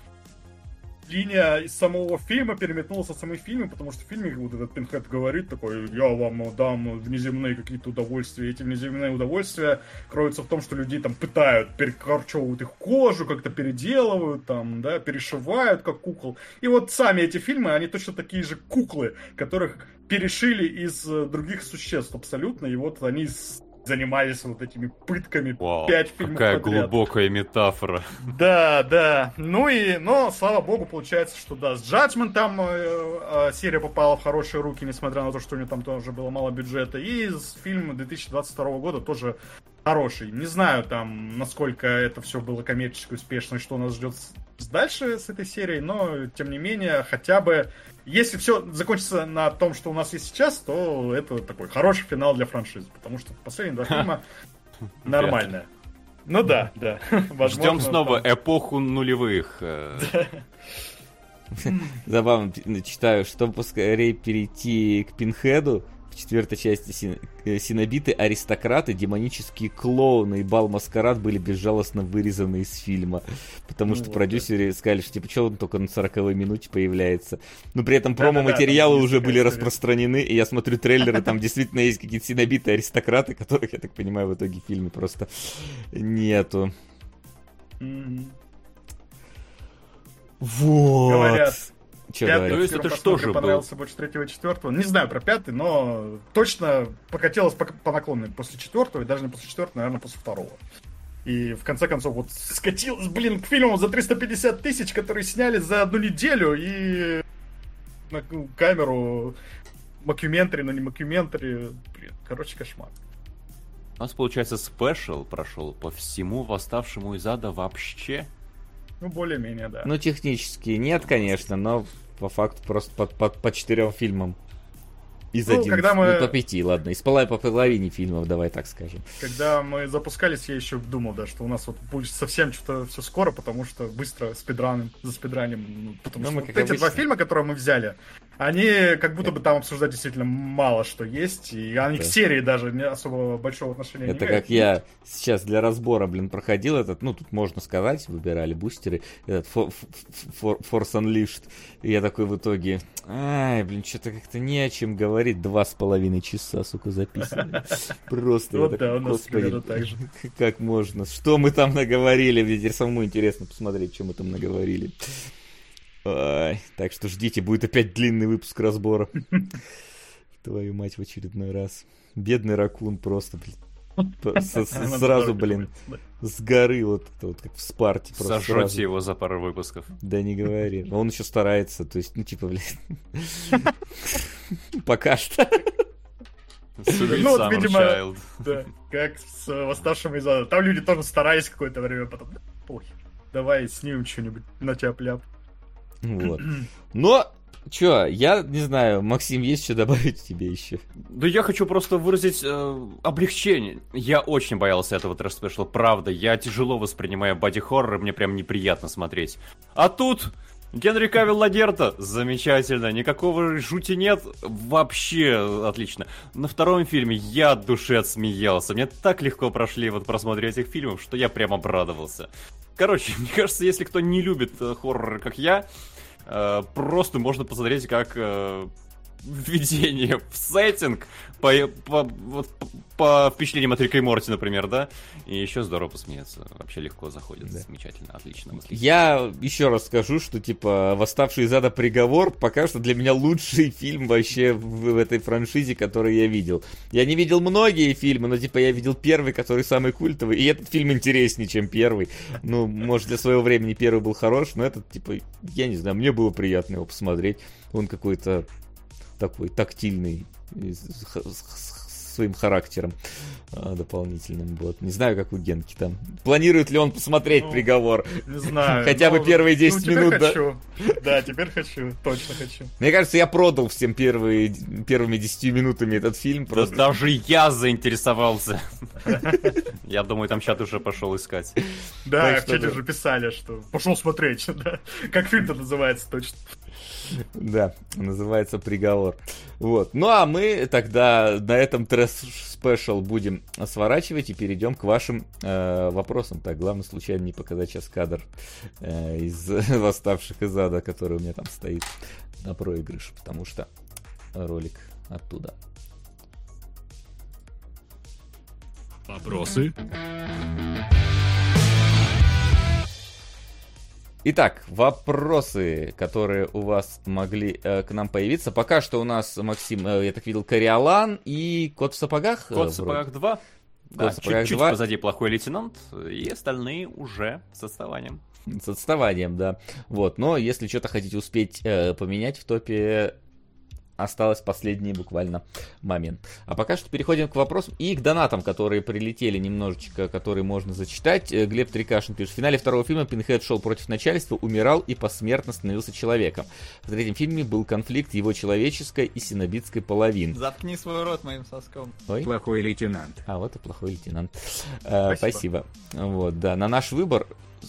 линия из самого фильма переметнулась от самой фильма, потому что в фильме вот этот Пинхед говорит такой, я вам дам внеземные какие-то удовольствия. Эти внеземные удовольствия кроются в том, что людей там пытают, перекорчевывают их кожу, как-то переделывают, там, да, перешивают, как кукол. И вот сами эти фильмы, они точно такие же куклы, которых перешили из других существ абсолютно, и вот они занимались вот этими пытками. Вау, 5 фильмов какая подряд. глубокая метафора. Да. Но, слава богу, получается, что да, с Judgment там серия попала в хорошие руки, несмотря на то, что у нее там тоже было мало бюджета. И фильм 2022 года тоже хороший. Не знаю там, насколько это все было коммерчески успешно, и что нас ждет дальше с этой серией, но, тем не менее, хотя бы, если все закончится на том, что у нас есть сейчас, то это такой хороший финал для франшизы, потому что последние 2 фильма нормальные. Ну да. Ждем снова эпоху нулевых. Забавно читаю, чтобы поскорее перейти к Пинхеду. В 4 части синобиты, аристократы, демонические клоуны и бал Маскарад были безжалостно вырезаны из фильма. Потому что продюсеры сказали, что что он только на 40-й минуте появляется. Но при этом промо-материалы уже были распространены, и я смотрю трейлеры, там действительно есть какие-то синобиты аристократы, которых, я так понимаю, в итоге в фильме просто нету. Вот. Говорят. Пятый, то есть это что же понравился больше 3-го и 4-го. Не знаю про 5-й, но точно покатилось по наклонной после 4-го, и даже не после 4-го, наверное, после 2-го. И в конце концов вот скатилось, к фильму за 350 тысяч, которые сняли за 1 неделю, и на камеру мокюментари, но не мокюментари. Блин, короче, кошмар. У нас, получается, спешл прошел по всему восставшему из ада вообще. Ну, более-менее, да. Ну, технически нет, конечно, но по факту просто по 4 фильмам. Из 11, когда мы... по 5, ладно, по половине фильмов, давай так скажем. Когда мы запускались, я еще думал, да, что у нас вот будет совсем что-то все скоро, потому что быстро заспидраним. Потому что мы, вот как эти обычно. 2 фильма, которые мы взяли, они как будто бы там обсуждать действительно мало что есть, и они к серии даже не особо большого отношения не Это имеют. как я сейчас для разбора, проходил этот, ну, тут можно сказать, выбирали бустеры, этот Force Unleashed, и я такой в итоге, что-то как-то не о чем говорить, 2,5 часа, сука, записано. Просто, Вот да, у нас примерно господи, так же. как можно, что мы там наговорили, мне теперь самому интересно посмотреть, что мы там наговорили. Ой, так что ждите, будет опять длинный выпуск разбора. Твою мать, в очередной раз. Бедный ракун просто, сразу, с горы, вот как в Спарте. Сожжете его за пару выпусков. Да не говори. Он еще старается, то есть, пока что. Ну вот, видимо, да, как с восставшим из ада. Там люди тоже старались какое-то время, потом, похер, давай снимем что-нибудь на тяп-ляп. Вот. Но, я не знаю, Максим, есть что добавить тебе еще? Да я хочу просто выразить облегчение. Я очень боялся этого трэш-спешла, правда. Я тяжело воспринимаю боди-хоррор, мне прям неприятно смотреть. А тут Генри Кавилл Ладерто, замечательно, никакого жути нет, вообще отлично. На втором фильме я от души отсмеялся, мне так легко прошли вот просмотр этих фильмов, что я прям обрадовался. Короче, мне кажется, если кто не любит хорроры, как я, просто можно посмотреть как введение в сеттинг по впечатлениям от Рика и Морти, например, да? И еще здорово посмеяться. Вообще легко заходит. Да. Замечательно, отлично. Я еще раз скажу, что «Восставший из ада. Приговор» пока что для меня лучший фильм вообще в этой франшизе, который я видел. Я не видел многие фильмы, но я видел первый, который самый культовый, и этот фильм интереснее, чем первый. Ну, может, для своего времени первый был хорош, но этот, я не знаю, мне было приятно его посмотреть. Он какой-то такой тактильный, с своим характером дополнительным. Вот. Не знаю, как у Генки там. Планирует ли он посмотреть «Приговор»? Не знаю. Хотя бы первые 10 минут, хочу. Да, теперь хочу. Точно хочу. Мне кажется, я продал всем первыми 10 минутами этот фильм. Просто даже я заинтересовался. Я думаю, там чат уже пошел искать. Да, в чате уже писали, что пошел смотреть. Как фильм-то называется точно. Да, называется «Приговор». Вот. Ну а мы тогда на этом трэш-спешл будем сворачивать и перейдем к вашим вопросам. Так, главное случайно не показать сейчас кадр из «Восставших из ада», который у меня там стоит на проигрыше, потому что ролик оттуда. Вопросы? Итак, вопросы, которые у вас могли к нам появиться. Пока что у нас, Максим, я так видел, Кориолан и Кот в сапогах. Кот в сапогах 2. Да, чуть-чуть 2. позади плохой лейтенант, и остальные уже с отставанием. С отставанием, да. Вот, но если что-то хотите успеть поменять в топе, осталось последний буквально момент. А пока что переходим к вопросам и к донатам, которые прилетели немножечко, которые можно зачитать. Глеб Трикашин пишет: в финале второго фильма Пинхед шел против начальства, умирал и посмертно становился человеком. В третьем фильме был конфликт его человеческой и синобитской половин. Заткни свой рот моим соском. Ой? Плохой лейтенант. А вот и плохой лейтенант. Спасибо. Вот, да, на наш выбор...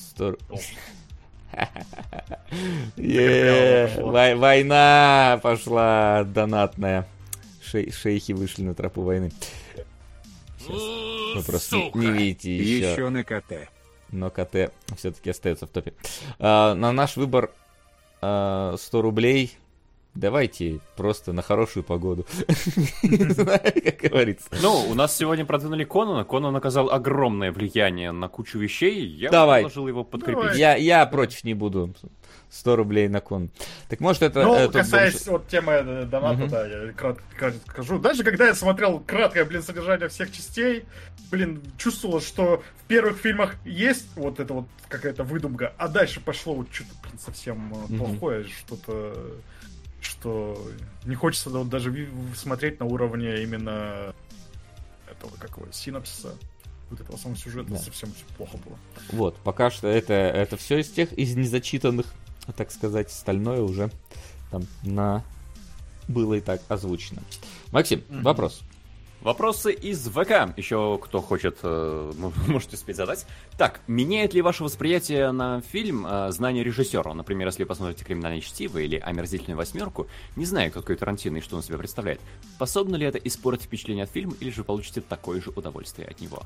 Война пошла донатная. Шейхи вышли на тропу войны. Сейчас. Вы просто не видите еще. Еще на КТ. Но КТ все-таки остается в топе. На наш выбор 100 рублей. Давайте просто на хорошую погоду. Не знаю, как говорится. Ну, у нас сегодня продвинули Конана. Конан оказал огромное влияние на кучу вещей. Я предложил его подкрепить. Я против не буду. 100 рублей на кон. Так может это... Ну, касаясь вот темы доната, да, я кратко скажу. Даже когда я смотрел краткое, содержание всех частей, чувствовал, что в первых фильмах есть вот это вот какая-то выдумка, а дальше пошло вот что-то, совсем плохое, что-то что не хочется вот даже смотреть на уровне именно этого, синапсиса, вот этого самого сюжета, совсем все плохо было. Вот, пока что это все из незачитанных, так сказать, остальное уже там было и так озвучено. Максим, вопрос. Вопросы из ВК. Еще кто хочет, можете успеть задать. Так, меняет ли ваше восприятие на фильм знание режиссера? Например, если вы посмотрите «Криминальное чтиво» или «Омерзительную восьмерку», не знаю, какой Тарантино и что он себя представляет, способно ли это испортить впечатление от фильма, или же получите такое же удовольствие от него?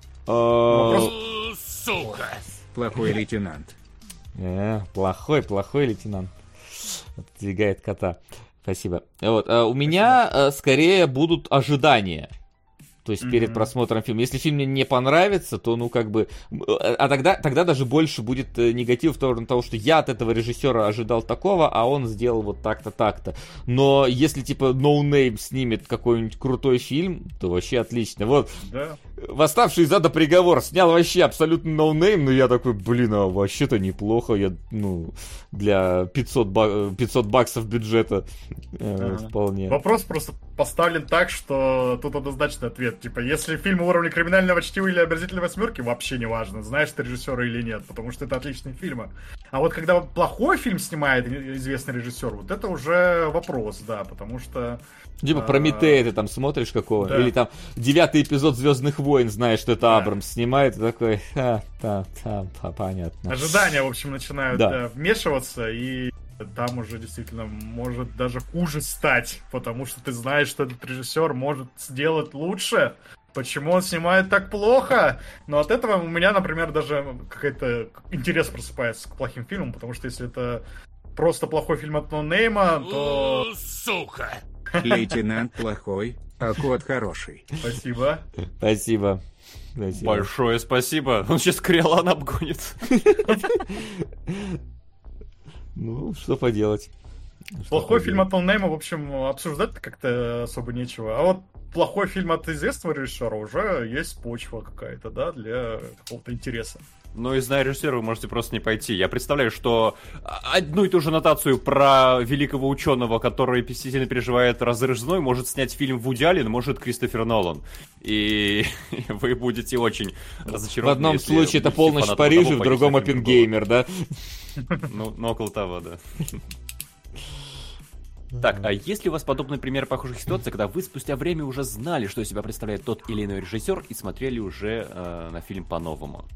Сука! Плохой лейтенант. Плохой лейтенант. Отодвигает кота. Спасибо. Вот, у меня скорее будут ожидания. То есть перед просмотром фильма. Если фильм мне не понравится, то, тогда даже больше будет негатив в сторону того, что я от этого режиссера ожидал такого, а он сделал вот так-то, так-то. Но если, No Name снимет какой-нибудь крутой фильм, то вообще отлично. Вот, да. «Восставший из ада. Приговор» снял вообще абсолютно No Name, но я такой, вообще-то неплохо. Для 500 баксов бюджета вполне. Вопрос просто поставлен так, что тут однозначный ответ. Если фильм уровня «Криминального чтива» или «Омерзительной восьмерки», вообще не важно, знаешь ты режиссера или нет, потому что это отличные фильмы. А вот когда плохой фильм снимает известный режиссер, вот это уже вопрос, да, потому что... «Прометея» ты там смотришь какого? Да. Или там 9-й эпизод «Звездных войн», знаешь, что это Абрамс снимает, и такой, понятно. Ожидания, в общем, начинают вмешиваться, и там уже действительно может даже хуже стать, потому что ты знаешь, что этот режиссер может сделать лучше. Почему он снимает так плохо? Но от этого у меня, например, даже какой-то интерес просыпается к плохим фильмам, потому что если это просто плохой фильм от ноунейма, то... Сука! Лейтенант плохой, а кот хороший. Спасибо. Спасибо. Большое спасибо. Он сейчас Криолан обгонит. Что поделать. Плохой фильм от ноунейма, в общем, обсуждать-то как-то особо нечего. А вот плохой фильм от известного режиссера уже есть почва какая-то, да, для какого-то интереса. Ну и зная режиссера, вы можете просто не пойти. Я представляю, что одну и ту же нотацию про великого ученого, который сильно переживает разрыв женой, может снять фильм Вуди Аллен, может Кристофер Нолан. И вы будете очень разочарованы. В одном случае это «Полночь в Париже», в другом «Оппенгеймер», да? Ну, около того, да. Так, а есть ли у вас подобный пример похожих ситуаций, когда вы спустя время уже знали, что из себя представляет тот или иной режиссер, и смотрели уже на фильм по-новому?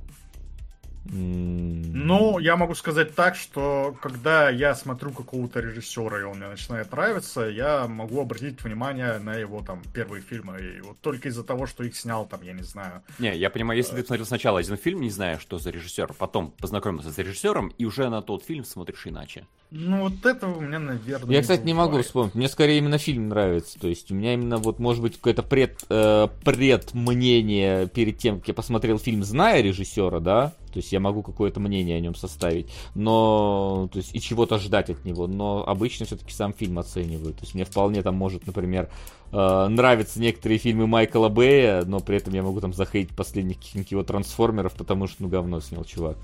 Ну, я могу сказать так, что когда я смотрю какого-то режиссера, и он мне начинает нравиться, я могу обратить внимание на его там первые фильмы. И вот только из-за того, что их снял там, я не знаю. Не, я понимаю, если ты смотрел сначала один фильм, не зная, что за режиссер, потом познакомился с режиссером, и уже на тот фильм смотришь иначе. Ну, вот этого у меня, наверное... Я, кстати, не могу вспомнить. Мне скорее именно фильм нравится. То есть у меня именно вот, может быть, какое-то предмнение перед тем, как я посмотрел фильм, зная режиссера, да? То есть я могу какое-то мнение о нем составить, но, то есть, и чего-то ждать от него, но обычно все-таки сам фильм оцениваю. То есть мне вполне там может, например, нравятся некоторые фильмы Майкла Бэя, но при этом я могу там захейтить последних каких-нибудь его трансформеров, потому что, говно снял чувак.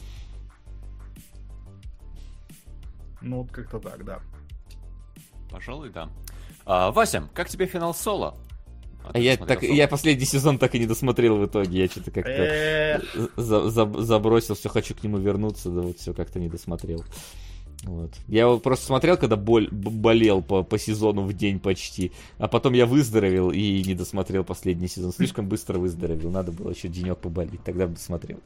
Ну, вот как-то так, да. Пожалуй, да. Вася, как тебе финал Соло? Я последний сезон так и не досмотрел в итоге. Я что-то как-то забросил, все хочу к нему вернуться, да вот все как-то не досмотрел. Вот. Я его просто смотрел, когда болел по сезону в день почти, а потом я выздоровел и не досмотрел последний сезон. Слишком быстро выздоровел, надо было еще денек поболеть, тогда бы досмотрел.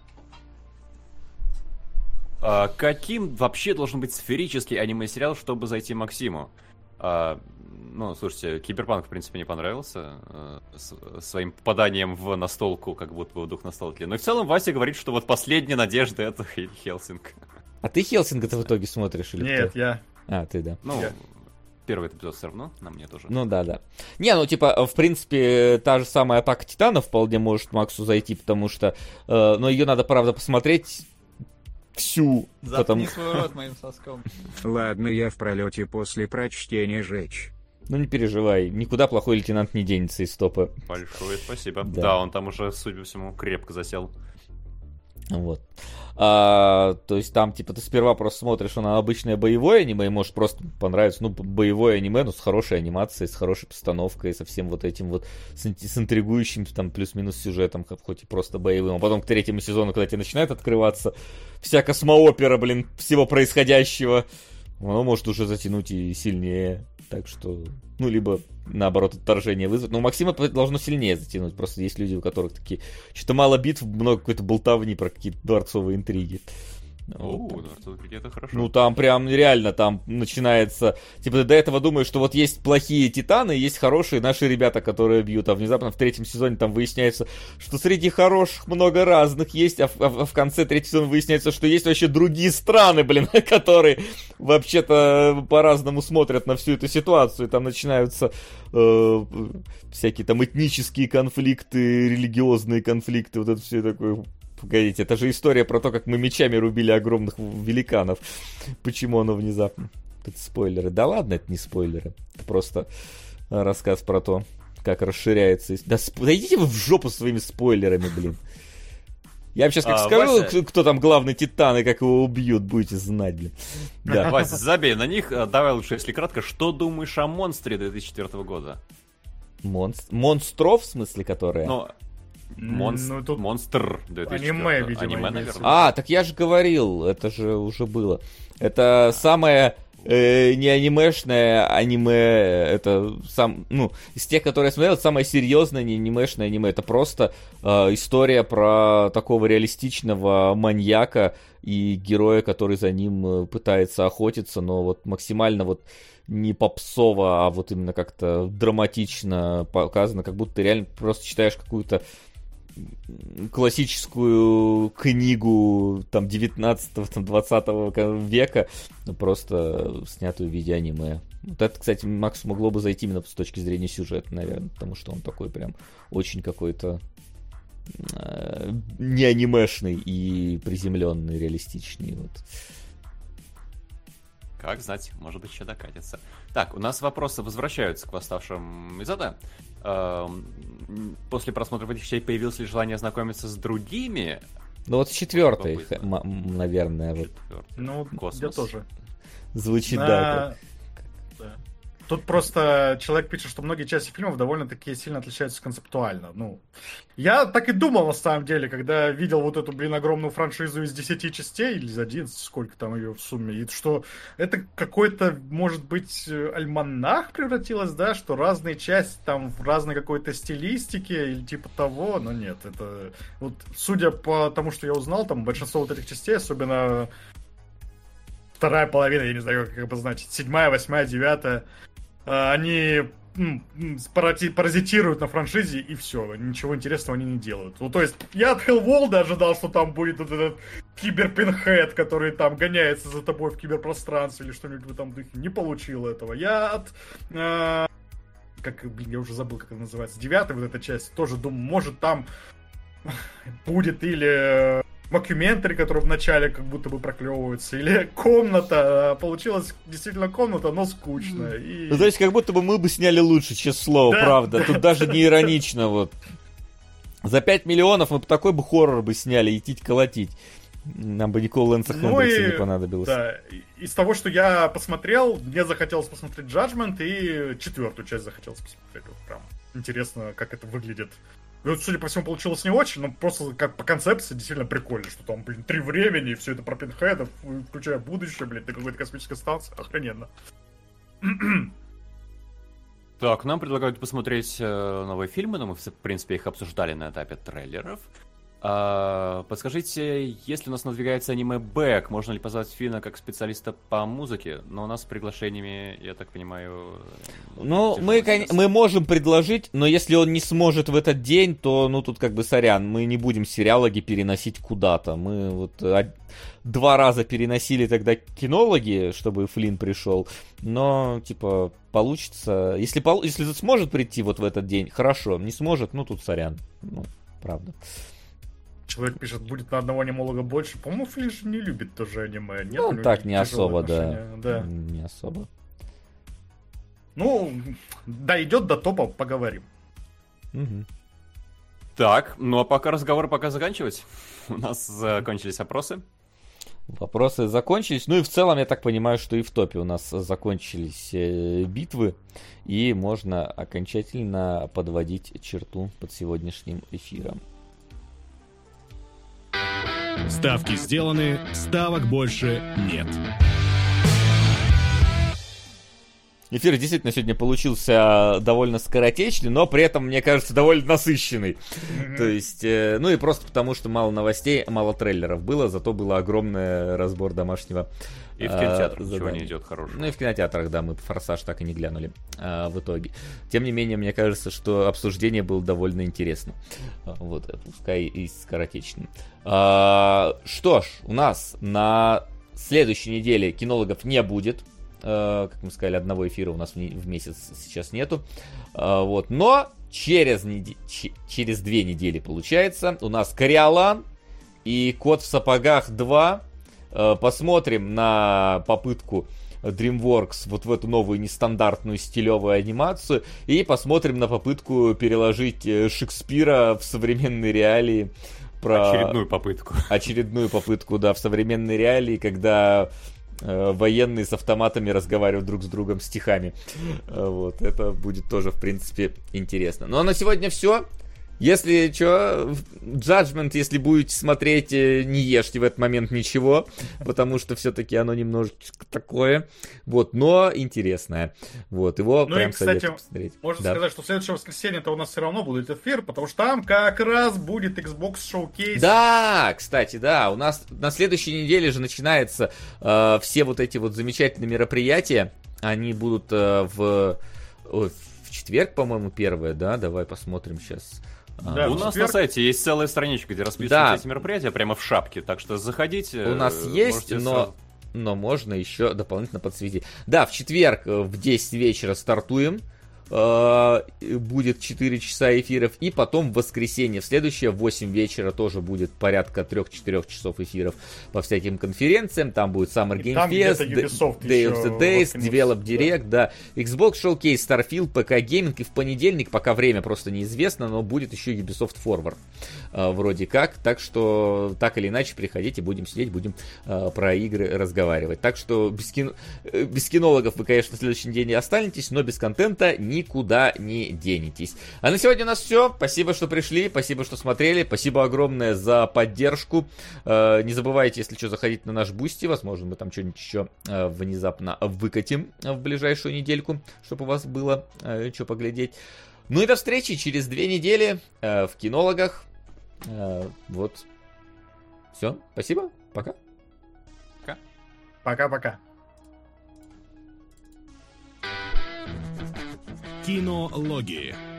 Каким вообще должен быть сферический аниме-сериал, чтобы зайти Максиму? Ну, слушайте, Киберпанк, в принципе, не понравился своим попаданием в настолку, как будто бы в дух настолки. Но в целом Вася говорит, что вот последняя надежда — это Хелсинг. А ты Хелсинга-то в итоге смотришь или Нет, кто? я. А, ты, да. Ну, первый эпизод все равно на мне тоже. Ну да. Не, ну типа, в принципе, та же самая «Атака Титанов» вполне может Максу зайти, потому что, но ее надо, правда, посмотреть всю. Заткни свой рот моим соском. Ладно, я в пролете после прочтения жечь. Ну не переживай, никуда плохой лейтенант не денется из топа. Большое спасибо. Да, он там уже, судя по всему, крепко засел. Вот. То есть там, типа, ты сперва просто смотришь на обычное боевое аниме, и может просто понравиться, ну, боевое аниме, но с хорошей анимацией, с хорошей постановкой, со всем вот этим вот, с интригующим, там, плюс-минус сюжетом, хоть и просто боевым. А потом к третьему сезону, когда тебе начинает открываться вся космоопера, блин, всего происходящего, оно может уже затянуть и сильнее. Так что, ну, либо, наоборот, отторжение вызвать. Но у Максима должно сильнее затянуть. Просто есть люди, у которых такие... Что-то мало битв, много какой-то болтовни про какие-то дворцовые интриги. Дворцовые интриги, это хорошо. Ну, там прям реально, там начинается... Типа, ты до этого думаешь, что вот есть плохие титаны, есть хорошие наши ребята, которые бьют. А внезапно в третьем сезоне там выясняется, что среди хороших много разных есть, а в конце третьего сезона выясняется, что есть вообще другие страны, блин, которые вообще-то по-разному смотрят на всю эту ситуацию. Там начинаются всякие там этнические конфликты, религиозные конфликты, вот это все такое... Погодите, это же история про то, как мы мечами рубили огромных великанов. Почему оно внезапно? Это спойлеры. Да ладно, это не спойлеры. Это просто рассказ про то, как расширяется... Да идите вы в жопу своими спойлерами, блин. Я вам сейчас как скажу, Вася... кто там главный титан и как его убьют, будете знать, блин. Да. Вася, забей на них. Давай лучше, если кратко, что думаешь о монстре 2004 года? Монстров, в смысле, которые? Монстр 2004. Аниме, видимо. Аниме, наверное. Так я же говорил, это же уже было. Это самое не анимешное аниме, это из тех, которые я смотрел, это самое серьезное не анимешное аниме. Это просто история про такого реалистичного маньяка и героя, который за ним пытается охотиться, но вот максимально вот не попсово, а вот именно как-то драматично показано, как будто ты реально просто читаешь какую-то классическую книгу там 19-20 века, просто снятую в виде аниме. Вот это, кстати, Максу могло бы зайти именно с точки зрения сюжета, наверное, потому что он такой прям очень какой-то не анимешный и приземленный, реалистичный. Вот. Как знать, может быть, еще докатится. Так, у нас вопросы возвращаются к восставшим из ада. После просмотра этих частей появилось ли желание ознакомиться с другими? Ну вот четвертый, наверное. Вот. Ну, я тоже. Звучит, да. Тут просто человек пишет, что многие части фильмов довольно-таки сильно отличаются концептуально. Ну, я так и думал, на самом деле, когда видел вот эту, огромную франшизу из 10 частей, или из 11, сколько там ее в сумме, и что это какой-то, может быть, альманах превратилось, да, что разные части там в разной какой-то стилистике или типа того, но нет, это... Вот, судя по тому, что я узнал, там большинство вот этих частей, особенно вторая половина, я не знаю, как обозначить, 7-я, 8-я, 9-я, они паразитируют на франшизе, и все, ничего интересного они не делают. Ну, то есть, я от Hellworld ожидал, что там будет вот этот киберпинхед, который там гоняется за тобой в киберпространстве или что-нибудь в этом духе. Не получил этого. Я от... я уже забыл, как это называется. 9-я вот эта часть, тоже думаю, может там будет или... мокюментари, которые вначале как будто бы проклевываются, или комната. Получилась действительно комната, но скучная. И... Ну, то есть, как будто бы мы бы сняли лучше, честное слово, да, правда. Да, тут даже не иронично, вот. За 5 миллионов мы бы такой бы хоррор бы сняли, идти колотить. Нам бы никакого Лэнса Хендрикса не понадобилось. Да, из того, что я посмотрел, мне захотелось посмотреть Judgment, и 4-ю часть захотелось посмотреть. Вот прям интересно, как это выглядит. Ну, судя по всему, получилось не очень, но просто как по концепции действительно прикольно, что там, 3 времени, и все это про пинхедов, включая будущее, на какой-то космической станции. Охрененно. Так, нам предлагают посмотреть новые фильмы, но мы, в принципе, их обсуждали на этапе трейлеров. Подскажите, если у нас надвигается аниме Бэк, можно ли позвать Фина как специалиста по музыке? Но у нас с приглашениями, я так понимаю... Ну, мы можем предложить, но если он не сможет в этот день, то, тут как бы сорян, мы не будем сериалоги переносить куда-то. Мы вот 2 раза переносили тогда кинологи, чтобы Флинн пришел, но, типа, получится... Если сможет прийти вот в этот день, хорошо, не сможет, тут сорян. Правда. Человек пишет, будет на одного анимолога больше. По-моему, Флинн же не любит тоже аниме. Нет, ну, так не особо, да. Не особо. Ну, дойдет до топа, поговорим. Угу. Так, ну а пока разговоры заканчивать. У нас закончились опросы. Вопросы закончились. Ну и в целом, я так понимаю, что и в топе у нас закончились битвы. И можно окончательно подводить черту под сегодняшним эфиром. Ставки сделаны, ставок больше нет. Эфир действительно сегодня получился довольно скоротечный, но при этом, мне кажется, довольно насыщенный. То есть, ну и просто потому, что мало новостей, мало трейлеров было, зато был огромный разбор домашнего И в кинотеатрах ничего не идет хорошего. Ну и в кинотеатрах, да, мы «Форсаж» так и не глянули в итоге. Тем не менее, мне кажется, что обсуждение было довольно интересно. Вот, пускай и скоротечным. Что ж, у нас на следующей неделе кинологов не будет. Как мы сказали, одного эфира у нас в месяц сейчас нету. Вот. Но через 2 недели, получается, у нас «Кориолан» и «Кот в сапогах 2». Посмотрим на попытку DreamWorks вот в эту новую нестандартную стилевую анимацию. И посмотрим на попытку переложить Шекспира в современные реалии. Очередную попытку, да, в современные реалии, когда военные с автоматами разговаривают друг с другом стихами. Вот, это будет тоже, в принципе, интересно. Ну а на сегодня все. Если что, Judgment, если будете смотреть, не ешьте в этот момент ничего, потому что все-таки оно немножечко такое, вот, но интересное. Вот, его ну прям и, кстати, советую посмотреть. Можно да. сказать, что в следующее воскресенье-то у нас все равно будет эфир, потому что там как раз будет Xbox Showcase. Да, кстати, да, у нас на следующей неделе же начинаются все вот эти вот замечательные мероприятия, они будут в четверг, по-моему, первое, да, давай посмотрим сейчас. Да, у нас на сайте есть целая страничка, где расписываются эти мероприятия прямо в шапке, так что заходите. У нас есть, но можно еще дополнительно подсветить. Да, в четверг в 10 вечера стартуем. Будет 4 часа эфиров. И потом в воскресенье, в следующее, в 8 вечера тоже будет порядка 3-4 часов эфиров по всяким конференциям. Там будет Summer Game Fest, Day of the Days, Develop Direct, да. Xbox Showcase, Starfield, ПК Gaming. И в понедельник, пока время просто неизвестно, но будет еще Ubisoft Forward. Вроде как. Так что, так или иначе, приходите, будем сидеть, будем про игры разговаривать. Так что без кинологов вы, конечно, на следующий день останетесь, но без контента никуда не денетесь. А на сегодня у нас все. Спасибо, что пришли, спасибо, что смотрели, спасибо огромное за поддержку. Не забывайте, если что, заходить на наш Бусти. Возможно, мы там что-нибудь еще внезапно выкатим в ближайшую недельку, чтобы у вас было что поглядеть. Ну и до встречи через 2 недели в кинологах. Вот. Все, спасибо, пока. Пока-пока. Кинологии.